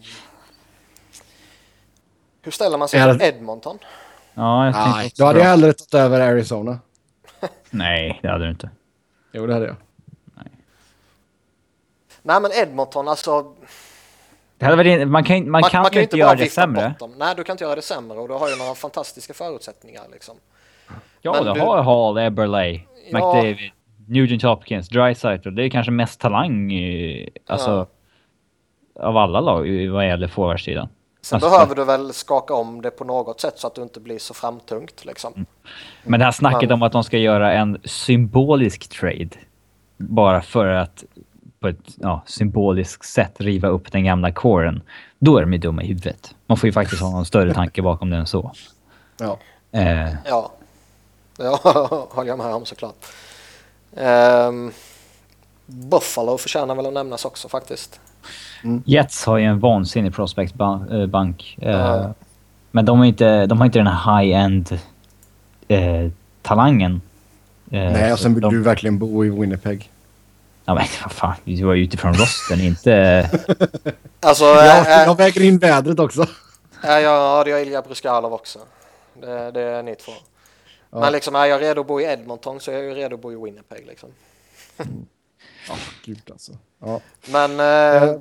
hur ställer man sig till Edmonton? Ja, jag tänkte Nej, då hade jag hellre tagit över Arizona. Nej, det hade du inte. Jo, det hade jag. Nej, Nej men Edmonton, alltså... Det hade varit, man kan, man man, kan, man kan inte, inte göra det sämre. Nej, du kan inte göra det sämre och du har ju några fantastiska förutsättningar liksom. Ja, men du du... har Hall, Eberle, ja. McDavid, Nugent Hopkins, Draisaitl. Det är kanske mest talang i, alltså, ja. av alla lag vad gäller forwardsidan. Sen alltså, behöver du väl skaka om det på något sätt så att du inte blir så framtungt liksom. Mm. Men det här snacket men... om att de ska göra en symbolisk trade. bara för att på ett ja, symboliskt sätt riva upp den gamla coren, då är de ju dumma i huvudet. Man får ju faktiskt ha någon större tanke bakom det än så. Ja. Eh, Ja, det håller jag med om såklart. Um, Buffalo förtjänar väl att nämnas också faktiskt. Mm. Jets har ju en vansinnig prospectbank. Eh, uh. Men de har inte, de har inte den här high-end eh, talangen. Eh, Nej, och sen vill de... du verkligen bo i Winnipeg. Ja, men vad fan. Du var ju utifrån rosten, inte... Alltså, jag, äh, jag väger in vädret också. Äh, jag hade ju Ilja Bruskalov också. Det, det är ni två. Ja. Men liksom, är jag redo att bo i Edmonton så är jag ju redo att bo i Winnipeg liksom. Mm. Ja, gud alltså. Ja. Men... Äh,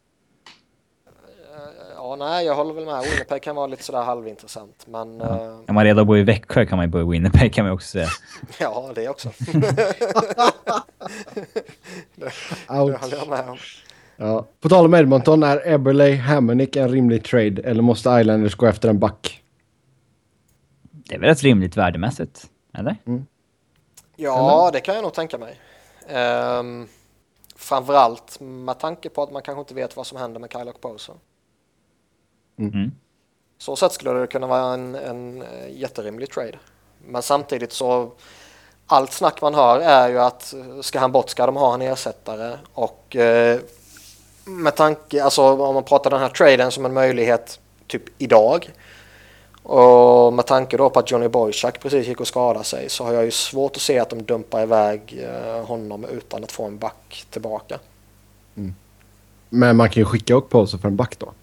ja, nej, jag håller väl med. Winnipeg kan vara lite sådär halvintressant, men... Ja. Uh... Är man redo att bo i Växjö kan man ju bo i Winnipeg, kan man också säga. Ja, det också. det, det håller jag med om. Ja. På tal om Edmonton, är Eberle Hamonic en rimlig trade eller måste Islanders gå efter en back? Det är väl ett rimligt värdemässigt, eller? Mm. Ja, eller? Det kan jag nog tänka mig. Um, framförallt med tanke på att man kanske inte vet vad som händer med Kyle Okposo. Mm. Så sätt skulle det kunna vara en, en jätterimlig trade. Men samtidigt så allt snack man hör är ju att ska han bort ska de ha en ersättare och eh, med tanke, alltså om man pratar den här traden som en möjlighet typ idag och med tanke då på att Johnny Boychuk precis gick och skadade sig så har jag ju svårt att se att de dumpar iväg eh, honom utan att få en back tillbaka. Mm. Men man kan ju skicka upp på sig för en back då.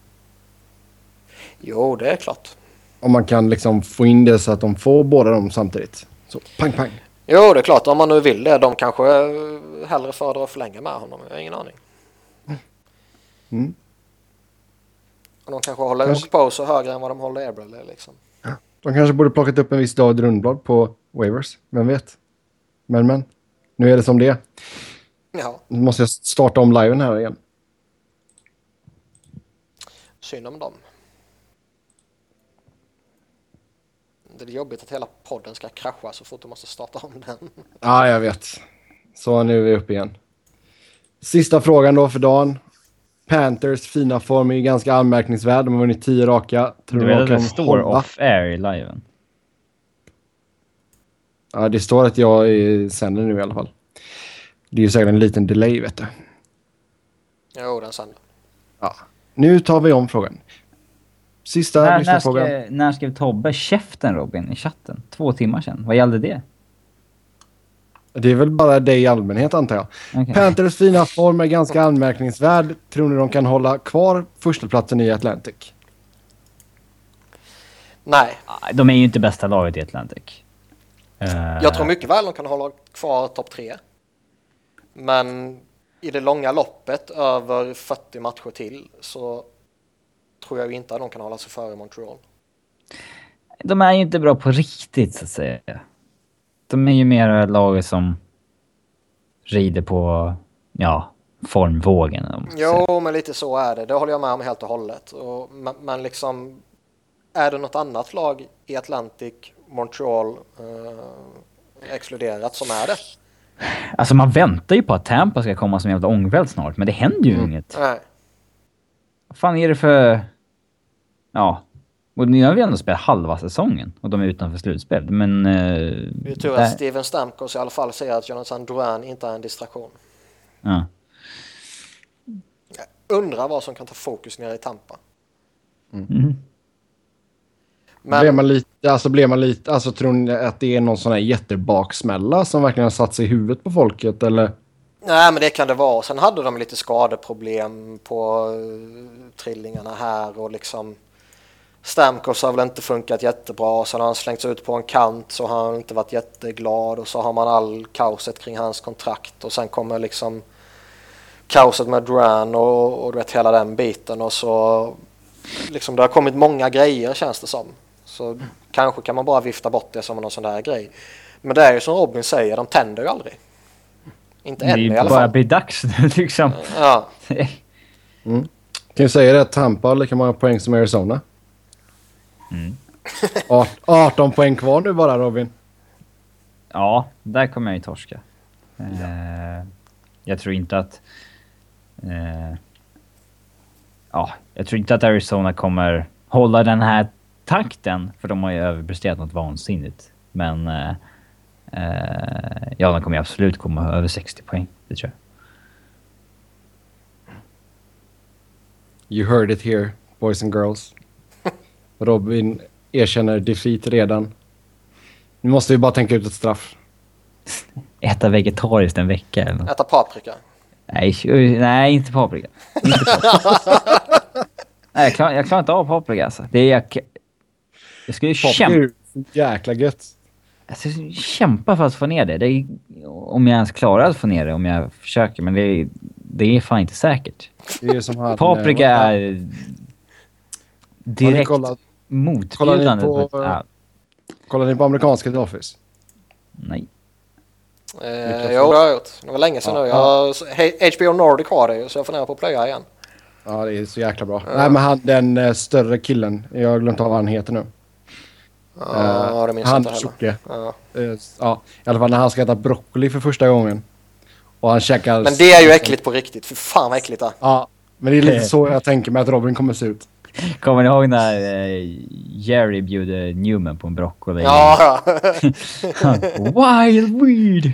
Jo, det är klart. Om man kan liksom få in det så att de får båda dem samtidigt. Så pang pang. Jo, det är klart. Om man nu vill det. De kanske hellre föredrar att förlänga med honom. Jag har ingen aning. Mm. Och de kanske håller kanske... på så högre än vad de håller Eberle liksom. Ja. De kanske borde plockat upp en viss David Rundblad på waivers. Vem vet? Men men. Nu är det som det är. Ja. Nu måste jag starta om liven här igen. Synd om dem. Det är jobbigt att hela podden ska krascha så fort du måste starta om den. Ja, jag vet. Så nu är vi uppe igen. Sista frågan då för dagen. Panthers fina form är ju ganska anmärkningsvärd. De har vunnit tio raka. Tror du vet att det står off-air i liven? Ja, det står att jag sänder nu i alla fall. Det är ju säkert en liten delay, vet du. Jo, den sänder. Ja. Nu tar vi om frågan. Sista när, när, när, frågan. skrev, när skrev Tobbe käften, Robin, i chatten? Två timmar sedan. Vad gällde det? Det är väl bara det i allmänhet, antar jag. Okay. Panthers fina form är ganska anmärkningsvärd. Tror ni de kan hålla kvar förstaplatsen i Atlantic? Nej. De är ju inte bästa laget i Atlantic. Jag tror mycket väl de kan hålla kvar topp tre. Men i det långa loppet över fyrtio matcher till så tror jag inte att de kan hålla sig före Montreal. De är ju inte bra på riktigt, så att säga. De är ju mer laget som rider på, ja, formvågen. Jo, men lite så är det. Det håller jag med om helt och hållet. Och, men, men liksom, är det något annat lag i Atlantic, Montreal eh, exkluderat som är det? Alltså man väntar ju på att Tampa ska komma som jävla ångvält snart, men det händer ju mm. inget. Nej. Vad fan är det för... Ja, och nu har vi ändå spelat halva säsongen och de är utanför slutspel, men... Eh, det är tur att Steven Stamkos i alla fall säger att Jonathan Drouin inte är en distraktion. Ja. Jag undrar vad som kan ta fokus ner i Tampa. Mm. Mm. Men... Blev man lite, alltså blev man lite, alltså tror ni att det är någon sån här jättebaksmälla som verkligen har satt sig i huvudet på folket, eller? Nej, men det kan det vara. Sen hade de lite skadeproblem på uh, trillingarna här och liksom Stamkos har väl inte funkat jättebra. Sen har han slängts ut på en kant så har han inte varit jätteglad och så har man all kaoset kring hans kontrakt och sen kommer liksom kaoset med Drouin och, och du vet hela den biten och så liksom det har kommit många grejer känns det som. Så kanske kan man bara vifta bort det som någon sån där grej. Men det är ju som Robin säger, de tänder ju aldrig. Inte än i alla fall. Det bara blir dags nu liksom. Ja. Mm. Kan jag säga det att Tampa har lika många poäng som Arizona? Mm. arton poäng kvar nu bara, Robin. Ja, där kommer jag ju torska. Ja. Uh... Jag tror inte att... Eh, ja, jag tror inte att Arizona kommer hålla den här takten. För de har ju överpresterat något vansinnigt. Men... Eh, eh, ja, de kommer ju absolut komma över sextio poäng. Det tror jag. You heard it here, boys and girls. Robin erkänner defeat redan. Nu måste vi bara tänka ut ett straff. Äta vegetariskt en vecka eller något. Äta paprika. Nej, nej, inte paprika. Inte paprika. Nej, jag klarar, jag klarar inte av paprika alltså. Det är jag, jag skulle kämpa. Jäkla gött. Jag ska kämpa för att få ner det. det är, om jag ens klarar att få ner det, om jag försöker. Men det är, det är fan inte säkert. Det är som han, paprika är direkt kollat, motbjudande. Kollar ni på, ja. kollar ni på amerikanska The Office? Nej. Eh, jo, det har jag gjort. Det var länge sedan ja, nu. Jag, ja. H B O Nordic har det ju, så jag får ner på att plöja igen. Ja, det är så jäkla bra. Ja. Nej, men han, den uh, större killen. Jag har glömt av vad han heter nu. Ja, uh, det minns jag inte heller. Ja. Uh, ja, i alla fall när han ska äta broccoli för första gången. Och han käkar... Men det är ju äckligt på riktigt. För fan vad äckligt det. Ja, men det är lite så jag tänker mig att Robin kommer se ut. Kommer ni ihåg när eh, Jerry bjuder Newman på en broccoli? Ja. Wild weed!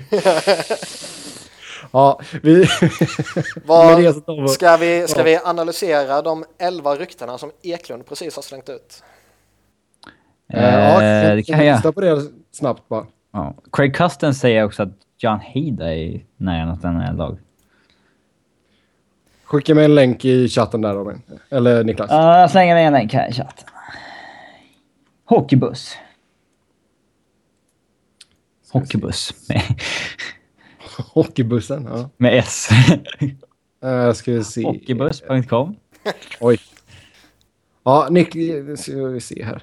Ja, vi... Vad, ska vi, ska vi analysera de elva ryktena som Eklund precis har slängt ut? Eh, ja, det kan jag. Lyssna på det snabbt bara. Ja. Craig Custon säger också att John Hayda är nära något annat lag. Skicka med en länk i chatten där, Robin. Eller Niklas. Ja, jag slänger med en länk här i chatten. Hockeybuss. Hockeybuss. Med, Hockeybussen, ja. med S. uh, ska vi se. Hockeybuss punkt com. Oj. Ja, Nick, ska vi se här.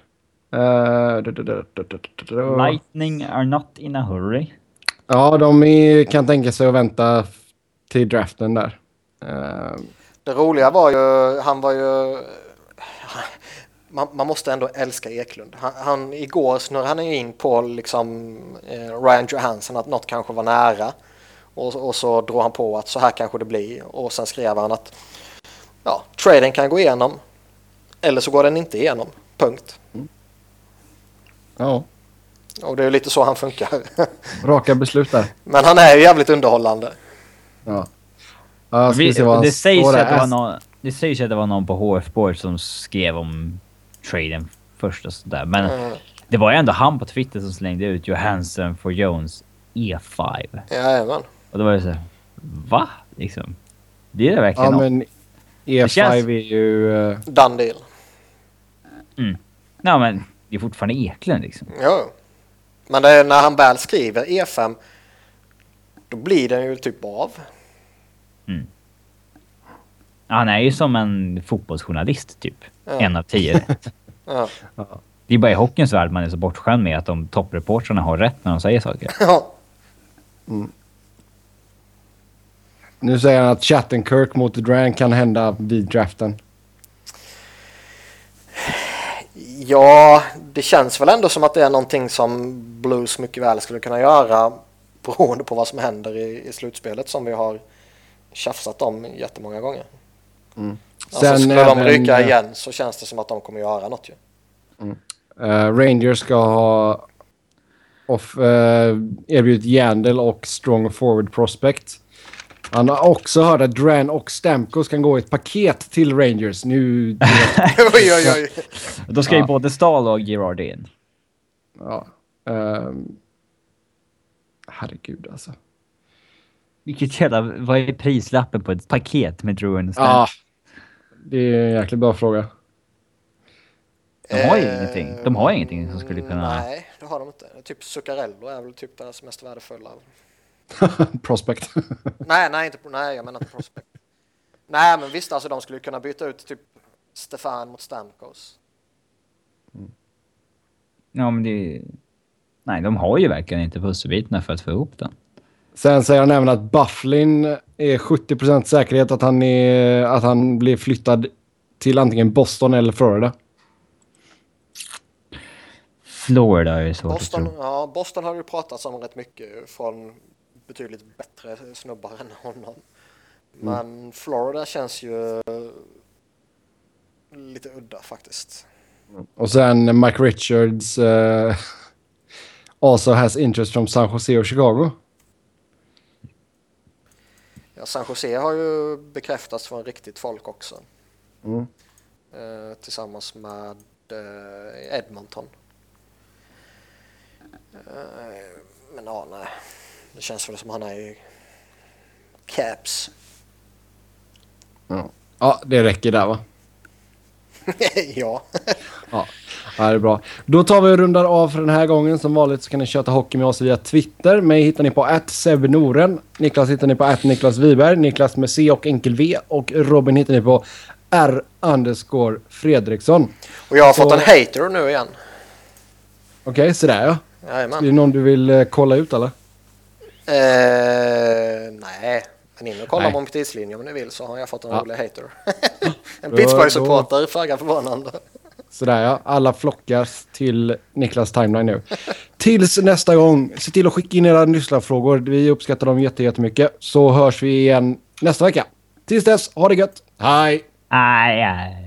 Uh, Lightning are not in a hurry. Ja, de är, kan tänka sig att vänta till draften där. Uh, det roliga var ju, han var ju, man, man måste ändå älska Eklund. Han, han igår snurrade han in på liksom eh, Ryan Johansson att något kanske var nära. Och, och så drog han på att så här kanske det blir. Och sen skrev han att ja, traden kan gå igenom. Eller så går den inte igenom. Punkt. Mm. Ja. Och det är lite så han funkar. Raka beslut där. Men han är ju jävligt underhållande. Ja. Ja, Vi, det, sägs att det, var någon, det sägs att det var någon på H F Sport som skrev om traden först och sådär. Men mm. det var ju ändå han på Twitter som slängde ut Johansson for Jones E fem. Jajamän. Och då var det så här, va? Liksom. Det är det verkligen. Ja, men E fem känns... är ju... Uh... Done deal. Mm. Ja, men det är fortfarande Eklund liksom. Ja. Men det är när han väl skriver E fem, då blir den ju typ av. Mm. Han är ju som en fotbollsjournalist typ. Ja. En av tio rätt. Ja. Det är bara i hockeyns värld man är så bortskämd med att de toppreportrarna har rätt när de säger saker. Ja. Mm. Nu säger han att Chattenkirk mot Durant kan hända vid draften. Ja, det känns väl ändå som att det är någonting som Blues mycket väl skulle kunna göra beroende på vad som händer i, i slutspelet som vi har tjafsat om jättemånga gånger. Mm. Sen alltså, skulle även, de rycka igen så känns det som att de kommer göra något ju. Mm. Uh, Rangers ska ha off, uh, erbjudit Yandel och Strong Forward Prospect. Han har också hört att Duran och Stamkos kan gå i ett paket till Rangers. Nu... oj, oj, oj. Då ska ja. ju både Stahl och Girard in. Ja. Um... Herregud alltså. Vilket jävla... Vad är prislappen på ett paket med Duran och Stamkos? Ja. Det är en jäkligt bra fråga. De har ju eh, ingenting. De har ingenting som skulle kunna... Nej, det har de inte. Typ Zuccarello är väl typ deras mest värdefulla. Prospect. nej, nej, inte, nej, jag menar inte Prospect. Nej, men visst, alltså de skulle kunna byta ut typ Stefan mot Stamkos. Mm. Ja, men det... Nej, de har ju verkligen inte pusselbitarna för att få ihop den. Sen säger han även att Bufflin är sjuttio procent säkerhet att han, är, att han blir flyttad till antingen Boston eller Florida. Florida är svårt Boston, att tro. ja, Boston har ju pratats om rätt mycket från betydligt bättre snubbar än honom. Men mm. Florida känns ju lite udda faktiskt. Och sen Mike Richards uh, also has interest from San Jose och Chicago. Ja, San Jose har ju bekräftats från riktigt folk också. Mm. Uh, tillsammans med uh, Edmonton. Uh, men ja, nej. Det känns väl som han är i Caps. Ja. Ja, det räcker där va? ja. ja. Ja, det är bra. Då tar vi och rundar av för den här gången. Som vanligt så kan ni köta hockey med oss via Twitter. Mig hittar ni på at sebnoren. Niklas hittar ni på at Niklas Wiberg. Niklas med C och enkel V. Och Robin hittar ni på R underscore Fredriksson. Och jag har så... fått en hater nu igen. Okej, okay, så där ja. Jajamän. Är det någon du vill uh, kolla ut eller? Uh, nej. Men in och kolla på tidslinjen om ni vill, så har jag fått en ja. rolig hater. en Pittsburgh-supporter, föga förvånande. Sådär ja, alla flockas till Niklas timeline nu. Tills nästa gång, se till att skicka in era lyssnarfrågor. Vi uppskattar dem jättemycket. Så hörs vi igen nästa vecka. Tills dess, ha det gött. Hej! Aj, aj.